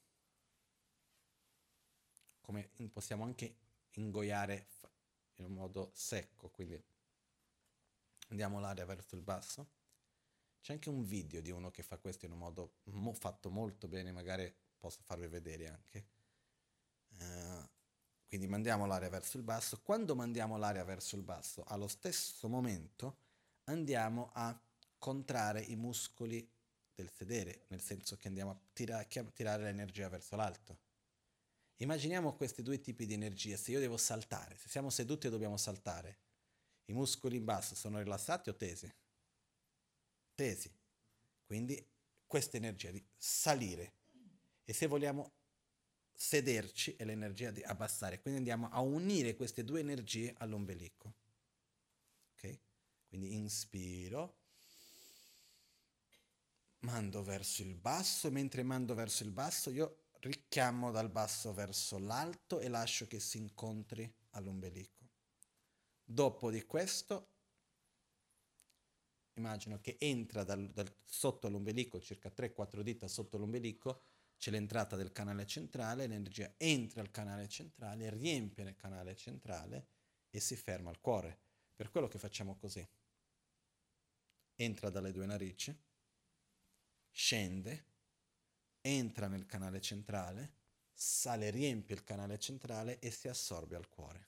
come possiamo anche ingoiare in un modo secco, quindi andiamo l'aria verso il basso. C'è anche un video di uno che fa questo in un modo mo- fatto molto bene, magari posso farvi vedere anche. Uh, quindi mandiamo l'aria verso il basso. Quando mandiamo l'aria verso il basso, allo stesso momento andiamo a contrarre i muscoli del sedere, nel senso che andiamo a tira- tirare l'energia verso l'alto. Immaginiamo questi due tipi di energia. Se io devo saltare, se siamo seduti e dobbiamo saltare, i muscoli in basso sono rilassati o tesi? Tesi. Quindi questa energia di salire. E se vogliamo sederci è l'energia di abbassare. Quindi andiamo a unire queste due energie all'ombelico. Ok? Quindi inspiro, mando verso il basso, e mentre mando verso il basso io richiamo dal basso verso l'alto e lascio che si incontri all'ombelico. Dopo di questo immagino che entra dal, dal, sotto l'ombelico, circa tre quattro dita sotto l'ombelico, c'è l'entrata del canale centrale, l'energia entra al canale centrale, riempie il canale centrale e si ferma al cuore. Per quello che facciamo così. Entra dalle due narici, scende, entra nel canale centrale, sale, riempie il canale centrale e si assorbe al cuore.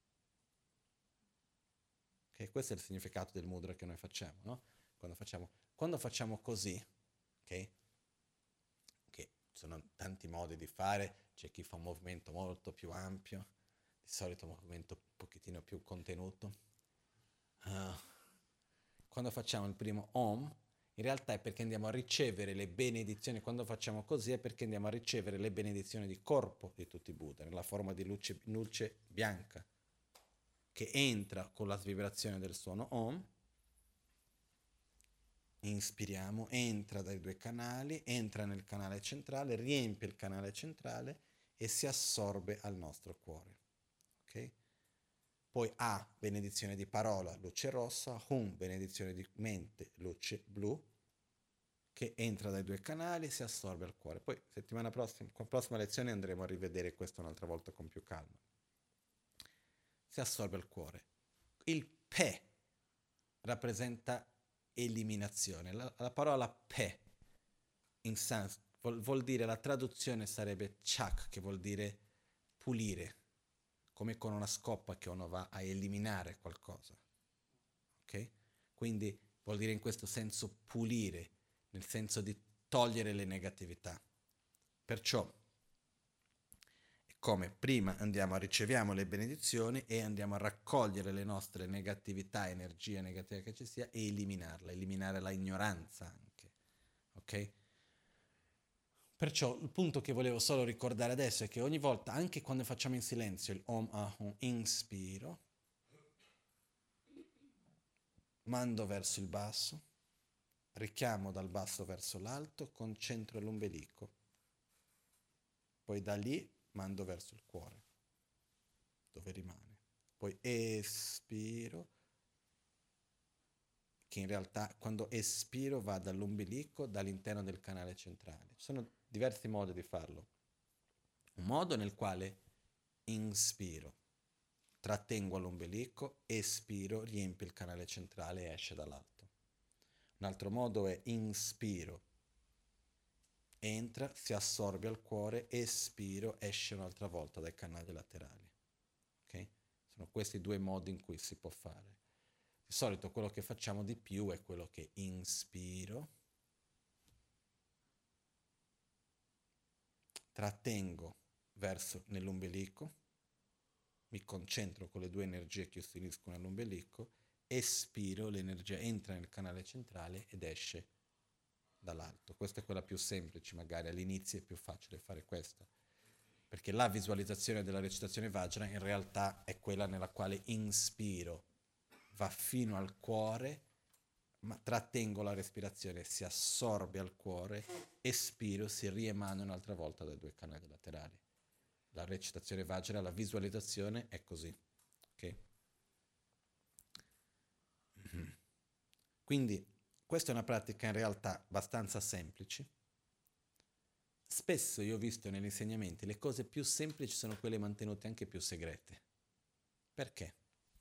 Okay? Questo è il significato del mudra che noi facciamo, no? Quando facciamo, quando facciamo così, ok? Che sono tanti modi di fare, c'è chi fa un movimento molto più ampio, di solito un movimento un pochettino più contenuto. Uh, quando facciamo il primo Om, in realtà è perché andiamo a ricevere le benedizioni, quando facciamo così è perché andiamo a ricevere le benedizioni di corpo di tutti i Buddha, nella forma di luce, luce bianca, che entra con la vibrazione del suono Om. Inspiriamo, entra dai due canali, entra nel canale centrale, riempie il canale centrale e si assorbe al nostro cuore. Ok? Poi A, benedizione di parola, luce rossa, Hum, benedizione di mente, luce blu, che entra dai due canali e si assorbe al cuore. Poi settimana prossima, con la prossima lezione andremo a rivedere questo un'altra volta con più calma. Si assorbe al cuore. Il Pe rappresenta eliminazione. La, la parola Pe in sanscrito vuol, vuol dire, la traduzione sarebbe chak, che vuol dire pulire, come con una scoppa che uno va a eliminare qualcosa. Ok? Quindi vuol dire in questo senso pulire, nel senso di togliere le negatività. Perciò, come prima andiamo a riceviamo le benedizioni e andiamo a raccogliere le nostre negatività, energia negativa che ci sia, e eliminarla, eliminare la ignoranza anche. Ok? ok? Perciò il punto che volevo solo ricordare adesso è che ogni volta, anche quando facciamo in silenzio il Om Ahum, inspiro, mando verso il basso, richiamo dal basso verso l'alto, concentro l'ombelico, poi da lì mando verso il cuore, dove rimane. Poi espiro, che in realtà quando espiro va dall'ombelico, dall'interno del canale centrale. Ci sono diversi modi di farlo. Un modo nel quale inspiro, trattengo all'ombelico, espiro, riempio il canale centrale e esce dall'alto. Un altro modo è inspiro, entra, si assorbe al cuore, espiro, esce un'altra volta dai canali laterali. Ok? Sono questi due modi in cui si può fare. Di solito quello che facciamo di più è quello che inspiro, trattengo verso nell'ombelico, mi concentro con le due energie che si uniscono all'ombelico, espiro, l'energia entra nel canale centrale ed esce dall'alto. Questa è quella più semplice, magari all'inizio è più facile fare questa, perché la visualizzazione della recitazione Vajra in realtà è quella nella quale inspiro, va fino al cuore, ma trattengo la respirazione, si assorbe al cuore, espiro, si riemana un'altra volta dai due canali laterali. La recitazione Vajra, la visualizzazione è così. Ok? Quindi questa è una pratica in realtà abbastanza semplice. Spesso io ho visto negli insegnamenti le cose più semplici sono quelle mantenute anche più segrete. Perché?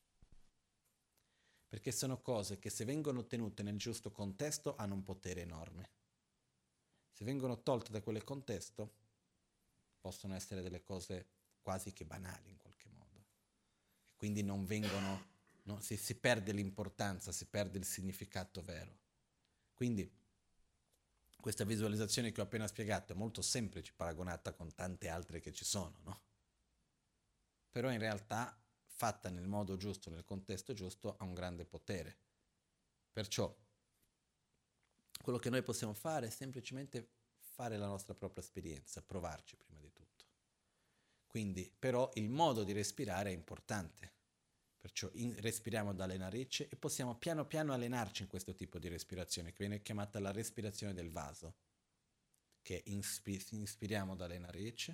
Perché sono cose che se vengono tenute nel giusto contesto hanno un potere enorme. Se vengono tolte da quel contesto possono essere delle cose quasi che banali in qualche modo. E quindi non vengono, no, si, si perde l'importanza, si perde il significato vero. Quindi questa visualizzazione che ho appena spiegato è molto semplice paragonata con tante altre che ci sono, no? Però in realtà fatta nel modo giusto, nel contesto giusto, ha un grande potere. Perciò, quello che noi possiamo fare è semplicemente fare la nostra propria esperienza, provarci prima di tutto. Quindi, però, il modo di respirare è importante. Perciò in, respiriamo dalle narici e possiamo piano piano allenarci in questo tipo di respirazione, che viene chiamata la respirazione del vaso, che inspi- inspiriamo dalle narici,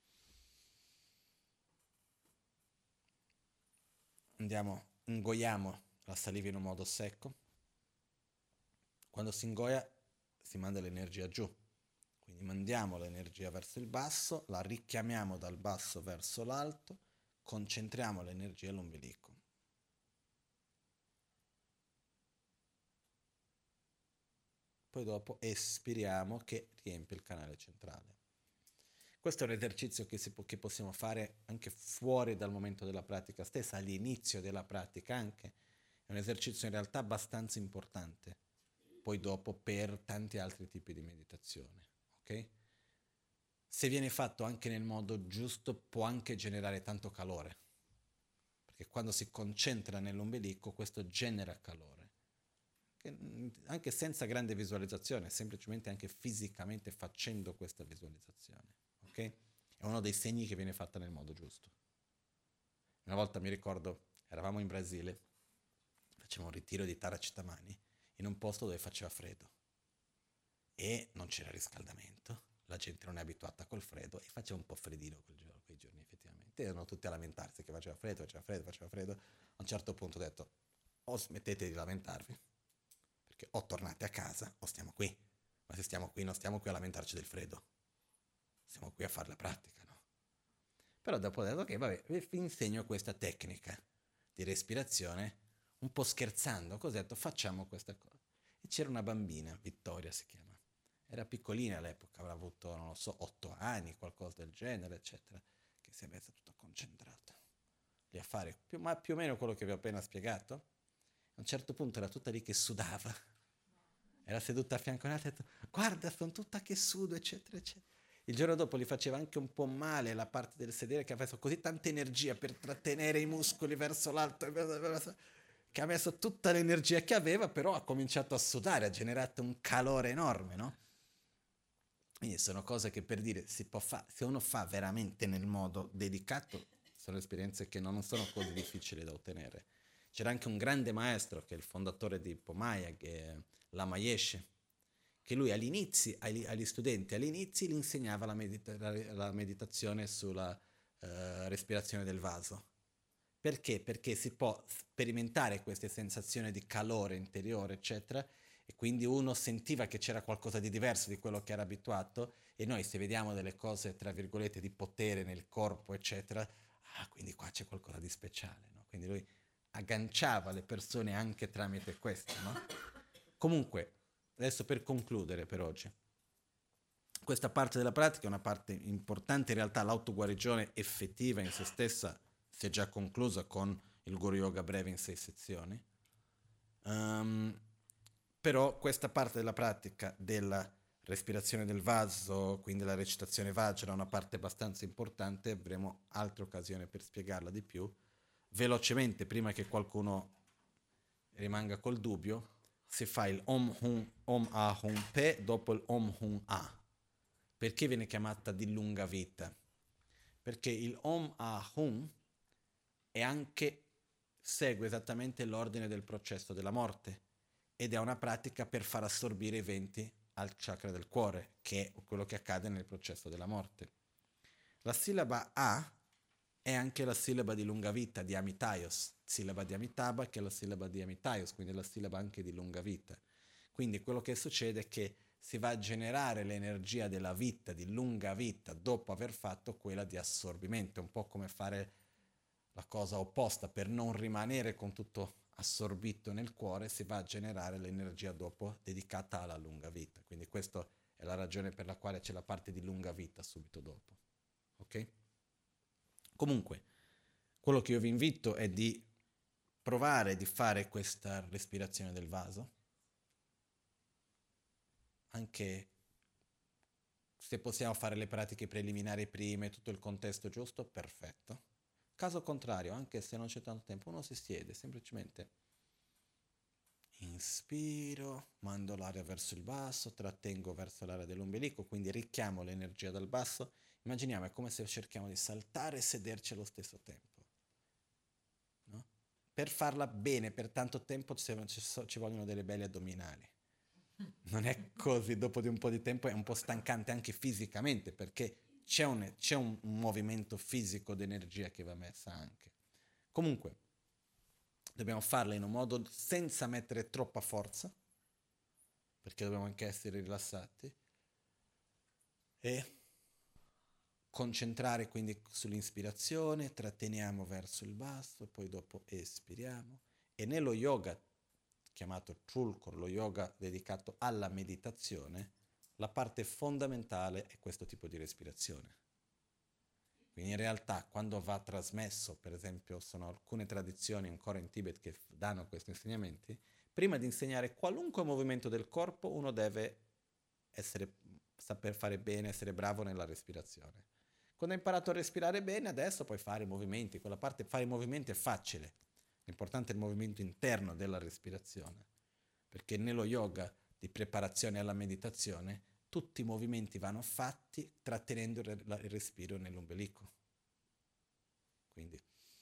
andiamo, ingoiamo la saliva in un modo secco. Quando si ingoia si manda l'energia giù, quindi mandiamo l'energia verso il basso, la richiamiamo dal basso verso l'alto, concentriamo l'energia all'ombelico. Poi dopo espiriamo che riempie il canale centrale. Questo è un esercizio che, si può, che possiamo fare anche fuori dal momento della pratica stessa, all'inizio della pratica anche. È un esercizio in realtà abbastanza importante, poi dopo per tanti altri tipi di meditazione. Ok? Se viene fatto anche nel modo giusto può anche generare tanto calore, perché quando si concentra nell'ombelico questo genera calore, che, anche senza grande visualizzazione, semplicemente anche fisicamente facendo questa visualizzazione. Okay? È uno dei segni che viene fatta nel modo giusto. Una volta mi ricordo, eravamo in Brasile, facevamo un ritiro di Taracitamani in un posto dove faceva freddo e non c'era riscaldamento, la gente non è abituata col freddo e faceva un po' freddino quel giorno, quei giorni effettivamente, erano tutti a lamentarsi che faceva freddo, faceva freddo, faceva freddo. A un certo punto ho detto, o smettete di lamentarvi, perché o tornate a casa o stiamo qui, ma se stiamo qui non stiamo qui a lamentarci del freddo, siamo qui a fare la pratica, no? Però dopo ho detto che, vabbè, vi insegno questa tecnica di respirazione, un po' scherzando, così ho detto, facciamo questa cosa. E c'era una bambina, Vittoria si chiama, era piccolina all'epoca, avrà avuto, non lo so, otto anni, qualcosa del genere, eccetera, che si è messa tutta concentrata lì a fare più, ma più o meno quello che vi ho appena spiegato. A un certo punto era tutta lì che sudava, era seduta a fianco a me e ha detto, guarda, sono tutta che sudo, eccetera, eccetera. Il giorno dopo gli faceva anche un po' male la parte del sedere, che aveva così tanta energia per trattenere i muscoli verso l'alto, che ha messo tutta l'energia che aveva, però ha cominciato a sudare, ha generato un calore enorme, no? Quindi sono cose che, per dire, si può fare, se uno fa veramente nel modo dedicato, sono esperienze che non sono così difficili da ottenere. C'era anche un grande maestro, che è il fondatore di Pomaya, che è Lama Yeshe, che lui all'inizio, agli, agli studenti all'inizio gli insegnava la, medita- la- la meditazione sulla eh, respirazione del vaso. Perché? Perché si può sperimentare queste sensazioni di calore interiore, eccetera, e quindi uno sentiva che c'era qualcosa di diverso di quello che era abituato, e noi, se vediamo delle cose, tra virgolette, di potere nel corpo, eccetera, ah, quindi qua c'è qualcosa di speciale, no? Quindi lui agganciava le persone anche tramite questo, no? Comunque, adesso, per concludere per oggi, questa parte della pratica è una parte importante. In realtà l'autoguarigione effettiva in se stessa si è già conclusa con il Guru Yoga breve in sei sezioni. Um, però questa parte della pratica della respirazione del vaso, quindi la recitazione Vajra, è una parte abbastanza importante. Avremo altre occasioni per spiegarla di più. Velocemente, prima che qualcuno rimanga col dubbio, si fa il Om Hum Om Ah Hum Pe dopo il Om Hum Ah. Perché viene chiamata di lunga vita? Perché il Om Ah Hum è anche, segue esattamente l'ordine del processo della morte, ed è una pratica per far assorbire i venti al chakra del cuore, che è quello che accade nel processo della morte. La sillaba A è anche la sillaba di lunga vita di Amitaios, sillaba di Amitabha, che è la sillaba di Amitaios, quindi la sillaba anche di lunga vita. Quindi quello che succede è che si va a generare l'energia della vita, di lunga vita, dopo aver fatto quella di assorbimento. È un po' come fare la cosa opposta: per non rimanere con tutto assorbito nel cuore, si va a generare l'energia dopo dedicata alla lunga vita. Quindi questa è la ragione per la quale c'è la parte di lunga vita subito dopo. Ok? Comunque, quello che io vi invito è di provare di fare questa respirazione del vaso, anche se possiamo fare le pratiche preliminari prima e tutto il contesto giusto, perfetto. Caso contrario, anche se non c'è tanto tempo, uno si siede, semplicemente inspiro, mando l'aria verso il basso, trattengo verso l'area dell'ombelico, quindi richiamo l'energia dal basso. Immaginiamo, è come se cerchiamo di saltare e sederci allo stesso tempo, no? Per farla bene per tanto tempo ci vogliono delle belle addominali. Non è così, dopo di un po' di tempo è un po' stancante anche fisicamente, perché c'è un, c'è un movimento fisico d'energia che va messa anche. Comunque, dobbiamo farla in un modo senza mettere troppa forza, perché dobbiamo anche essere rilassati, e concentrare quindi sull'ispirazione, tratteniamo verso il basso, poi dopo espiriamo. E nello yoga, chiamato Trulkor, lo yoga dedicato alla meditazione, la parte fondamentale è questo tipo di respirazione. Quindi in realtà, quando va trasmesso, per esempio, sono alcune tradizioni ancora in Tibet che danno questi insegnamenti, prima di insegnare qualunque movimento del corpo, uno deve essere, saper fare bene, essere bravo nella respirazione. Quando hai imparato a respirare bene, adesso puoi fare i movimenti. Quella parte, fare i movimenti è facile. L'importante è il movimento interno della respirazione, perché nello yoga di preparazione alla meditazione tutti i movimenti vanno fatti trattenendo il respiro nell'ombelico. Quindi,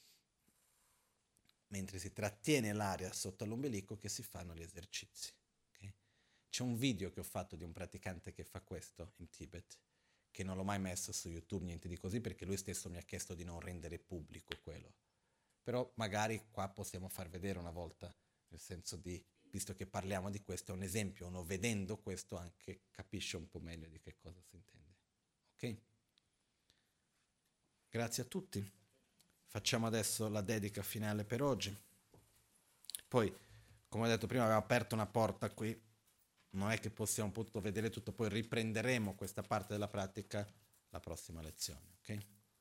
mentre si trattiene l'aria sotto l'ombelico, che si fanno gli esercizi. Okay? C'è un video che ho fatto di un praticante che fa questo in Tibet, che non l'ho mai messo su YouTube, niente di così, perché lui stesso mi ha chiesto di non rendere pubblico quello. Però magari qua possiamo far vedere una volta, nel senso di, visto che parliamo di questo, è un esempio, uno vedendo questo anche capisce un po' meglio di che cosa si intende. Ok? Grazie a tutti. Facciamo adesso la dedica finale per oggi. Poi, come ho detto prima, avevo aperto una porta qui, non è che possiamo potuto vedere tutto, poi riprenderemo questa parte della pratica la prossima lezione, ok?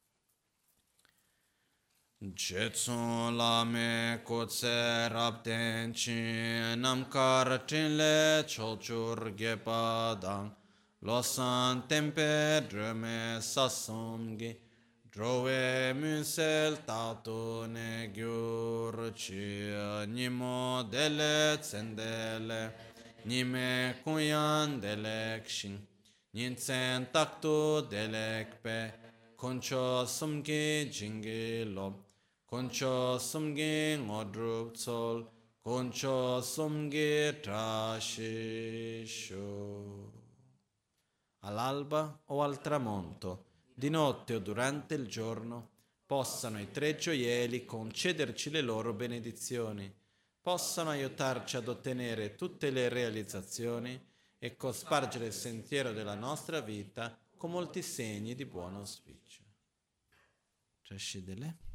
Jetsun lame kotse rabden chi namkar chinle cholchur gepa dang losan tempe dreme sasomgi drove munsel tato ne gyur chi nimo dele tsendele nime kunyan dele kshin Nyensen takto delekpe, koncho sumge jinge lob, koncho sumge ngodrup tsol, koncho sumge trashisho. All'alba o al tramonto, di notte o durante il giorno, possano i tre gioielli concederci le loro benedizioni, possano aiutarci ad ottenere tutte le realizzazioni e cospargere il sentiero della nostra vita con molti segni di buon auspicio. Trascidele.